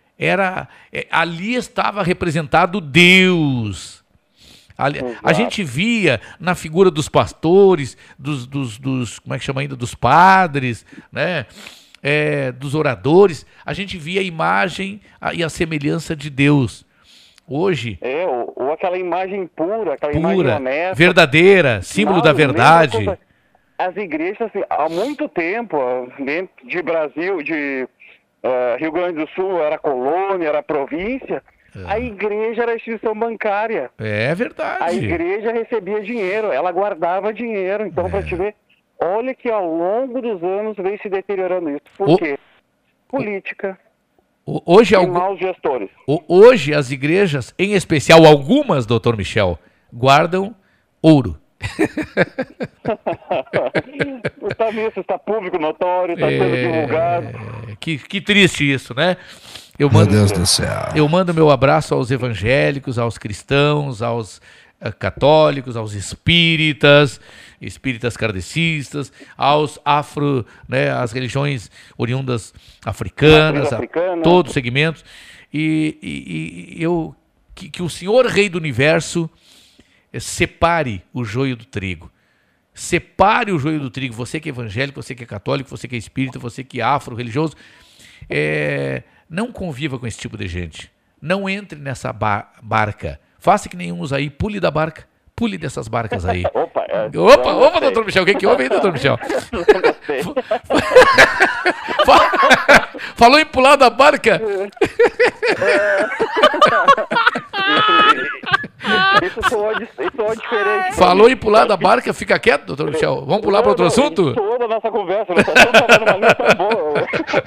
Ali estava representado Deus. A gente via na figura dos pastores, dos como é que chama ainda, dos padres, né? Dos oradores. A gente via a imagem e a semelhança de Deus. Hoje... ou aquela imagem pura, aquela imagem honesta. Verdadeira, símbolo da verdade. As igrejas, assim, há muito tempo, dentro de Brasil, de Rio Grande do Sul, era colônia, era província, a igreja era a instituição bancária. É verdade. A igreja recebia dinheiro, ela guardava dinheiro. Então, para te ver, olha que ao longo dos anos vem se deteriorando isso. Por quê? Política. Hoje, maus gestores. Hoje, as igrejas, em especial algumas, doutor Michel, guardam ouro. Está público, notório, está sendo divulgado. Que triste isso, né? Meu Deus do céu. Eu mando meu abraço aos evangélicos, aos cristãos, aos católicos, aos espíritas kardecistas, aos afro, né, as religiões oriundas africanas, todos os segmentos, que o Senhor Rei do Universo separe o joio do trigo. Separe o joio do trigo. Você que é evangélico, você que é católico, você que é espírita, você que é afro-religioso, não conviva com esse tipo de gente. Não entre nessa barca. Faça que nenhum aí, pule da barca. Pule dessas barcas aí. Opa, doutor Michel, o que houve aí, doutor Michel? Falou em pular da barca? Isso soou diferente. Falou em pular da barca, fica quieto, doutor Michel. Vamos pular para outro assunto? Soou da nossa conversa, não estava numa linha tão boa.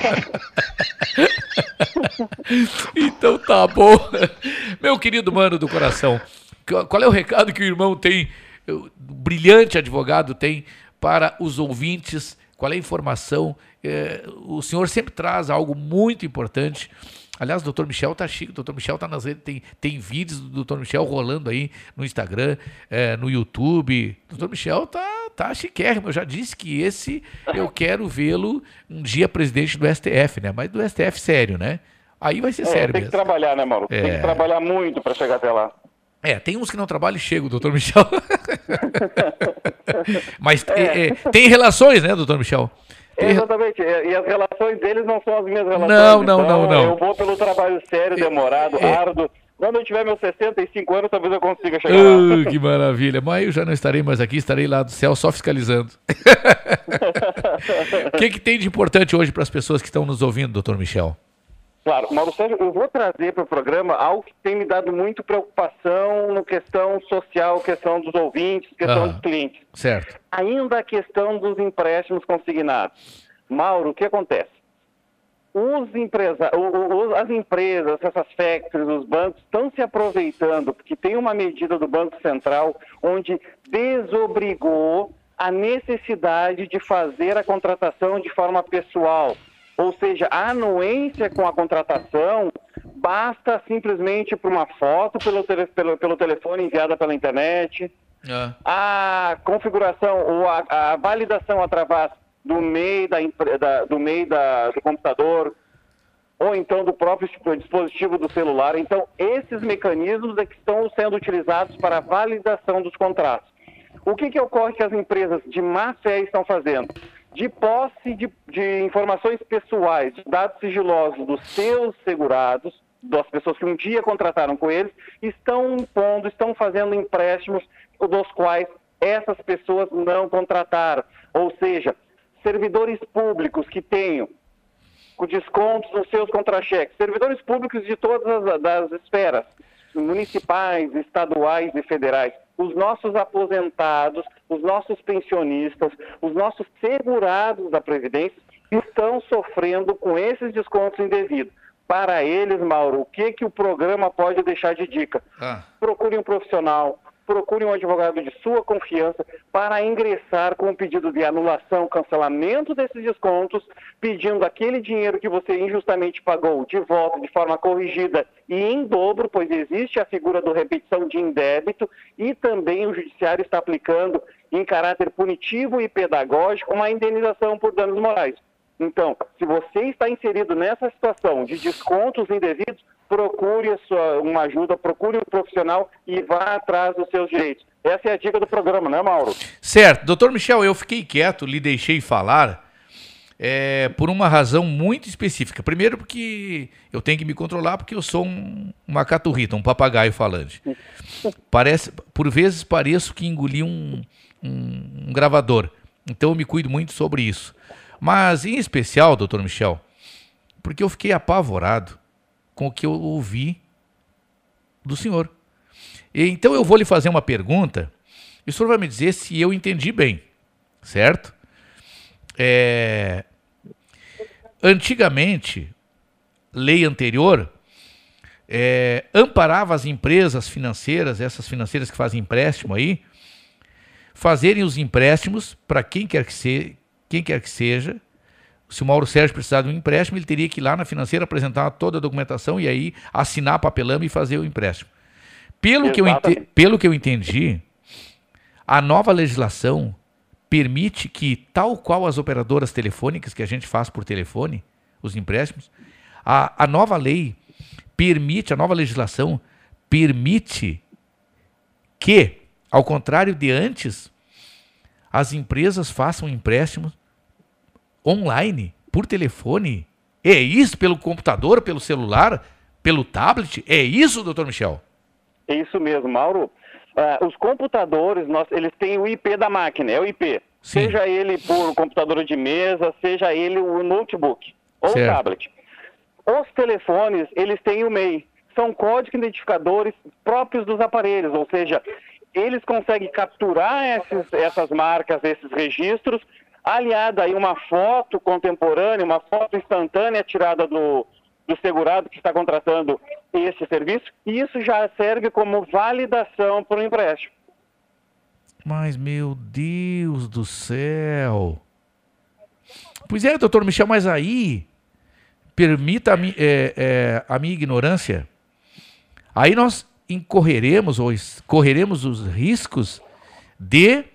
Então tá bom. Meu querido mano do coração, qual é o recado que o irmão tem, o brilhante advogado tem para os ouvintes? Qual é a informação? O senhor sempre traz algo muito importante. Aliás, o doutor Michel tá chique, o doutor Michel tá nas redes, tem vídeos do doutor Michel rolando aí no Instagram, no YouTube. O doutor Michel tá chiquérrimo. Eu já disse que eu quero vê-lo um dia presidente do STF, né? Mas do STF sério, né? Aí vai ser sério mesmo. Tem que trabalhar, né, Mauro? Tem que trabalhar muito para chegar até lá. Tem uns que não trabalham e chegam, doutor Michel. Mas tem relações, né, doutor Michel? Exatamente, e as relações deles não são as minhas relações. Não. Eu vou pelo trabalho sério, demorado, árduo. Quando eu tiver meus 65 anos, talvez eu consiga chegar lá. Que maravilha. Mas eu já não estarei mais aqui, estarei lá do céu só fiscalizando. O que tem de importante hoje para as pessoas que estão nos ouvindo, doutor Michel? Claro, Mauro Sérgio, eu vou trazer para o programa algo que tem me dado muito preocupação no questão social, questão dos ouvintes, questão dos clientes. Certo. Ainda a questão dos empréstimos consignados. Mauro, o que acontece? As empresas, essas factories, os bancos estão se aproveitando, porque tem uma medida do Banco Central onde desobrigou a necessidade de fazer a contratação de forma pessoal. Ou seja, a anuência com a contratação basta simplesmente por uma foto pelo telefone enviada pela internet, a configuração ou a validação através do MEI do computador ou então do próprio dispositivo do celular. Então, esses mecanismos é que estão sendo utilizados para a validação dos contratos. O que ocorre que as empresas de má fé estão fazendo? De posse de informações pessoais, de dados sigilosos dos seus segurados, das pessoas que um dia contrataram com eles, estão fazendo empréstimos dos quais essas pessoas não contrataram. Ou seja, servidores públicos que tenham descontos nos seus contra-cheques, servidores públicos de todas as esferas, municipais, estaduais e federais, os nossos aposentados, os nossos pensionistas, os nossos segurados da Previdência estão sofrendo com esses descontos indevidos. Para eles, Mauro, o que o programa pode deixar de dica? Procure um profissional, procure um advogado de sua confiança para ingressar com um pedido de anulação, cancelamento desses descontos, pedindo aquele dinheiro que você injustamente pagou de volta de forma corrigida e em dobro, pois existe a figura do repetição de indébito e também o Judiciário está aplicando em caráter punitivo e pedagógico uma indenização por danos morais. Então, se você está inserido nessa situação de descontos indevidos, procure uma ajuda, procure um profissional e vá atrás dos seus direitos. Essa é a dica do programa, né, Mauro? Certo. Doutor Michel, eu fiquei quieto, lhe deixei falar por uma razão muito específica. Primeiro porque eu tenho que me controlar porque eu sou uma caturrita, um papagaio falante. Por vezes pareço que engoli um gravador. Então eu me cuido muito sobre isso. Mas, em especial, doutor Michel, porque eu fiquei apavorado com o que eu ouvi do senhor. Então eu vou lhe fazer uma pergunta e o senhor vai me dizer se eu entendi bem, certo? Antigamente, lei anterior, amparava as empresas financeiras, essas financeiras que fazem empréstimo aí, fazerem os empréstimos para quem quer que seja. Se o Mauro Sérgio precisar de um empréstimo, ele teria que ir lá na financeira, apresentar toda a documentação e aí assinar papelão e fazer o empréstimo. Pelo que eu entendi, a nova legislação permite que, tal qual as operadoras telefônicas que a gente faz por telefone, os empréstimos, a nova lei permite, a nova legislação permite que, ao contrário de antes, as empresas façam empréstimos online, por telefone. É isso? Pelo computador, pelo celular, pelo tablet? É isso, doutor Michel? É isso mesmo, Mauro. Os computadores, eles têm o IP da máquina, é o IP. Sim. Seja ele por computador de mesa, seja ele o notebook ou o tablet. Os telefones, eles têm o MEI. São códigos identificadores próprios dos aparelhos, ou seja, eles conseguem capturar essas marcas, esses registros, aliada aí uma foto contemporânea, uma foto instantânea tirada do segurado que está contratando esse serviço, e isso já serve como validação para o empréstimo. Mas, meu Deus do céu! Pois é, doutor Michel, mas aí, permita a minha ignorância, aí nós correremos os riscos de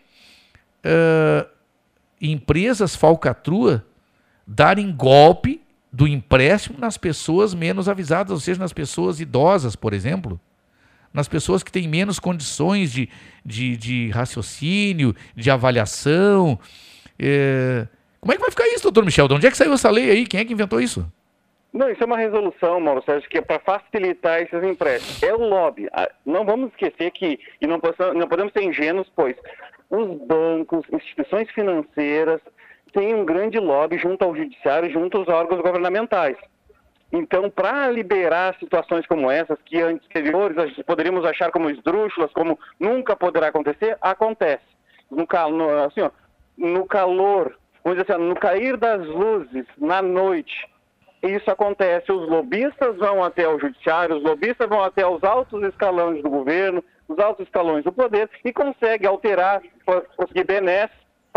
empresas falcatrua darem golpe do empréstimo nas pessoas menos avisadas, ou seja, nas pessoas idosas, por exemplo, nas pessoas que têm menos condições de raciocínio, de avaliação. Como é que vai ficar isso, doutor Michel? De onde é que saiu essa lei aí? Quem é que inventou isso? Não, isso é uma resolução, Mauro Sérgio, que é para facilitar esses empréstimos. É o lobby. Não vamos esquecer que, e não podemos ser ingênuos, pois os bancos, instituições financeiras, têm um grande lobby junto ao judiciário, junto aos órgãos governamentais. Então, para liberar situações como essas, que anteriores poderíamos achar como esdrúxulas, como nunca poderá acontecer, acontece. No calor, vamos dizer assim, no cair das luzes, na noite, isso acontece. Os lobistas vão até o judiciário, os lobistas vão até os altos escalões do governo, os altos escalões do poder, e conseguem alterar, conseguir benesses,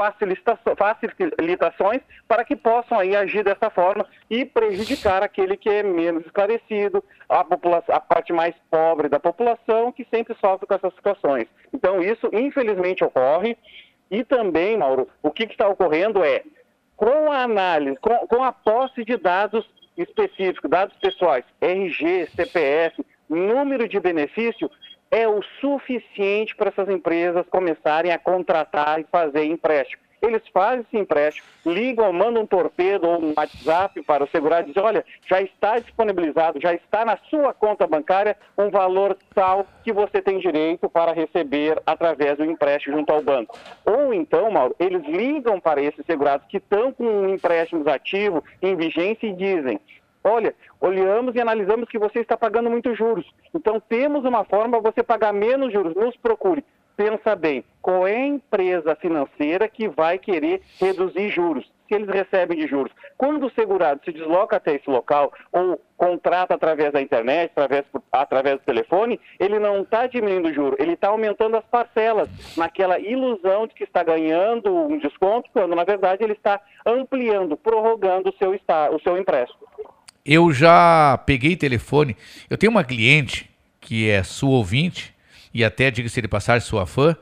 facilitações para que possam aí agir dessa forma e prejudicar aquele que é menos esclarecido, a parte mais pobre da população, que sempre sofre com essas situações. Então isso infelizmente ocorre. E também, Mauro, o que está ocorrendo é, com a análise, com a posse de dados específicos, dados pessoais, RG, CPF, número de benefício, é o suficiente para essas empresas começarem a contratar e fazer empréstimo. Eles fazem esse empréstimo, ligam, mandam um torpedo ou um WhatsApp para o segurado e dizem, olha, já está disponibilizado, já está na sua conta bancária um valor tal que você tem direito para receber através do empréstimo junto ao banco. Ou então, Mauro, eles ligam para esses segurados que estão com empréstimos ativos, em vigência, e dizem, olha, olhamos e analisamos que você está pagando muitos juros. Então temos uma forma para você pagar menos juros. Nos procure. Pensa bem, qual é a empresa financeira que vai querer reduzir juros? Se eles recebem de juros. Quando o segurado se desloca até esse local ou contrata através da internet, através do telefone, ele não está diminuindo o juro, ele está aumentando as parcelas, naquela ilusão de que está ganhando um desconto, quando na verdade ele está ampliando, prorrogando o seu empréstimo. Eu já peguei telefone, eu tenho uma cliente que é sua ouvinte, e até, diga-se de passagem, sua fã,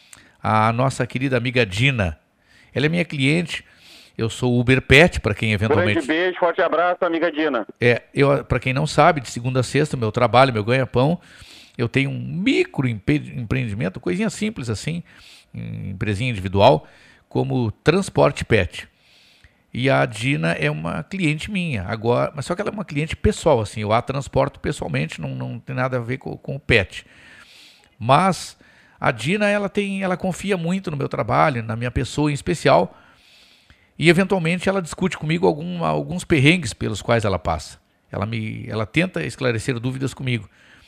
a nossa querida amiga Dina. Ela é minha cliente, eu sou Uber Pet, para quem eventualmente... Grande beijo, forte abraço, amiga Dina. Para quem não sabe, de segunda a sexta, meu trabalho, meu ganha-pão, eu tenho um micro empreendimento, coisinha simples assim, empresinha individual, como Transporte Pet. E a Dina é uma cliente minha, agora, mas só que ela é uma cliente pessoal, assim, eu a transporto pessoalmente, não tem nada a ver com o pet. Mas a Dina, ela confia muito no meu trabalho, na minha pessoa em especial, e eventualmente ela discute comigo alguns perrengues pelos quais ela passa. Ela tenta esclarecer dúvidas comigo.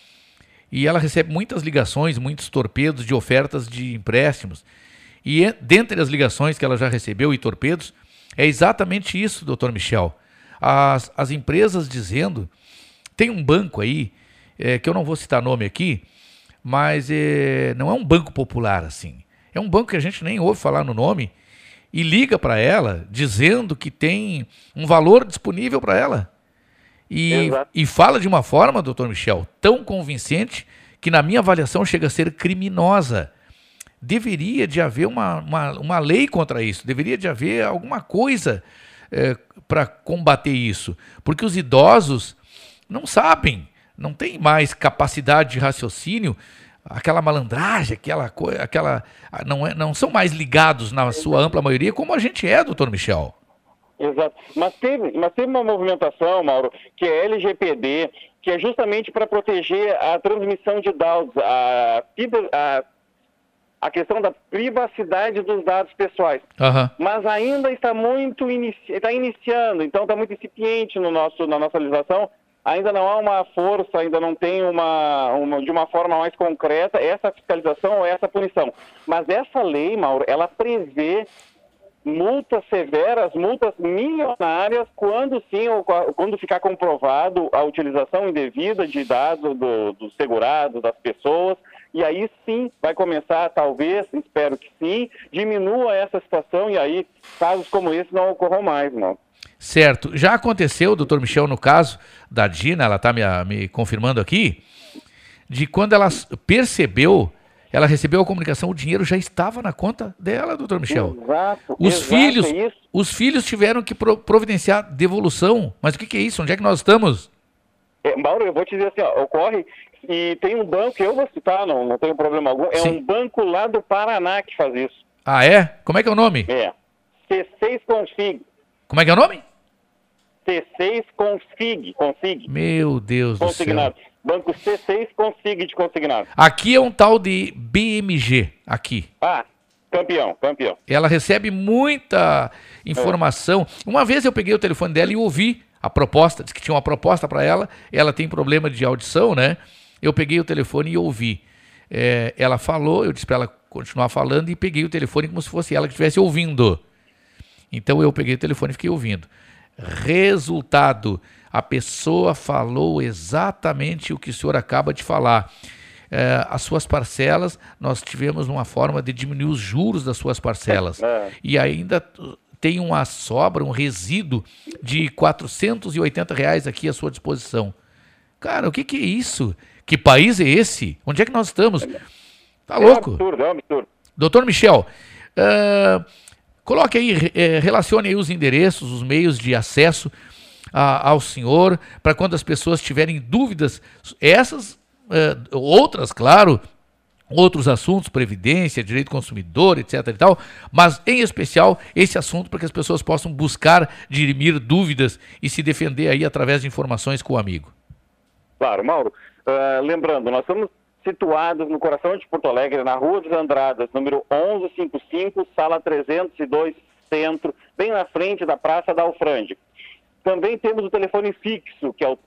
E ela recebe muitas ligações, muitos torpedos de ofertas de empréstimos. E dentre as ligações que ela já recebeu e torpedos, é exatamente isso, doutor Michel. As empresas dizendo, tem um banco aí, que eu não vou citar nome aqui, mas não é um banco popular assim. É um banco que a gente nem ouve falar no nome e liga para ela dizendo que tem um valor disponível para ela. E fala de uma forma, doutor Michel, tão convincente que na minha avaliação chega a ser criminosa. Deveria de haver uma lei contra isso, deveria de haver alguma coisa para combater isso, porque os idosos não sabem, não têm mais capacidade de raciocínio, aquela malandragem, não são mais ligados na sua ampla maioria como a gente é, doutor Michel. Exato, mas teve uma movimentação, Mauro, que é LGPD, que é justamente para proteger a transmissão de dados, a questão da privacidade dos dados pessoais. Uhum. Mas ainda está muito iniciando, então está muito incipiente na nossa legislação. Ainda não há uma força, ainda não tem de uma forma mais concreta essa fiscalização ou essa punição. Mas essa lei, Mauro, ela prevê multas severas, multas milionárias, quando ficar comprovado a utilização indevida de dados dos segurados, das pessoas. E aí sim vai começar, talvez, espero que sim, diminua essa situação e aí casos como esse não ocorram mais, não. Certo. Já aconteceu, doutor Michel, no caso da Dina, ela está me confirmando aqui, de quando ela percebeu, ela recebeu a comunicação, o dinheiro já estava na conta dela, doutor Michel. Exato. Os filhos tiveram que providenciar devolução. Mas o que é isso? Onde é que nós estamos? Mauro, eu vou te dizer assim, ocorre... E tem um banco, eu vou citar, não tenho problema algum, Sim. Um banco lá do Paraná que faz isso. Ah, é? Como é que é o nome? C6 Config. Como é que é o nome? C6 Config. Meu Deus consignado. Do céu. Banco C6 Config de consignado. Aqui é um tal de BMG, aqui. Campeão. Ela recebe muita informação. Uma vez eu peguei o telefone dela e ouvi a proposta, disse que tinha uma proposta para ela tem problema de audição, né? Eu peguei o telefone e ouvi. Ela falou, eu disse para ela continuar falando e peguei o telefone como se fosse ela que estivesse ouvindo. Então eu peguei o telefone e fiquei ouvindo. Resultado, a pessoa falou exatamente o que o senhor acaba de falar. As suas parcelas, nós tivemos uma forma de diminuir os juros das suas parcelas. E ainda... tem uma sobra, um resíduo de R$480 aqui à sua disposição. Cara, o que é isso? Que país é esse? Onde é que nós estamos? Tá louco? É um absurdo. Doutor Michel, coloque aí, relacione aí os endereços, os meios de acesso ao senhor, para quando as pessoas tiverem dúvidas, essas, outras, claro, outros assuntos, previdência, direito do consumidor, etc. e tal, mas em especial esse assunto para que as pessoas possam buscar dirimir dúvidas e se defender aí através de informações com o amigo. Claro, Mauro. Lembrando, nós estamos situados no coração de Porto Alegre, na Rua dos Andradas, número 1155, sala 302, centro, bem na frente da Praça da Alfrande. Também temos o telefone fixo, que é o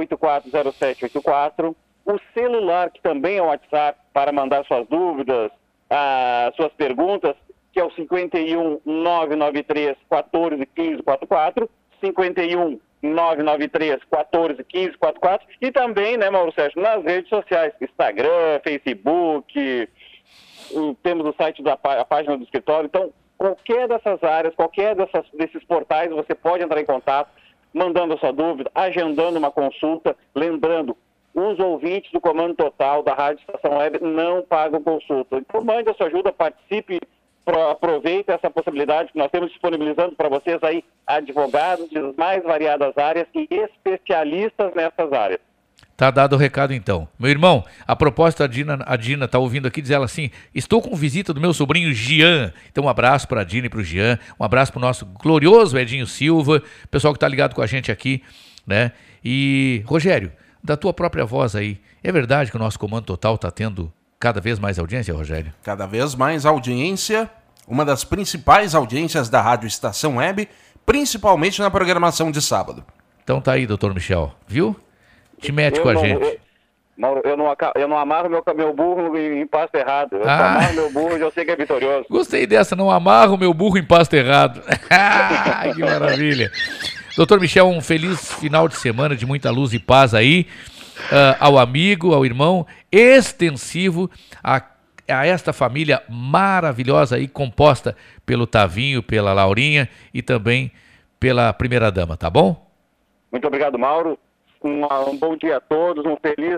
30840784, o celular, que também é o WhatsApp, para mandar suas dúvidas, suas perguntas, que é o 51 993 14 15 44, 51 993 14 15 44, e também, né, Mauro Sérgio, nas redes sociais, Instagram, Facebook, temos o site a página do escritório. Então, qualquer dessas áreas, desses portais, você pode entrar em contato, mandando a sua dúvida, agendando uma consulta. Lembrando, os ouvintes do Comando Total da Rádio Estação Web não pagam consulta. Então, mande a sua ajuda, participe, aproveite essa possibilidade que nós temos disponibilizando para vocês aí advogados de mais variadas áreas e especialistas nessas áreas. Tá dado o recado então. Meu irmão, a propósito, a Dina tá ouvindo aqui, diz ela assim: estou com visita do meu sobrinho Gian. Então um abraço para a Dina e para o Gian, um abraço para o nosso glorioso Edinho Silva, pessoal que tá ligado com a gente aqui, né? E, Rogério, da tua própria voz aí, é verdade que o nosso Comando Total tá tendo cada vez mais audiência, Rogério? Cada vez mais audiência, uma das principais audiências da Rádio Estação Web, principalmente na programação de sábado. Então tá aí, doutor Michel, viu? Te mete com a gente. Mauro, eu não amarro meu burro em pasto errado. Eu só amarro meu burro e eu sei que é vitorioso. Gostei dessa, não amarro meu burro em pasto errado. Que maravilha. Doutor Michel, um feliz final de semana de muita luz e paz aí, ao amigo, ao irmão, extensivo a esta família maravilhosa aí, composta pelo Tavinho, pela Laurinha e também pela primeira-dama, tá bom? Muito obrigado, Mauro. Um bom dia a todos, um feliz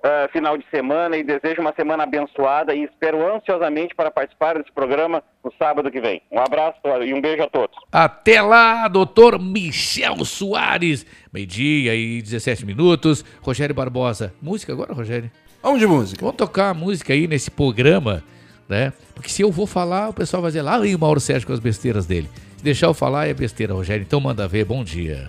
final de semana e desejo uma semana abençoada e espero ansiosamente para participar desse programa no sábado que vem. Um abraço e um beijo a todos. Até lá, doutor Michel Soares. 12h e 17 minutos. Rogério Barbosa. Música agora, Rogério? Vamos de música. Vamos tocar a música aí nesse programa, né? Porque se eu vou falar, o pessoal vai dizer, lá vem o Mauro Sérgio com as besteiras dele. Se deixar eu falar, é besteira, Rogério. Então manda ver. Bom dia.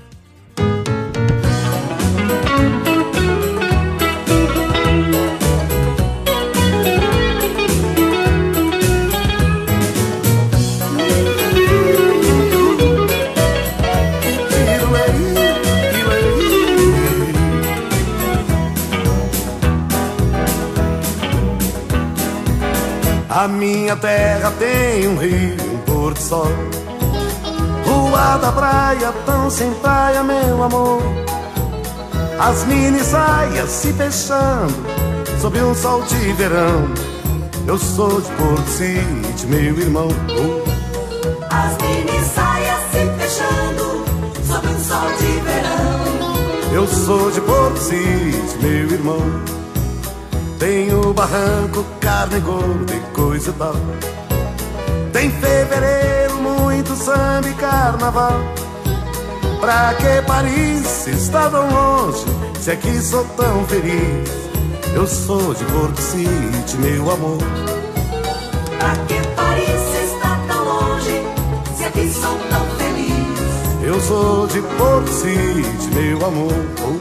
A minha terra tem um rio, um pôr do sol. Rua da praia, tão sem praia, meu amor. As mini saias se fechando sob um sol de verão. Eu sou de Porto City, meu irmão. As mini saias se fechando sob um sol de verão. Eu sou de Porto City, meu irmão. Tem o barranco, carne gorda e coisa e tal. Tem fevereiro, muito samba e carnaval. Pra que Paris se está tão longe, se aqui sou tão feliz? Eu sou de Porto City, meu amor. Pra que Paris se está tão longe, se aqui sou tão feliz? Eu sou de Porto City, meu amor.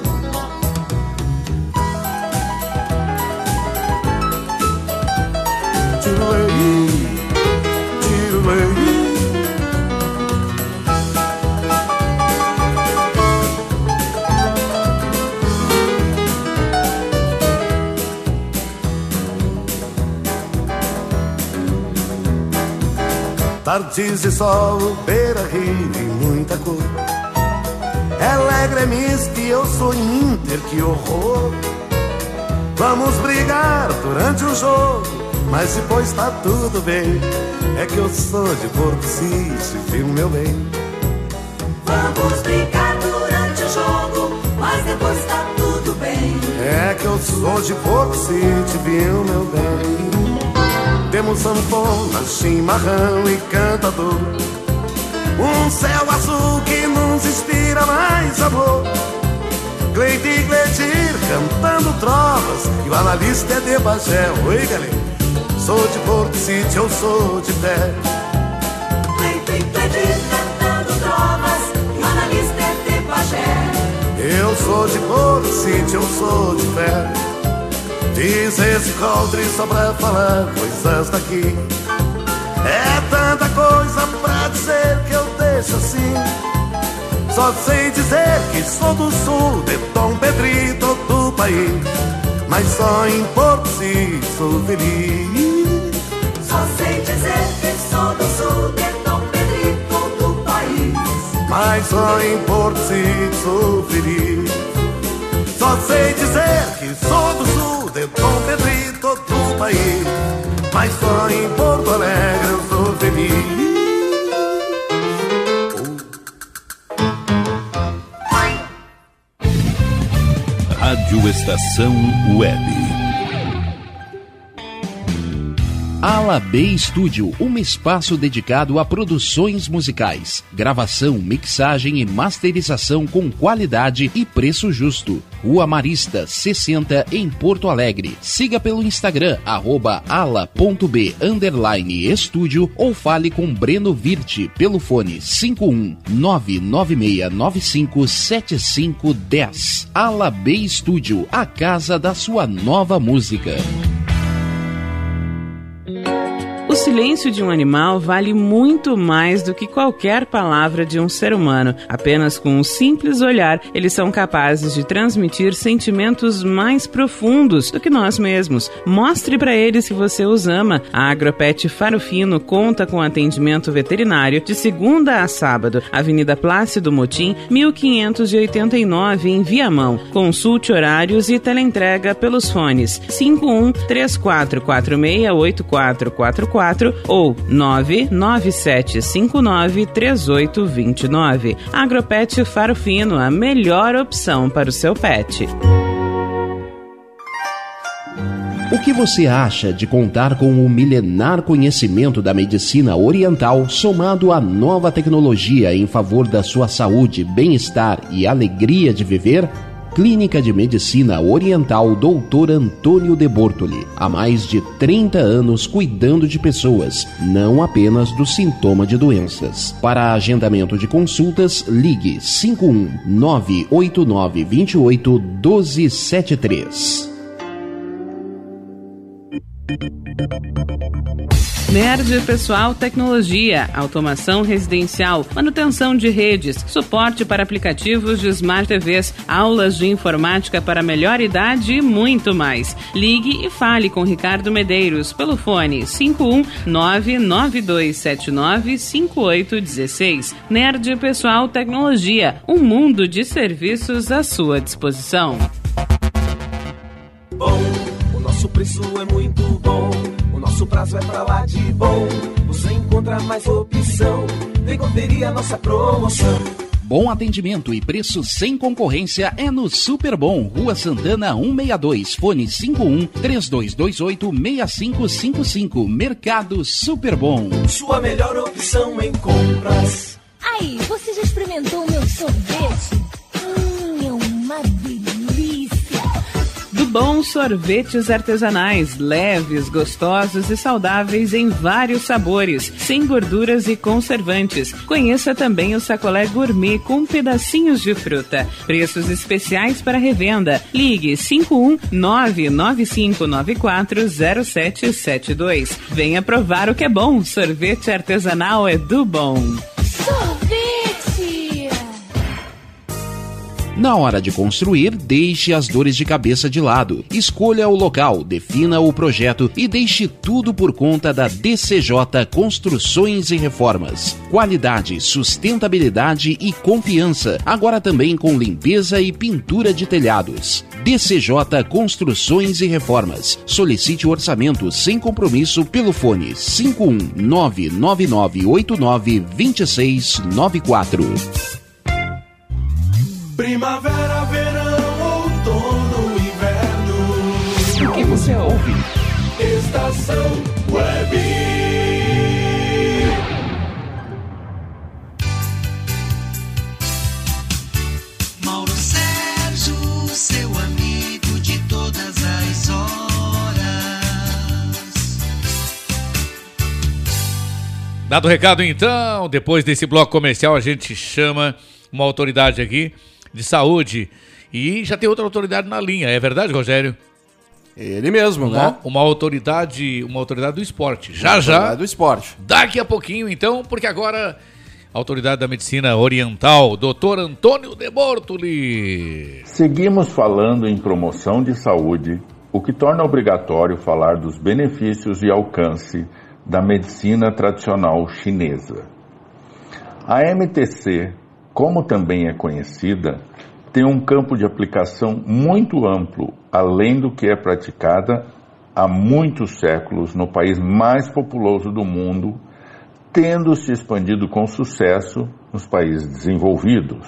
Tardes de sol, beira-rio e muita cor. Ela é gremista e eu sou Inter, que horror. Vamos brigar durante o jogo, mas depois tá tudo bem. É que eu sou de Porto City, viu, meu bem? Vamos brincar durante o jogo, mas depois tá tudo bem. É que eu sou de Porto City, viu, meu bem? Temos sanfona, chimarrão e cantador. Um céu azul que nos inspira mais amor. Cleide e Gledir cantando trovas, e o analista é de Bagé. Oi, galera, sou de Porto City, eu sou de pé. Cleide e Gledir cantando trovas, e o analista é de Bagé. Eu sou de Porto City, eu sou de pé. Fiz esse coldre só pra falar coisas daqui. É tanta coisa pra dizer que eu deixo assim. Só sei dizer que sou do sul, de Dom Pedrito do país. Mas só em Porto City sou feliz. Só sei dizer que sou do sul, de Dom Pedrito do país. Mas só em Porto City sou feliz. Só sei dizer que sou do sul, de Dom Pedrito do país. Mas só em Porto Alegre eu sou feliz. Rádio Estação Web. Ala B Studio, um espaço dedicado a produções musicais, gravação, mixagem e masterização com qualidade e preço justo. Rua Marista, 60, em Porto Alegre. Siga pelo Instagram, @ala.b_estúdio ou fale com Breno Virte pelo fone 51996957510. Ala B Studio, a casa da sua nova música. O silêncio de um animal vale muito mais do que qualquer palavra de um ser humano. Apenas com um simples olhar, eles são capazes de transmitir sentimentos mais profundos do que nós mesmos. Mostre para eles que você os ama. A Agropet Faro Fino conta com atendimento veterinário de segunda a sábado. Avenida Plácido Motim, 1589, em Viamão. Consulte horários e teleentrega pelos fones 5134468444 ou 997593829. Agropet Faro Fino, a melhor opção para o seu pet. O que você acha de contar com o milenar conhecimento da medicina oriental somado à nova tecnologia em favor da sua saúde, bem-estar e alegria de viver? Clínica de Medicina Oriental Dr. Antônio de Bortoli. Há mais de 30 anos cuidando de pessoas, não apenas do sintoma de doenças. Para agendamento de consultas, ligue 51 989 28 1273. Nerd Pessoal Tecnologia, automação residencial, manutenção de redes, suporte para aplicativos de Smart TVs, aulas de informática para melhor idade e muito mais. Ligue e fale com Ricardo Medeiros pelo fone 51992795816. Nerd Pessoal Tecnologia, um mundo de serviços à sua disposição. Bom, o nosso preço é muito bom. Nosso prazo é pra lá de bom. Você encontra mais opção. Vem conferir a nossa promoção. Bom atendimento e preço sem concorrência é no Super Bom, Rua Santana 162, fone 51-3228-6555. Mercado Super Bom. Sua melhor opção em compras. Aí, você já experimentou o meu sorvete? É uma delícia. Do Bom Sorvetes Artesanais, leves, gostosos e saudáveis em vários sabores, sem gorduras e conservantes. Conheça também o sacolé gourmet com pedacinhos de fruta. Preços especiais para revenda. Ligue 51995940772. Venha provar o que é bom. Sorvete artesanal é do Bom. Sorvete! Na hora de construir, deixe as dores de cabeça de lado. Escolha o local, defina o projeto e deixe tudo por conta da DCJ Construções e Reformas. Qualidade, sustentabilidade e confiança. Agora também com limpeza e pintura de telhados. DCJ Construções e Reformas. Solicite o orçamento sem compromisso pelo fone 51999892694. Primavera, verão, outono, inverno. O que você ouve? Estação Web. Mauro Sérgio, seu amigo de todas as horas. Dado o recado então, depois desse bloco comercial a gente chama uma autoridade aqui de saúde e já tem outra autoridade na linha, é verdade, Rogério? Ele mesmo, né? Uma autoridade do esporte. Já do esporte. Daqui a pouquinho então, porque agora a autoridade da medicina oriental, Dr. Antônio de Bortoli. Seguimos falando em promoção de saúde, o que torna obrigatório falar dos benefícios e alcance da medicina tradicional chinesa. A MTC, como também é conhecida, tem um campo de aplicação muito amplo, além do que é praticada há muitos séculos no país mais populoso do mundo, tendo se expandido com sucesso nos países desenvolvidos.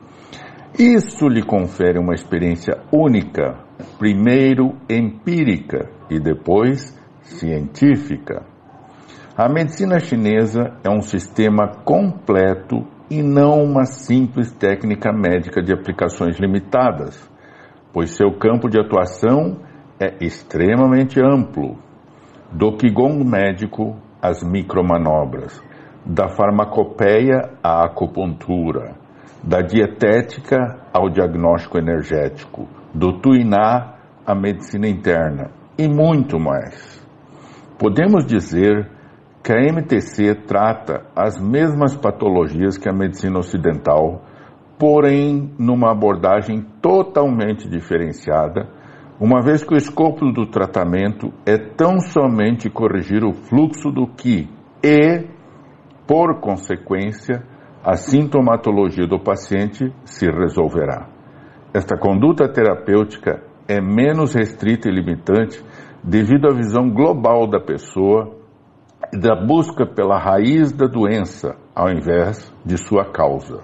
Isso lhe confere uma experiência única, primeiro empírica e depois científica. A medicina chinesa é um sistema completo e não uma simples técnica médica de aplicações limitadas, pois seu campo de atuação é extremamente amplo, do Qigong médico às micromanobras, da farmacopeia à acupuntura, da dietética ao diagnóstico energético, do tuiná à medicina interna e muito mais. Podemos dizer que a MTC trata as mesmas patologias que a medicina ocidental, porém numa abordagem totalmente diferenciada, uma vez que o escopo do tratamento é tão somente corrigir o fluxo do Qi e, por consequência, a sintomatologia do paciente se resolverá. Esta conduta terapêutica é menos restrita e limitante devido à visão global da pessoa e da busca pela raiz da doença, ao invés de sua causa.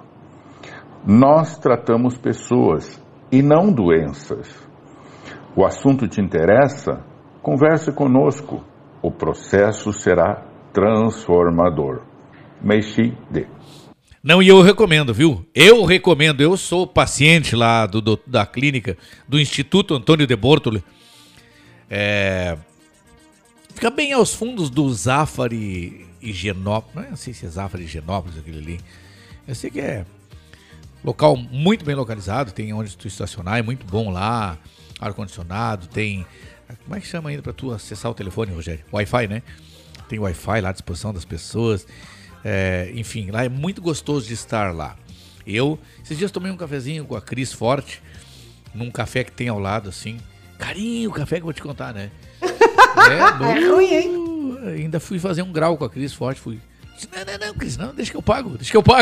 Nós tratamos pessoas e não doenças. O assunto te interessa? Converse conosco, o processo será transformador. Meixi D. Não, e eu recomendo, viu? Eu recomendo, eu sou paciente lá da clínica do Instituto Antônio de Bortoli. Fica bem aos fundos do Zafari Higienópolis, não sei se é Zafari Higienópolis aquele ali. Eu sei que é local muito bem localizado, tem onde tu estacionar, é muito bom lá, ar-condicionado, tem... Como é que chama ainda pra tu acessar o telefone, Rogério? Wi-Fi, né? Tem Wi-Fi lá à disposição das pessoas. Enfim, lá é muito gostoso de estar lá. Esses dias tomei um cafezinho com a Cris Forte, num café que tem ao lado, assim. Carinho, o café que eu vou te contar, né? É ruim, hein? Ainda fui fazer um grau com a Cris Forte, fui... Não, Cris, não, deixa que eu pago.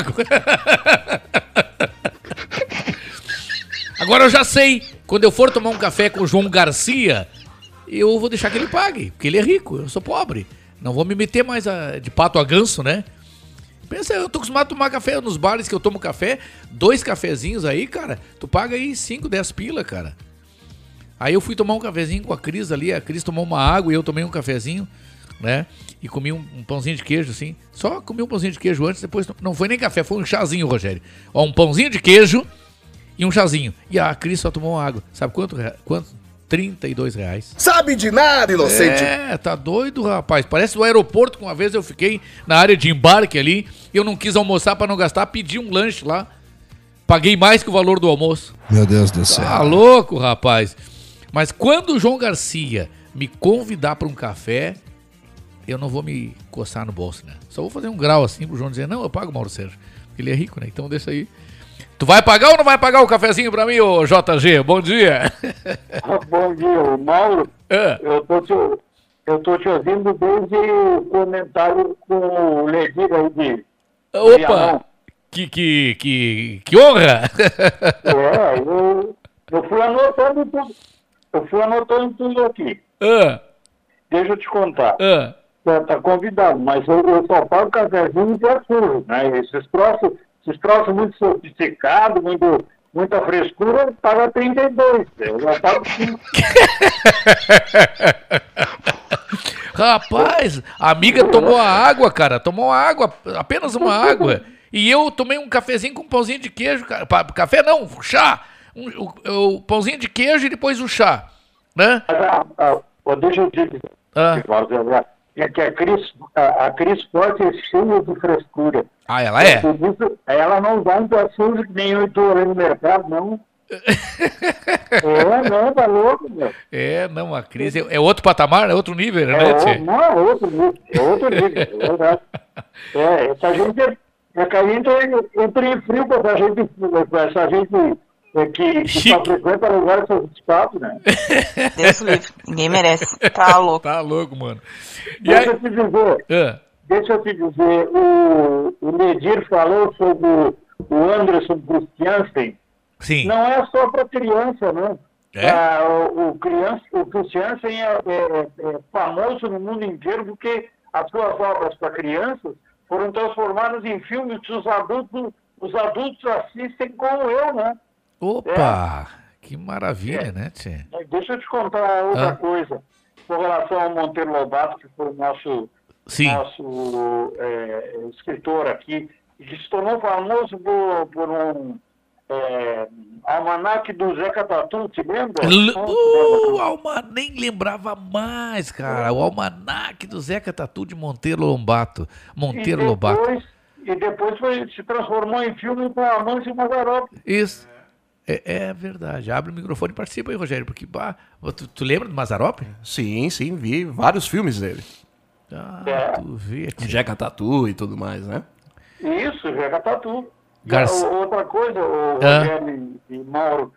Agora eu já sei, quando eu for tomar um café com o João Garcia, eu vou deixar que ele pague, porque ele é rico, eu sou pobre. Não vou me meter mais de pato a ganso, né? Pensa, eu tô acostumado a tomar café nos bares que eu tomo café, 2 cafezinhos aí, cara, tu paga aí 5, 10 pila, cara. Aí eu fui tomar um cafezinho com a Cris ali, a Cris tomou uma água e eu tomei um cafezinho, né? E comi um pãozinho de queijo, assim. Só comi um pãozinho de queijo antes, depois não foi nem café, foi um chazinho, Rogério. Ó, um pãozinho de queijo e um chazinho. E a Cris só tomou água. Sabe quanto? R$32. Sabe de nada, inocente. Tá doido, rapaz. Parece o aeroporto que uma vez eu fiquei na área de embarque ali, eu não quis almoçar pra não gastar, pedi um lanche lá. Paguei mais que o valor do almoço. Meu Deus do céu. Tá louco, rapaz. Mas quando o João Garcia me convidar pra um café, eu não vou me coçar no bolso, né? Só vou fazer um grau assim pro João dizer, não, eu pago, Mauro Sérgio. Porque ele é rico, né? Então deixa aí. Tu vai pagar ou não vai pagar o cafezinho pra mim, ô JG? Bom dia. Bom dia, Mauro. Eu tô te ouvindo desde o comentário com o Ledir aí de... Opa! Que honra! Eu fui anotando tudo. Eu fui anotando tudo aqui. Deixa eu te contar. Tá convidado, mas eu só pago cafezinho de açúcar, né? Esses troços muito sofisticados, muita frescura, paga 32. Eu já pago 5. Rapaz, a amiga tomou a água, cara. Tomou a água, apenas uma água. E eu tomei um cafezinho com um pãozinho de queijo. Café não, chá. O pãozinho de queijo e depois o chá. Né? Deixa eu te dizer. É que a Cris Forte é cheia de frescura. Ah, ela é? Ela não dá um açúcar que nem eu estou no mercado, não. Não, tá louco, meu. Não, a Cris é outro patamar, é outro nível, né, Tchê? Não, é outro nível, é verdade. Essa gente entra em frio com essa gente que só frequenta lugares sofisticados, né? Deus livre, ninguém merece. Tá louco. Tá louco, mano. Deixa eu te dizer, o Ledir falou sobre o Anderson Christiansen. Sim. Não é só para criança, não. O Christiansen é famoso no mundo inteiro porque as suas obras para crianças foram transformadas em filmes que os adultos assistem como eu, né? Opa! Que maravilha, né, Tchê? Deixa eu te contar outra coisa. Com relação ao Monteiro Lobato, que foi o nosso escritor aqui, que se tornou famoso por um almanaque do Zeca Tatu, te lembra? Nem lembrava mais, cara. O almanaque do Zeca Tatu de Monteiro Lobato. E depois se transformou em filme com Amâncio Mazzaropi. Isso. É verdade. Abre o microfone e participa aí, Rogério, porque tu lembra do Mazzaropi? Sim, vi vários filmes dele. Tu vê. Zeca Tatu e tudo mais, né? Isso, Zeca Tatu. Outra coisa, o Rogério e Mauro,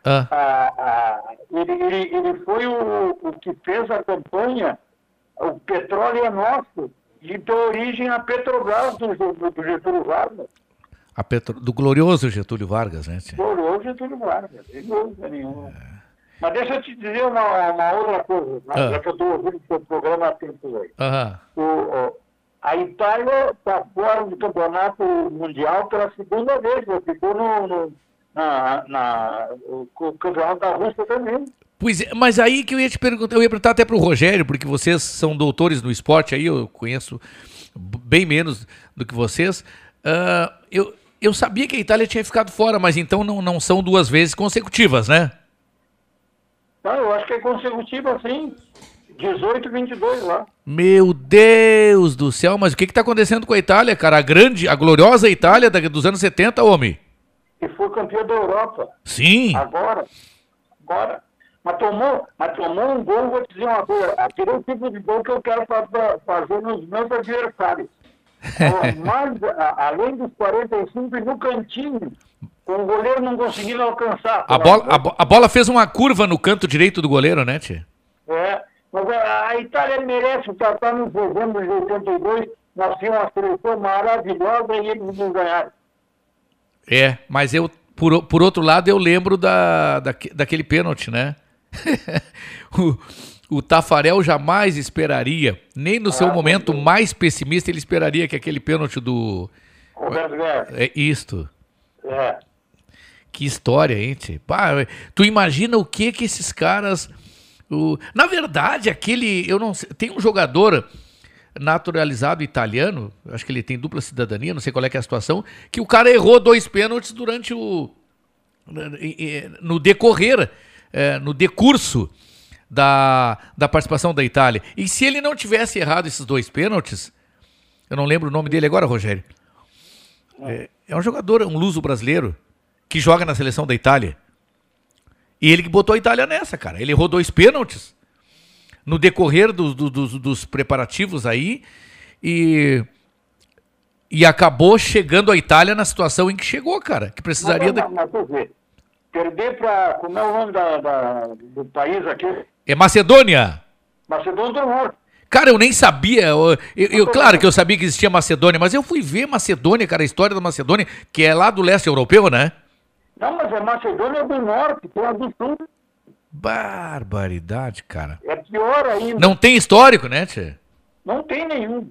ele foi o que fez a campanha O Petróleo é Nosso, e deu origem à Petrobras do Getúlio Vargas. Do glorioso Getúlio Vargas, né? Glorioso Getúlio Vargas, sem dúvida nenhuma. Mas deixa eu te dizer uma outra coisa, já que eu estou ouvindo o seu programa há tempo aí. A Itália está fora do campeonato mundial pela segunda vez, ficou no campeonato da Rússia também. Pois é, mas aí que eu ia te perguntar, eu ia perguntar até pro Rogério, porque vocês são doutores no esporte aí, eu conheço bem menos do que vocês. Eu sabia que a Itália tinha ficado fora, mas então não são 2 vezes consecutivas, né? Não, eu acho que é consecutiva, sim. 18 e 22 lá. Meu Deus do céu, mas o que tá acontecendo com a Itália, cara? A gloriosa Itália dos anos 70, homem. E foi campeã da Europa. Sim. Agora. Mas tomou um gol, vou te dizer uma coisa. Aquele é o tipo de gol que eu quero fazer nos meus adversários. Mas, além dos 45 e no cantinho, com o goleiro não conseguindo alcançar. A bola fez uma curva no canto direito do goleiro, né, Tchê? Mas a Itália merece estar nos dezembro de 82. Nós tínhamos uma seleção maravilhosa e eles não ganharam. Mas eu, por outro lado, eu lembro daquele pênalti, né? O Tafarel jamais esperaria, nem no seu momento mais pessimista, ele esperaria que aquele pênalti do... Roberto Guedes. É isto. Que história, hein, tchê? Tu imagina o que esses caras... Na verdade, eu não sei, tem um jogador naturalizado italiano, acho que ele tem dupla cidadania, não sei qual é que é a situação, que o cara errou 2 pênaltis durante no decorrer, no decurso da participação da Itália. E se ele não tivesse errado esses 2 pênaltis, eu não lembro o nome dele agora, Rogério, é um jogador, um luso brasileiro, que joga na seleção da Itália. E ele que botou a Itália nessa, cara. Ele errou 2 pênaltis no decorrer dos preparativos aí e acabou chegando a Itália na situação em que chegou, cara. Que precisaria... Mas perder para... Como é o nome do país aqui? É Macedônia. Macedônia do Norte. Cara, eu nem sabia. Claro que eu sabia que existia Macedônia, mas eu fui ver Macedônia, cara, a história da Macedônia, que é lá do leste europeu, né? Não, mas é Macedônia do Norte, que é a do Sul. Barbaridade, cara. É pior ainda. Não tem histórico, né, Tchê? Não tem nenhum.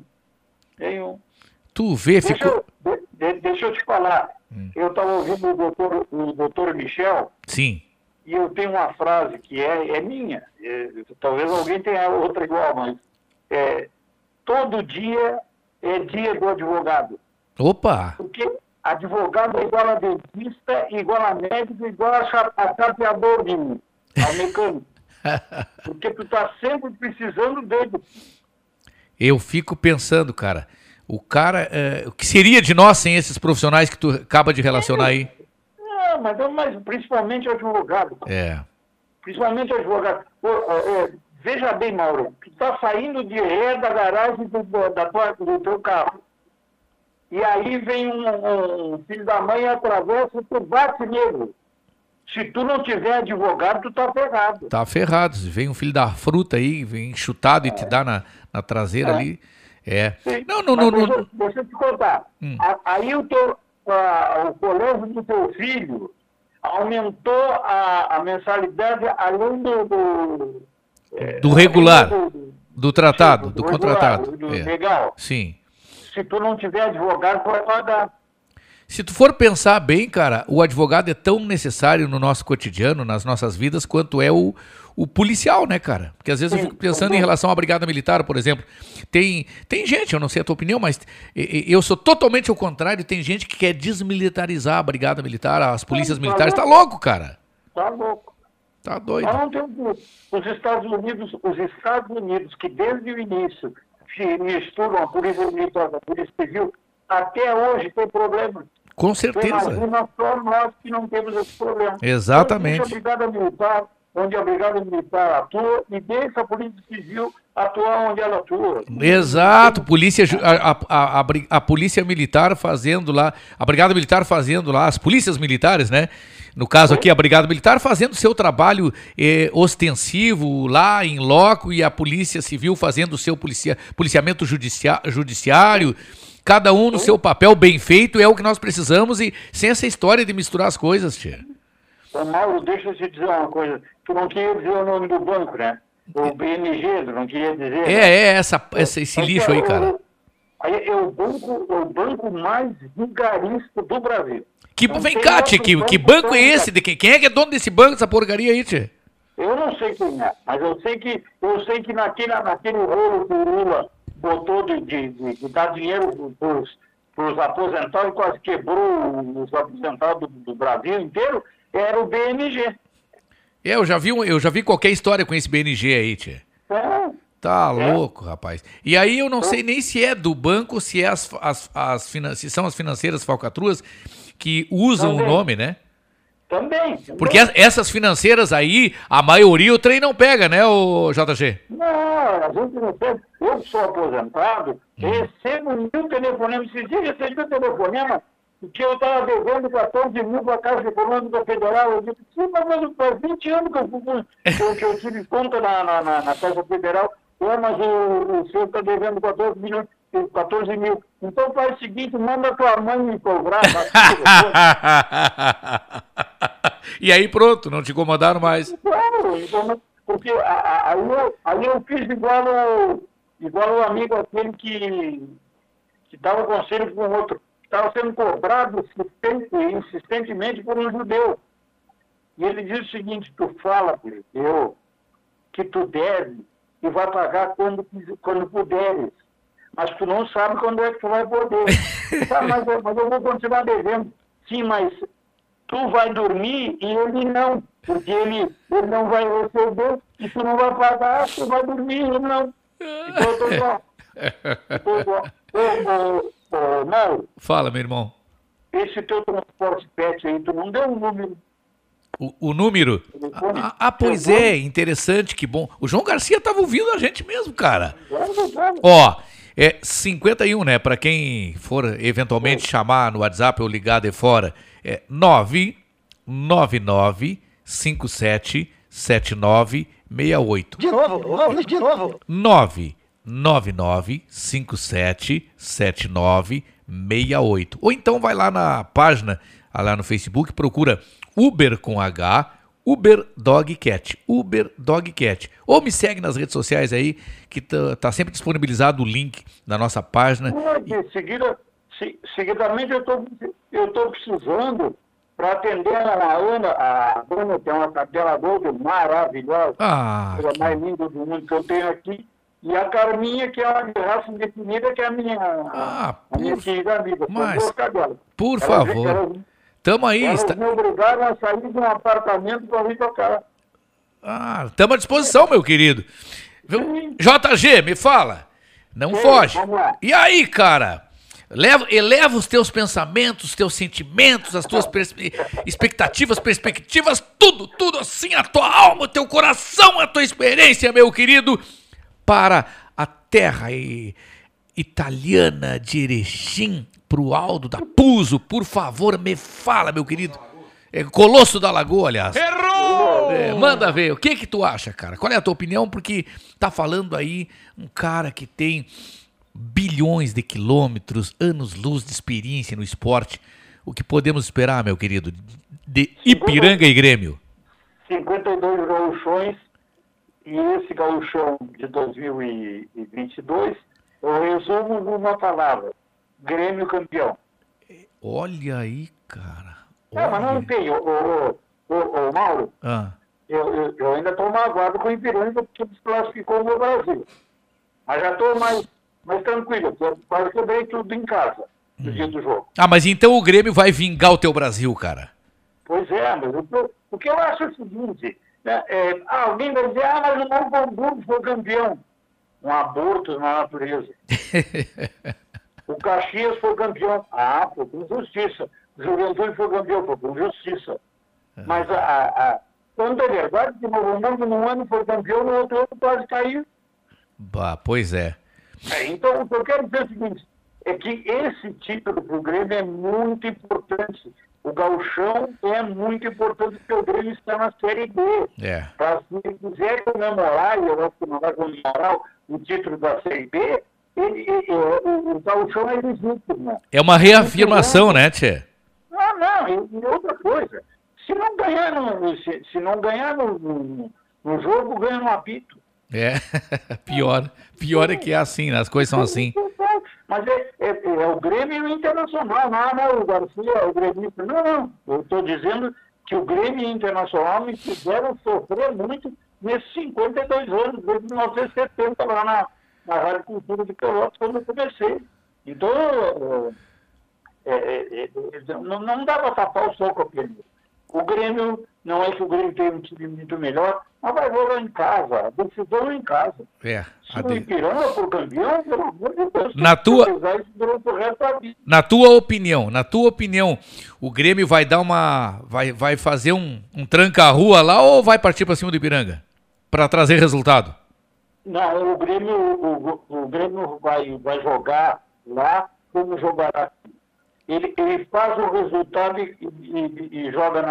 Tu vê, Deixa eu te falar. Eu estava ouvindo o doutor Michel. Sim. E eu tenho uma frase que é minha. Talvez alguém tenha outra igual, mas... todo dia é dia do advogado. Opa! Porque... advogado é igual a dentista, igual a médico, igual a chapeador ao mecânico. Porque tu tá sempre precisando dele. Eu fico pensando, cara, o que seria de nós sem esses profissionais que tu acaba de relacionar aí? Mas principalmente o advogado. Principalmente o advogado. Veja bem, Mauro, tu tá saindo de ré da garagem do teu carro. E aí vem um filho da mãe, atravessa e tu bate nele. Se tu não tiver advogado, tu tá ferrado. Tá ferrado. Se vem um filho da fruta aí, vem chutado e te dá na traseira ali. Deixa eu te contar. Aí o colégio do teu filho aumentou a mensalidade além do regular, do tratado, do contratado. Legal. Sim. Se tu não tiver advogado, tu vai pagar. Se tu for pensar bem, cara, o advogado é tão necessário no nosso cotidiano, nas nossas vidas, quanto é o policial, né, cara? Porque às vezes eu fico pensando em relação à Brigada Militar, por exemplo. Tem gente, eu não sei a tua opinião, mas eu sou totalmente ao contrário. Tem gente que quer desmilitarizar a Brigada Militar, as polícias militares. Tá louco, cara? Tá louco. Tá doido. Não tem os Estados Unidos, que desde o início se misturam a polícia militar, a polícia civil, até hoje tem problema. Com certeza. Imagina só nós que não temos esse problema. Exatamente. Onde a Brigada Militar atua e deixa a Polícia Civil atuar onde ela atua. Exato. A Polícia Militar fazendo lá, a Brigada Militar fazendo lá, as polícias militares, né? No caso aqui, a Brigada Militar fazendo seu trabalho ostensivo lá em loco e a Polícia Civil fazendo o seu policiamento judiciário. Cada um no seu papel bem feito é o que nós precisamos e sem essa história de misturar as coisas, tia. Ô Mauro, deixa eu te dizer uma coisa. Tu não queria dizer o nome do banco, né? O BMG, tu não queria dizer. Esse lixo aí, cara. É o banco mais vigarista do Brasil. Vem cá, tia, que banco é esse? Quem é que é dono desse banco, essa porcaria aí, tia? Eu não sei quem é, mas eu sei que naquele rolo que o Lula botou de dar dinheiro para os aposentados e quase quebrou os aposentados do Brasil inteiro, era o BNG. Eu já vi qualquer história com esse BNG aí, tia. Tá louco, rapaz. E aí eu não sei nem se é do banco, se é se são as financeiras falcatruas que usam o nome, né? Também. Porque essas financeiras aí, a maioria o trem não pega, né, o JG? Não, a gente não pega. Eu que sou aposentado, recebo 1000 telefonemas. Esses dias recebi um telefonema que eu estava devendo 14 mil para a Caixa Econômica Federal. Eu disse, sim, mas faz 20 anos que eu tive conta na Caixa Federal. Mas o senhor está devendo 14 mil. Então faz o seguinte, manda a tua mãe me cobrar. E aí pronto, não te incomodaram mais. Claro, porque aí eu fiz igual o amigo aquele que dava conselho com o outro. Estava sendo cobrado insistentemente por um judeu. E ele diz o seguinte, tu fala para o judeu que tu deve e vai pagar quando puderes. Mas tu não sabe quando é que tu vai poder. Mas eu vou continuar devendo. Sim, mas tu vai dormir e ele não. Porque ele não vai receber e tu não vai pagar, tu vai dormir e ele não. Então eu tô igual. Mauro. Fala, meu irmão. Esse teu transporte pet aí, tu não deu um número. O número? Pois é, interessante, que bom. O João Garcia estava ouvindo a gente mesmo, cara. Ó, é 51, né? Para quem for eventualmente chamar no WhatsApp ou ligar de fora, é 999577968. De novo. 999577968. Ou então vai lá na página, lá no Facebook, procura Uber com H, Uber Dog Cat, Uber Dog Cat. Ou me segue nas redes sociais aí, que tá sempre disponibilizado o link na nossa página. Seguidamente eu tô precisando para atender a Ana tem uma cadela gorda maravilhosa, a mais linda do mundo que eu tenho aqui. E a Carminha, que é uma de raça indefinida, que é a minha querida amiga. Mas, por favor, tamo aí. Elas me obrigaram a sair de um apartamento para vir para cá. Tamo à disposição, meu querido. JG, me fala. Não foge. E aí, cara? Eleva os teus pensamentos, os teus sentimentos, as tuas expectativas, perspectivas, tudo assim, a tua alma, o teu coração, a tua experiência, meu querido, para a terra italiana de Erechim, pro Aldo da Puso, por favor, me fala, meu querido. Colosso da Lagoa, aliás. Errou! Manda ver, o que tu acha, cara? Qual é a tua opinião? Porque tá falando aí um cara que tem bilhões de quilômetros, anos-luz de experiência no esporte. O que podemos esperar, meu querido, de Ipiranga e Grêmio? 52 gauchões. E esse gauchão de 2022, eu resumo numa palavra: Grêmio campeão. Olha aí, cara. Mas não tem. Ô Mauro, eu ainda estou magoado com o Ipiranga porque desclassificou o Brasil. Mas já estou mais tranquilo, quase quebrei tudo em casa no dia do jogo. Mas então o Grêmio vai vingar o teu Brasil, cara? Pois é, mas o que eu acho é o seguinte... alguém vai dizer, mas o Novo Hamburgo foi campeão. Um aborto na natureza. O Caxias foi campeão. Foi com justiça. O Juventude foi campeão, foi com justiça. Mas quando é verdade que o Novo Hamburgo num ano foi campeão, no outro ano quase caiu. Pois é. Então, o que eu quero dizer é o seguinte, é que esse título para o Grêmio é muito importante. O gauchão é muito importante porque o Grêmio está na Série B. Se ele quiser comemorar, e eu acho que não vai comemorar o título da Série B, o gauchão é legítimo. É uma reafirmação, né, Tchê? E outra coisa, se não ganhar no jogo, ganha no apito. Pior é que é assim, né? As coisas são assim. Mas é o Grêmio Internacional, não é o Garcia, é o gremista. Não. Eu estou dizendo que o Grêmio Internacional me fizeram sofrer muito nesses 52 anos, desde 1970, lá na Rádio Cultura de Pelotas, quando eu comecei. Então, não dá para tapar o sol com a peneira. O Grêmio, não é que o Grêmio tem um time muito melhor, mas vai jogar em casa, a decisão é em casa. Se o Ipiranga for campeão, pelo amor de Deus, na tua opinião, o Grêmio vai dar vai fazer um tranca-rua lá ou vai partir para cima do Ipiranga para trazer resultado? Não, o Grêmio vai jogar lá como jogará aqui. Ele faz o resultado e joga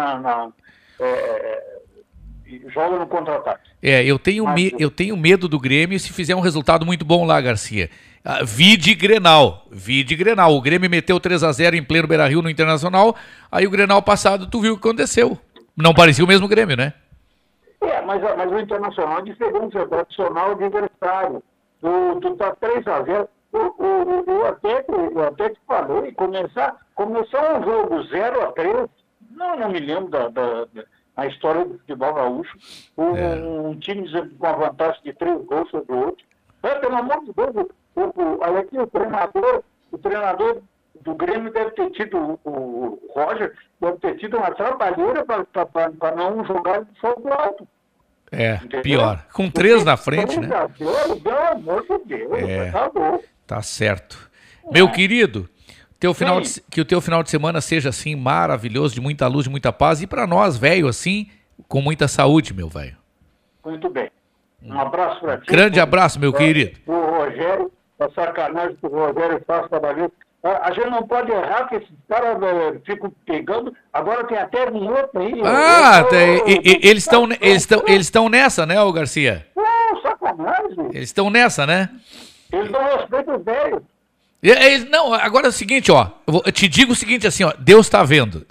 joga no contra-ataque. Eu tenho medo do Grêmio se fizer um resultado muito bom lá, Garcia. Vide Grenal. O Grêmio meteu 3-0 em pleno Beira-Rio no Internacional, aí o Grenal passado, tu viu o que aconteceu. Não parecia o mesmo Grêmio, né? Mas o Internacional é diferente, é tradicional de adversário. Tu tá 3-0. Eu até te falei, começar um jogo 0-3, não me lembro da história do futebol gaúcho, um time com a vantagem de 3 gols sobre o outro. Pelo amor de Deus, olha aqui, o treinador do Grêmio deve ter tido, o Roger, deve ter tido uma trabalheira para não jogar de fogo alto. Entendeu? Pior. Com 3 na frente, né? Pelo amor de Deus, acabou. Tá certo. Meu querido, que o teu final de semana seja assim maravilhoso, de muita luz, de muita paz, e para nós, velho, assim, com muita saúde, meu velho. Muito bem. Um abraço para ti. Grande abraço, meu querido. O Rogério, a sacanagem que o Rogério faz cada vez. A gente não pode errar que esses caras ficam pegando. Agora tem até vinheta aí. Eles estão nessa, né, ô Garcia? Sacanagem. Eles estão nessa, né? Eles dão respeito aos velhos. Não, agora é o seguinte, ó. Eu te digo o seguinte assim, ó. Deus tá vendo.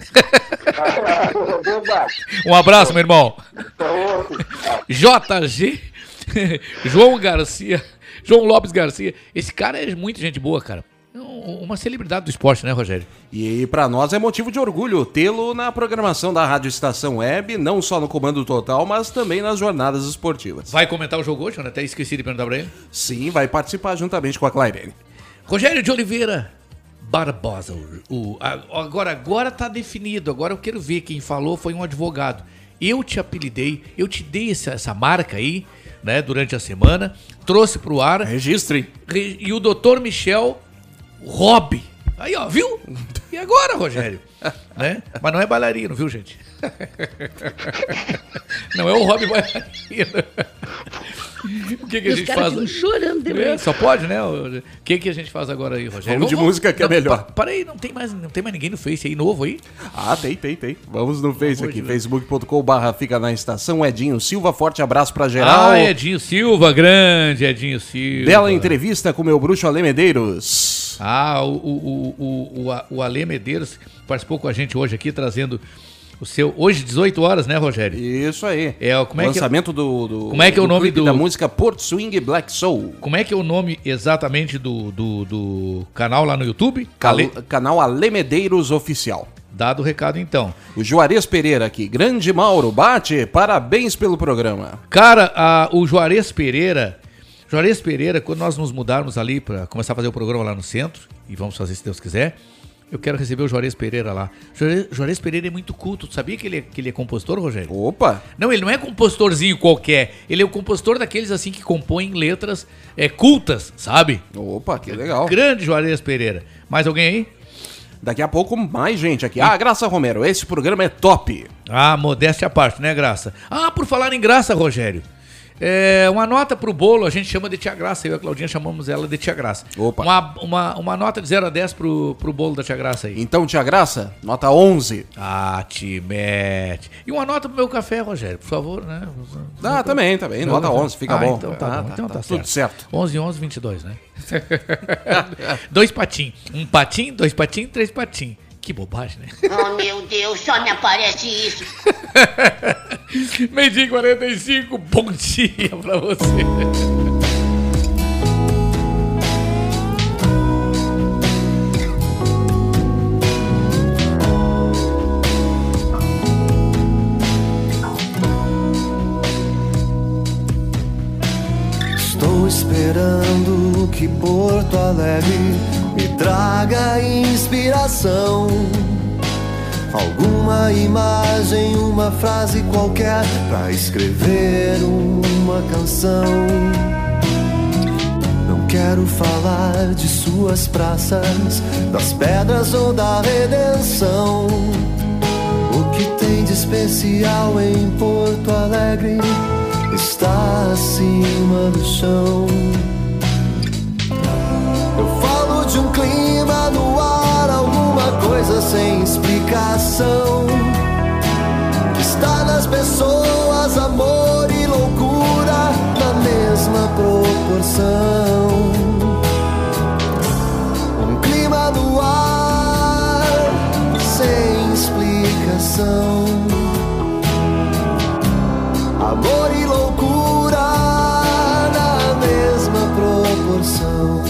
Um abraço, meu irmão. JG, João Lopes Garcia. Esse cara é muita gente boa, cara. Uma celebridade do esporte, né, Rogério? E para nós é motivo de orgulho tê-lo na programação da Rádio Estação Web, não só no Comando Total, mas também nas jornadas esportivas. Vai comentar o jogo hoje? Eu até esqueci de perguntar para ele. Sim, vai participar juntamente com a Claibene. Rogério de Oliveira Barbosa. Agora tá definido. Agora eu quero ver. Quem falou foi um advogado. Eu te apelidei, eu te dei essa marca aí, né, durante a semana. Trouxe pro ar. Registre. E o doutor Michel Rob. Aí, ó, viu? E agora, Rogério? Né? Mas não é bailarino, viu, gente? Não é o Rob bailarino. O que a gente faz? Chorando de medo. Só pode, né? O que a gente faz agora aí, Rogério? Vamos de música que é melhor. Para aí, não tem mais ninguém no Face aí novo aí? Ah, tem. Vamos no Face aqui, facebook.com/fica na estação. Edinho Silva, forte abraço pra geral. Edinho Silva, grande Edinho Silva. Bela entrevista com o meu bruxo Ale Medeiros. O Ale Medeiros participou com a gente hoje aqui, trazendo o seu... Hoje, 18 horas, né, Rogério? Isso aí. Como é lançamento como é que é o nome da música Porto Swing Black Soul. Como é que é o nome exatamente do canal lá no YouTube? Canal Ale Medeiros Oficial. Dado o recado, então. O Juarez Pereira aqui. Grande Mauro, bate, parabéns pelo programa. Cara, o Juarez Pereira, quando nós nos mudarmos ali para começar a fazer o programa lá no centro, e vamos fazer se Deus quiser, eu quero receber o Juarez Pereira lá. Juarez Pereira é muito culto. Tu sabia que ele é compositor, Rogério? Opa! Não, ele não é compositorzinho qualquer. Ele é o compositor daqueles assim que compõem letras cultas, sabe? Opa, que legal. Grande Juarez Pereira. Mais alguém aí? Daqui a pouco mais gente aqui. Graça Romero, esse programa é top. Modéstia à parte, né, Graça? Por falar em Graça, Rogério. Uma nota pro bolo, a gente chama de Tia Graça. Eu e a Claudinha chamamos ela de Tia Graça. Opa. Uma nota de 0 a 10 pro bolo da Tia Graça aí. Então, Tia Graça, nota 11. Te mete. E uma nota pro meu café, Rogério, por favor, né? Também. Nota 11, fica bom. Então tá bom. Então tá tudo certo. 11, 22, né? 2 patinhos. 1 patinho, 2 patinhos, 3 patinhos. Que bobagem, né? Oh, meu Deus, só me aparece isso. 12h45, bom dia pra você. que Porto Alegre me traga inspiração. Alguma imagem, uma frase qualquer pra escrever uma canção. Não quero falar de suas praças, das pedras ou da redenção. O que tem de especial em Porto Alegre está acima do chão. Eu falo de um clima no ar, alguma coisa sem explicação. Está nas pessoas, amor e loucura na mesma proporção. Um clima no ar sem explicação. Amor e loucura na mesma proporção.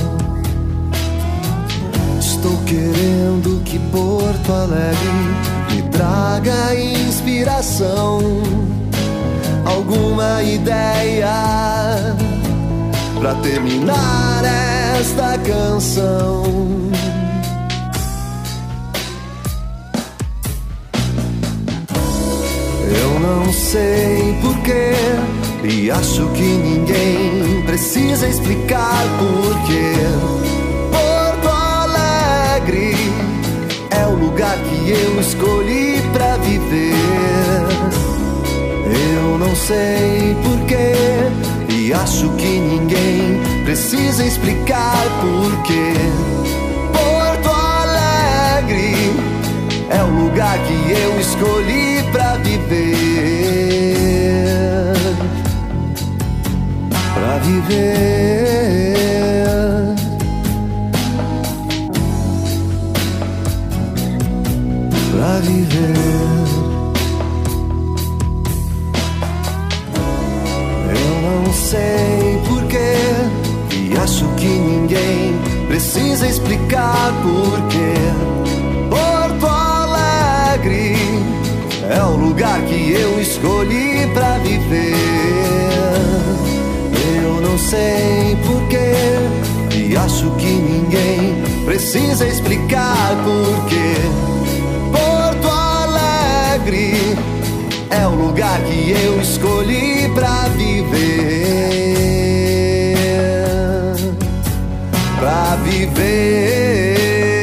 Estou querendo que Porto Alegre me traga inspiração. Alguma ideia pra terminar esta canção. Eu não sei porquê e acho que ninguém precisa explicar porquê. Porto Alegre é o lugar que eu escolhi pra viver. Eu não sei porquê e acho que ninguém precisa explicar porquê. Porto Alegre é o lugar que eu escolhi pra viver. Pra viver. Pra viver. Eu não sei porquê e acho que ninguém precisa explicar porquê. Porto Alegre é o lugar que eu escolhi pra viver. Eu não sei porquê e acho que ninguém precisa explicar porquê. Porto Alegre é o lugar que eu escolhi pra viver. Pra viver.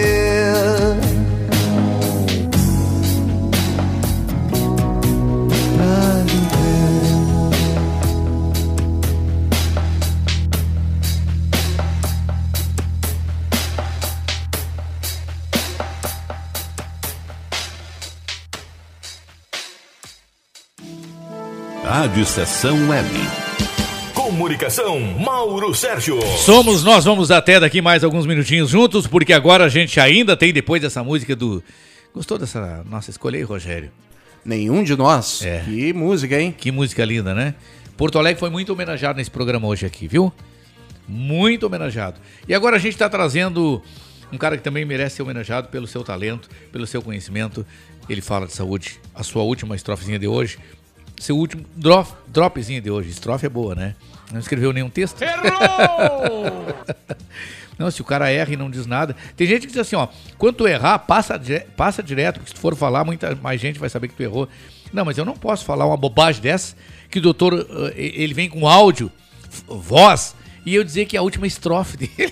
Rádio Estação Web. Comunicação, Mauro Sérgio. Somos nós, vamos até daqui mais alguns minutinhos juntos, porque agora a gente ainda tem, depois dessa música do... Gostou dessa nossa escolha aí, Rogério? Nenhum de nós. É. Que música, hein? Que música linda, né? Porto Alegre foi muito homenageado nesse programa hoje aqui, viu? Muito homenageado. E agora a gente está trazendo um cara que também merece ser homenageado pelo seu talento, pelo seu conhecimento. Ele fala de saúde. A sua última estrofezinha de hoje... Seu último dropzinho de hoje. Estrofe é boa, né? Não escreveu nenhum texto. Errou! Não, se o cara erra e não diz nada. Tem gente que diz assim, ó, quando tu errar, passa direto, porque se tu for falar, muita mais gente vai saber que tu errou. Não, mas eu não posso falar uma bobagem dessa, que o doutor, ele vem com áudio, voz, e eu dizer que é a última estrofe dele.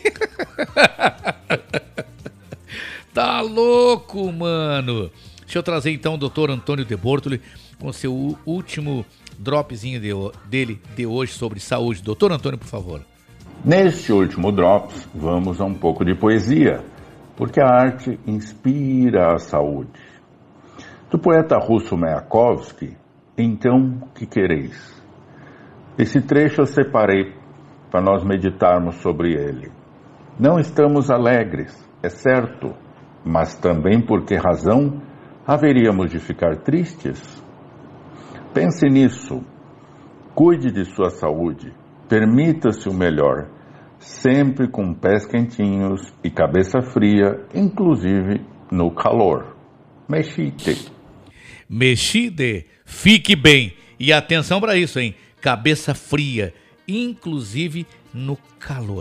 Tá louco, mano. Deixa eu trazer então o doutor Antônio de Bortoli, com o seu último dropzinho dele de hoje sobre saúde. Doutor Antônio, por favor. Neste último Drops, vamos a um pouco de poesia, porque a arte inspira a saúde. Do poeta russo Mayakovsky, Então, que quereis? Esse trecho eu separei para nós meditarmos sobre ele. Não estamos alegres, é certo, mas também por que razão haveríamos de ficar tristes? Pense nisso, cuide de sua saúde, permita-se o melhor, sempre com pés quentinhos e cabeça fria, inclusive no calor. Mexite. Mexide, fique bem. E atenção para isso, hein? Cabeça fria, inclusive no calor.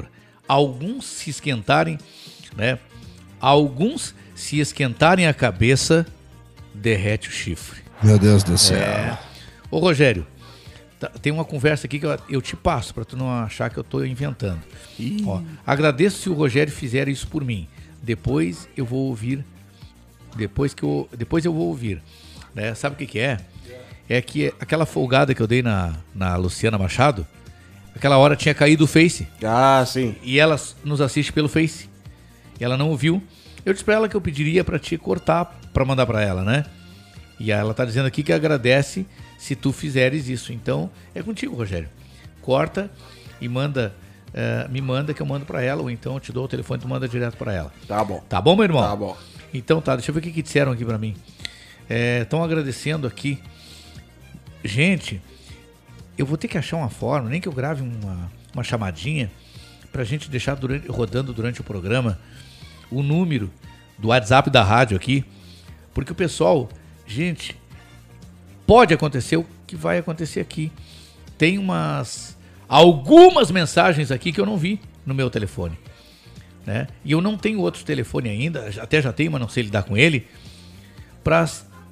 alguns se esquentarem, né? Alguns se esquentarem a cabeça, derrete o chifre. Meu Deus do céu. Ô Rogério, tem uma conversa aqui que eu te passo pra tu não achar que eu tô inventando. Ó, agradeço se o Rogério fizer isso por mim. Depois eu vou ouvir. Depois eu vou ouvir. Né? Sabe o que é? É que aquela folgada que eu dei na Luciana Machado, aquela hora tinha caído o Face. Ah, sim. E ela nos assiste pelo Face. E ela não ouviu. Eu disse pra ela que eu pediria pra te cortar pra mandar pra ela, né? E ela tá dizendo aqui que agradece se tu fizeres isso. Então, é contigo, Rogério. Corta e manda, me manda que eu mando pra ela, ou então eu te dou o telefone e tu manda direto pra ela. Tá bom. Tá bom, meu irmão? Tá bom. Então tá, deixa eu ver o que disseram aqui pra mim. Estão agradecendo aqui. Gente, eu vou ter que achar uma forma, nem que eu grave uma chamadinha pra gente deixar rodando durante o programa o número do WhatsApp da rádio aqui, porque o pessoal, gente, pode acontecer o que vai acontecer aqui. Tem algumas mensagens aqui que eu não vi no meu telefone, né? E eu não tenho outro telefone ainda, até já tenho, mas não sei lidar com ele, pra...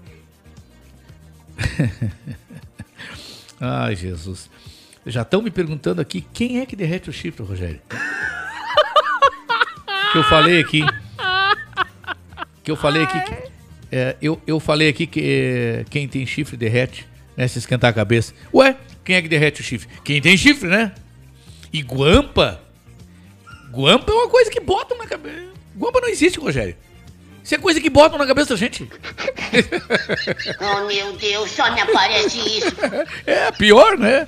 Ai, Jesus. Já estão me perguntando aqui quem é que derrete o chifre, Rogério. Que eu falei aqui. Eu falei aqui que quem tem chifre derrete, né? Se esquentar a cabeça. Ué, quem é que derrete o chifre? Quem tem chifre, né? E guampa? Guampa é uma coisa que botam na cabeça. Guampa não existe, Rogério. Isso é coisa que botam na cabeça da gente. Oh, meu Deus, só me aparece isso. É, pior, né?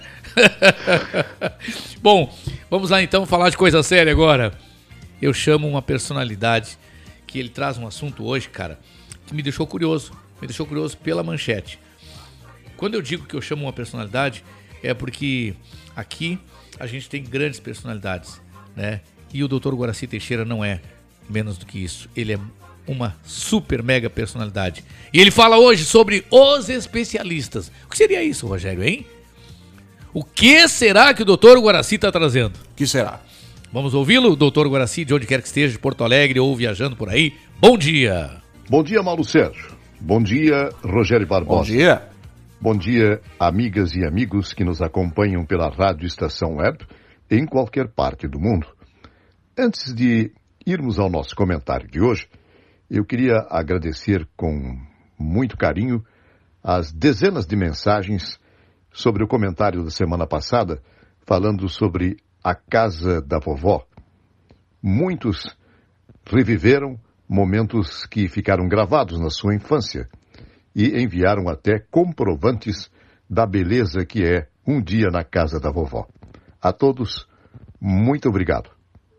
Bom, vamos lá então falar de coisa séria agora. Eu chamo uma personalidade que ele traz um assunto hoje, cara, que me deixou curioso. Me deixou curioso pela manchete. Quando eu digo que eu chamo uma personalidade, é porque aqui a gente tem grandes personalidades, né? E o Dr. Guaraci Teixeira não é menos do que isso. Ele é uma super mega personalidade. E ele fala hoje sobre os especialistas. O que seria isso, Rogério, hein? O que será que o Dr. Guaraci está trazendo? O que será? Vamos ouvi-lo, Dr. Guaraci, de onde quer que esteja, de Porto Alegre ou viajando por aí. Bom dia! Bom dia, Mauro Sérgio. Bom dia, Rogério Barbosa. Bom dia! Bom dia, amigas e amigos que nos acompanham pela Rádio Estação Web em qualquer parte do mundo. Antes de irmos ao nosso comentário de hoje, eu queria agradecer com muito carinho as dezenas de mensagens sobre o comentário da semana passada, falando sobre a casa da vovó. Muitos reviveram momentos que ficaram gravados na sua infância e enviaram até comprovantes da beleza que é um dia na casa da vovó. A todos, muito obrigado.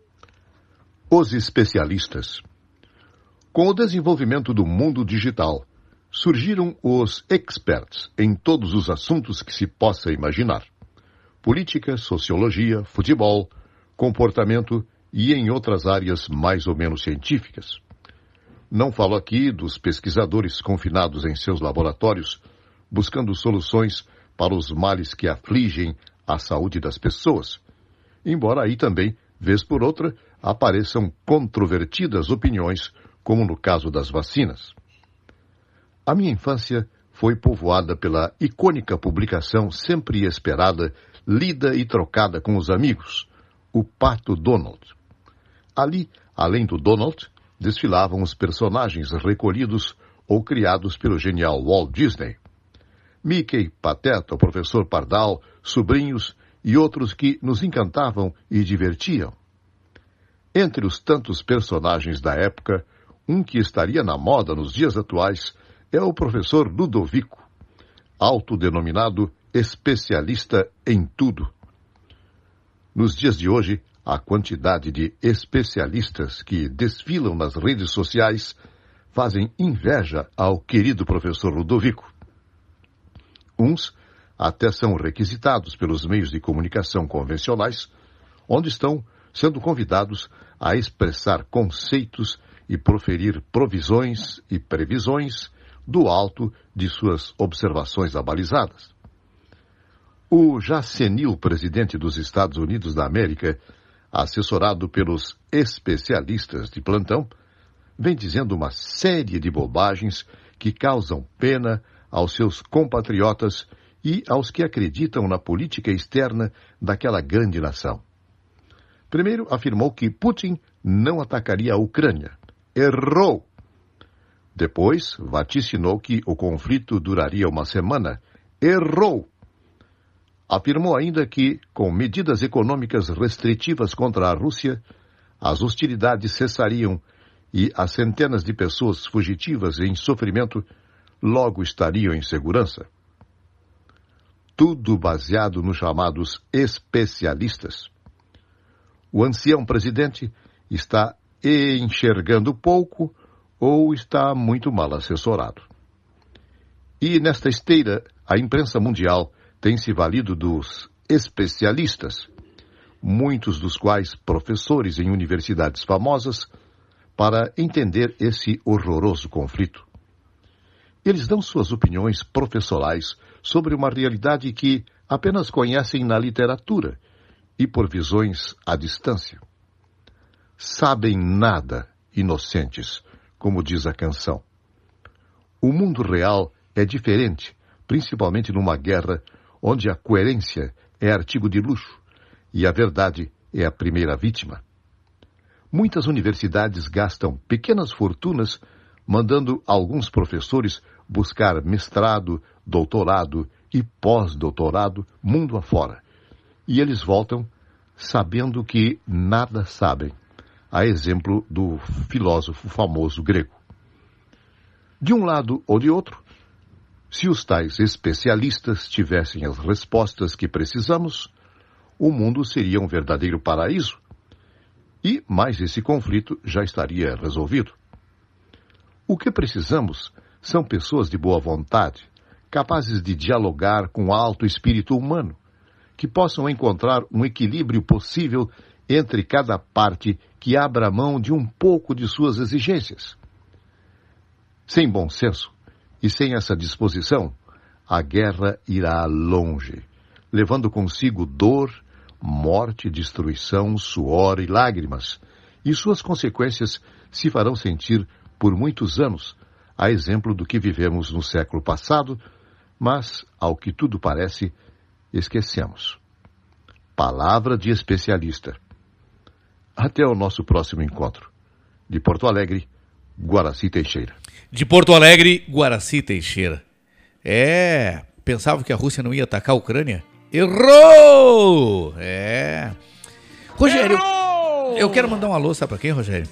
Os especialistas. Com o desenvolvimento do mundo digital, surgiram os experts em todos os assuntos que se possa imaginar. Política, sociologia, futebol, comportamento e em outras áreas mais ou menos científicas. Não falo aqui dos pesquisadores confinados em seus laboratórios, buscando soluções para os males que afligem a saúde das pessoas. Embora aí também, vez por outra, apareçam controvertidas opiniões, como no caso das vacinas. A minha infância foi povoada pela icônica publicação sempre esperada, lida e trocada com os amigos, o Pato Donald. Ali, além do Donald, desfilavam os personagens recolhidos ou criados pelo genial Walt Disney. Mickey, Pateta, o Professor Pardal, sobrinhos e outros que nos encantavam e divertiam. Entre os tantos personagens da época, um que estaria na moda nos dias atuais é o professor Ludovico, autodenominado especialista em tudo. Nos dias de hoje, a quantidade de especialistas que desfilam nas redes sociais fazem inveja ao querido professor Ludovico. Uns até são requisitados pelos meios de comunicação convencionais, onde estão sendo convidados a expressar conceitos e proferir provisões e previsões do alto de suas observações abalizadas. O já senil presidente dos Estados Unidos da América assessorado pelos especialistas de plantão, vem dizendo uma série de bobagens que causam pena aos seus compatriotas e aos que acreditam na política externa daquela grande nação. Primeiro, afirmou que Putin não atacaria a Ucrânia. Errou! Depois, vaticinou que o conflito duraria uma semana. Errou! Afirmou ainda que, com medidas econômicas restritivas contra a Rússia, as hostilidades cessariam e as centenas de pessoas fugitivas em sofrimento logo estariam em segurança. Tudo baseado nos chamados especialistas. O ancião presidente está enxergando pouco ou está muito mal assessorado. E nesta esteira, a imprensa mundial tem se valido dos especialistas, muitos dos quais professores em universidades famosas, para entender esse horroroso conflito. Eles dão suas opiniões professorais sobre uma realidade que apenas conhecem na literatura e por visões à distância. Sabem nada, inocentes, como diz a canção. O mundo real é diferente, principalmente numa guerra onde a coerência é artigo de luxo e a verdade é a primeira vítima. Muitas universidades gastam pequenas fortunas mandando alguns professores buscar mestrado, doutorado e pós-doutorado mundo afora. E eles voltam sabendo que nada sabem, a exemplo do filósofo famoso grego. De um lado ou de outro, se os tais especialistas tivessem as respostas que precisamos, o mundo seria um verdadeiro paraíso. E mais esse conflito já estaria resolvido. O que precisamos são pessoas de boa vontade, capazes de dialogar com o alto espírito humano, que possam encontrar um equilíbrio possível entre cada parte que abra mão de um pouco de suas exigências. Sem bom senso e sem essa disposição, a guerra irá longe, levando consigo dor, morte, destruição, suor e lágrimas, e suas consequências se farão sentir por muitos anos, a exemplo do que vivemos no século passado, mas, ao que tudo parece, esquecemos. Palavra de especialista. Até o nosso próximo encontro. De Porto Alegre, Guaraci Teixeira. De Porto Alegre, Guaraci Teixeira. Pensava que a Rússia não ia atacar a Ucrânia? Errou! Rogério, eu quero mandar um alô, sabe pra quem, Rogério?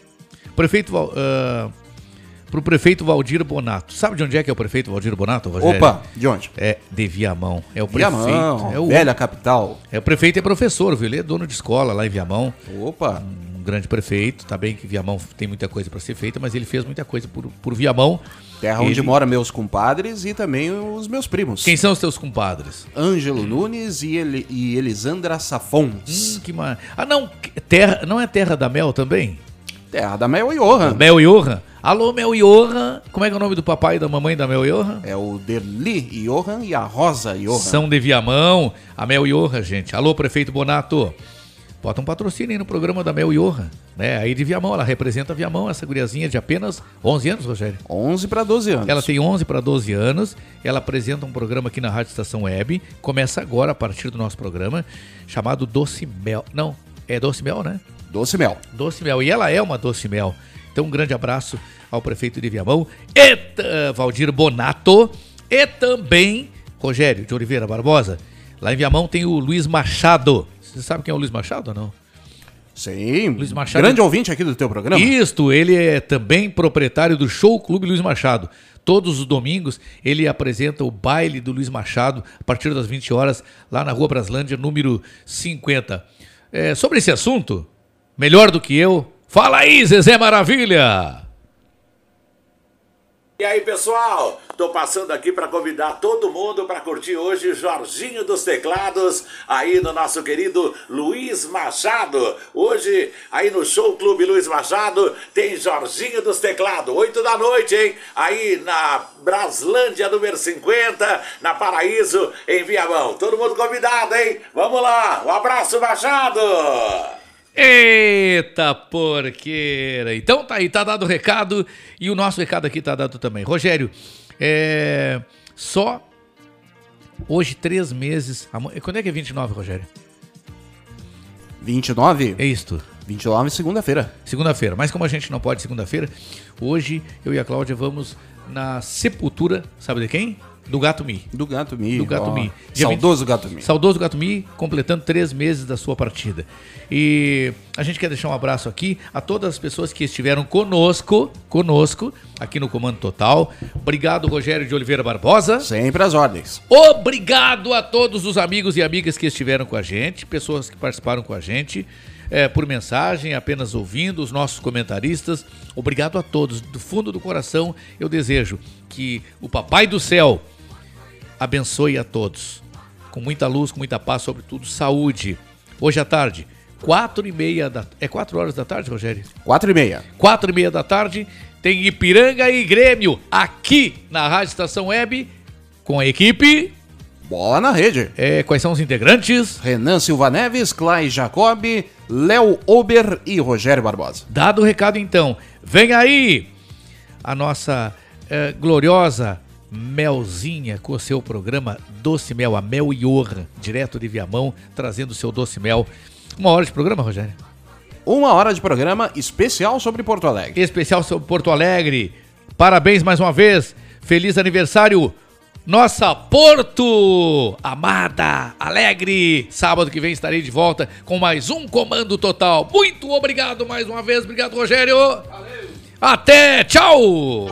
Pro prefeito Valdir Bonato. Sabe de onde é que é o prefeito Valdir Bonato, Rogério? Opa, de onde? É de Viamão. É o Viamão, prefeito. Velha capital. O prefeito é professor, viu? Ele é dono de escola lá em Viamão. Opa! Um grande prefeito. Tá bem que Viamão tem muita coisa para ser feita, mas ele fez muita coisa por Viamão. Terra onde moram meus compadres e também os meus primos. Quem são os teus compadres? Ângelo Nunes e Elisandra Safons. Não é Terra da Mel também? Terra da Mel e Johan. Mel e Johan. Alô, Mel e Johan. Como é que é o nome do papai e da mamãe da Mel e Johan? É o Derli e Johan e a Rosa e Johan. São de Viamão. A Mel e Johan, gente. Alô, prefeito Bonato. Bota um patrocínio aí no programa da Mel e Johan. Aí de Viamão, ela representa Viamão, essa guriazinha de apenas 11 anos, Rogério? 11 para 12 anos. Ela tem 11 para 12 anos. Ela apresenta um programa aqui na Rádio Estação Web. Começa agora, a partir do nosso programa, chamado Doce Mel. Não, é Doce Mel, né? Doce Mel. Doce Mel. E ela é uma Doce Mel. Então, um grande abraço ao prefeito de Viamão, Valdir Bonato, e também Rogério de Oliveira Barbosa. Lá em Viamão tem o Luiz Machado. Você sabe quem é o Luiz Machado ou não? Sim, Luiz Machado, grande ouvinte aqui do teu programa. Isto, ele é também proprietário do Show Clube Luiz Machado. Todos os domingos ele apresenta o baile do Luiz Machado a partir das 20 horas lá na Rua Braslândia, número 50. Sobre esse assunto, melhor do que eu, fala aí, Zezé Maravilha! E aí, pessoal, tô passando aqui para convidar todo mundo para curtir hoje Jorginho dos Teclados, aí no nosso querido Luiz Machado. Hoje, aí no Show Clube Luiz Machado, tem Jorginho dos Teclados, 8 da noite, hein? Aí na Braslândia, número 50, na Paraíso, em Viamão. Todo mundo convidado, hein? Vamos lá, um abraço, Machado! Eita porqueira! Então tá aí, tá dado o recado e o nosso recado aqui tá dado também. Rogério, só hoje 3 meses... Quando é que é 29, Rogério? 29? É isto. 29, segunda-feira. Segunda-feira, mas como a gente não pode segunda-feira, hoje eu e a Cláudia vamos na sepultura, sabe de quem? Do Gato Mi. Do Gato Mi. Do Gato Mi. Saudoso Gato Mi. Saudoso Gato Mi, completando 3 meses da sua partida. E a gente quer deixar um abraço aqui a todas as pessoas que estiveram conosco aqui no Comando Total. Obrigado, Rogério de Oliveira Barbosa. Sempre às ordens. Obrigado a todos os amigos e amigas que estiveram com a gente, pessoas que participaram com a gente. Por mensagem, apenas ouvindo, os nossos comentaristas. Obrigado a todos. Do fundo do coração, eu desejo que o Papai do Céu abençoe a todos. Com muita luz, com muita paz, sobretudo saúde. Hoje à tarde, 4h30 da... É 4 horas da tarde, Rogério? 4h30. 4h30 da tarde, tem Ipiranga e Grêmio aqui na Rádio Estação Web com a equipe... Bola na Rede. Quais são os integrantes? Renan Silva Neves, Clay Jacob, Léo Ober e Rogério Barbosa. Dado o recado então, vem aí a nossa gloriosa Melzinha com o seu programa Doce Mel, a Mel Iorra, direto de Viamão, trazendo o seu Doce Mel. 1 hora de programa, Rogério? 1 hora de programa especial sobre Porto Alegre. Especial sobre Porto Alegre. Parabéns mais uma vez. Feliz aniversário, nossa Porto amada, alegre. Sábado que vem estarei de volta com mais um Comando Total. Muito obrigado mais uma vez. Obrigado, Rogério. Valeu. Até, tchau.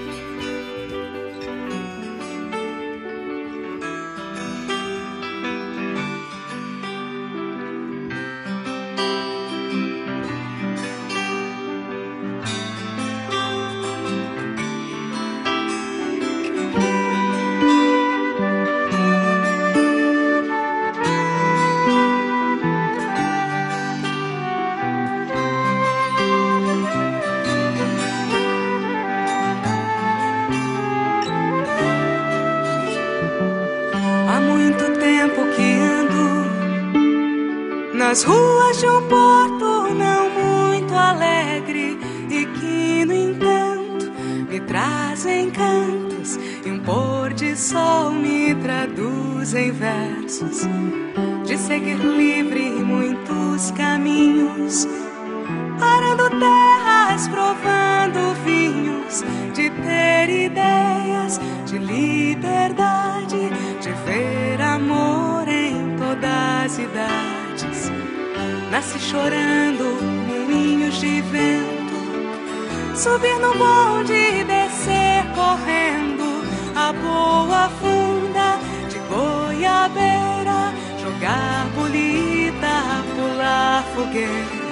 Nas ruas de um porto não muito alegre e que, no entanto, me trazem cantos e um pôr de sol me traduz em versos de seguir livre muitos caminhos, arando terras, provando vinhos, de ter ideias de liberdade, de ver amor em todas as idades. Nasce chorando, moinhos de vento, subir no bonde e descer correndo, a boa funda de goiabeira, jogar bolita, pular fogueira.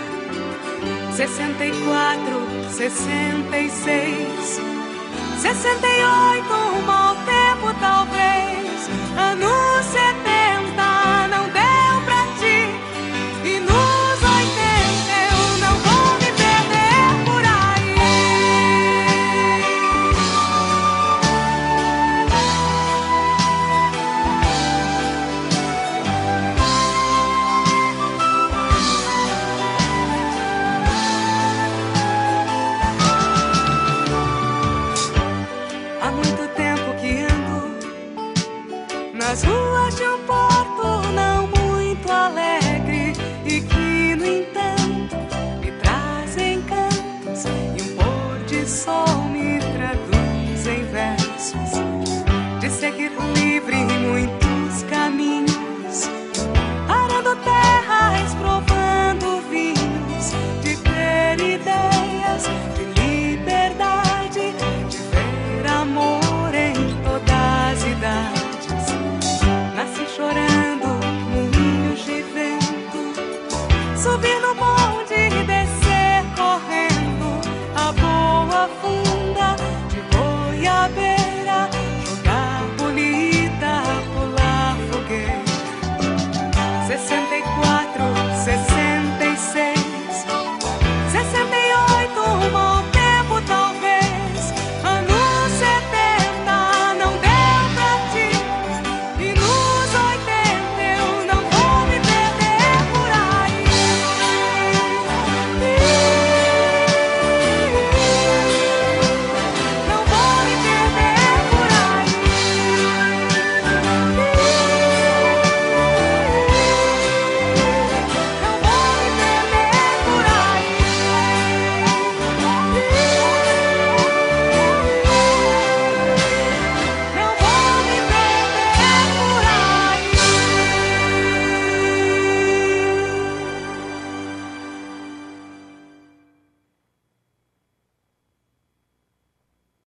64, 66, 68, um mau tempo talvez, anos 70 não deu pra ti. E nos 80 eu não vou me perder por aí. Há muito tempo que ando nas ruas de um porto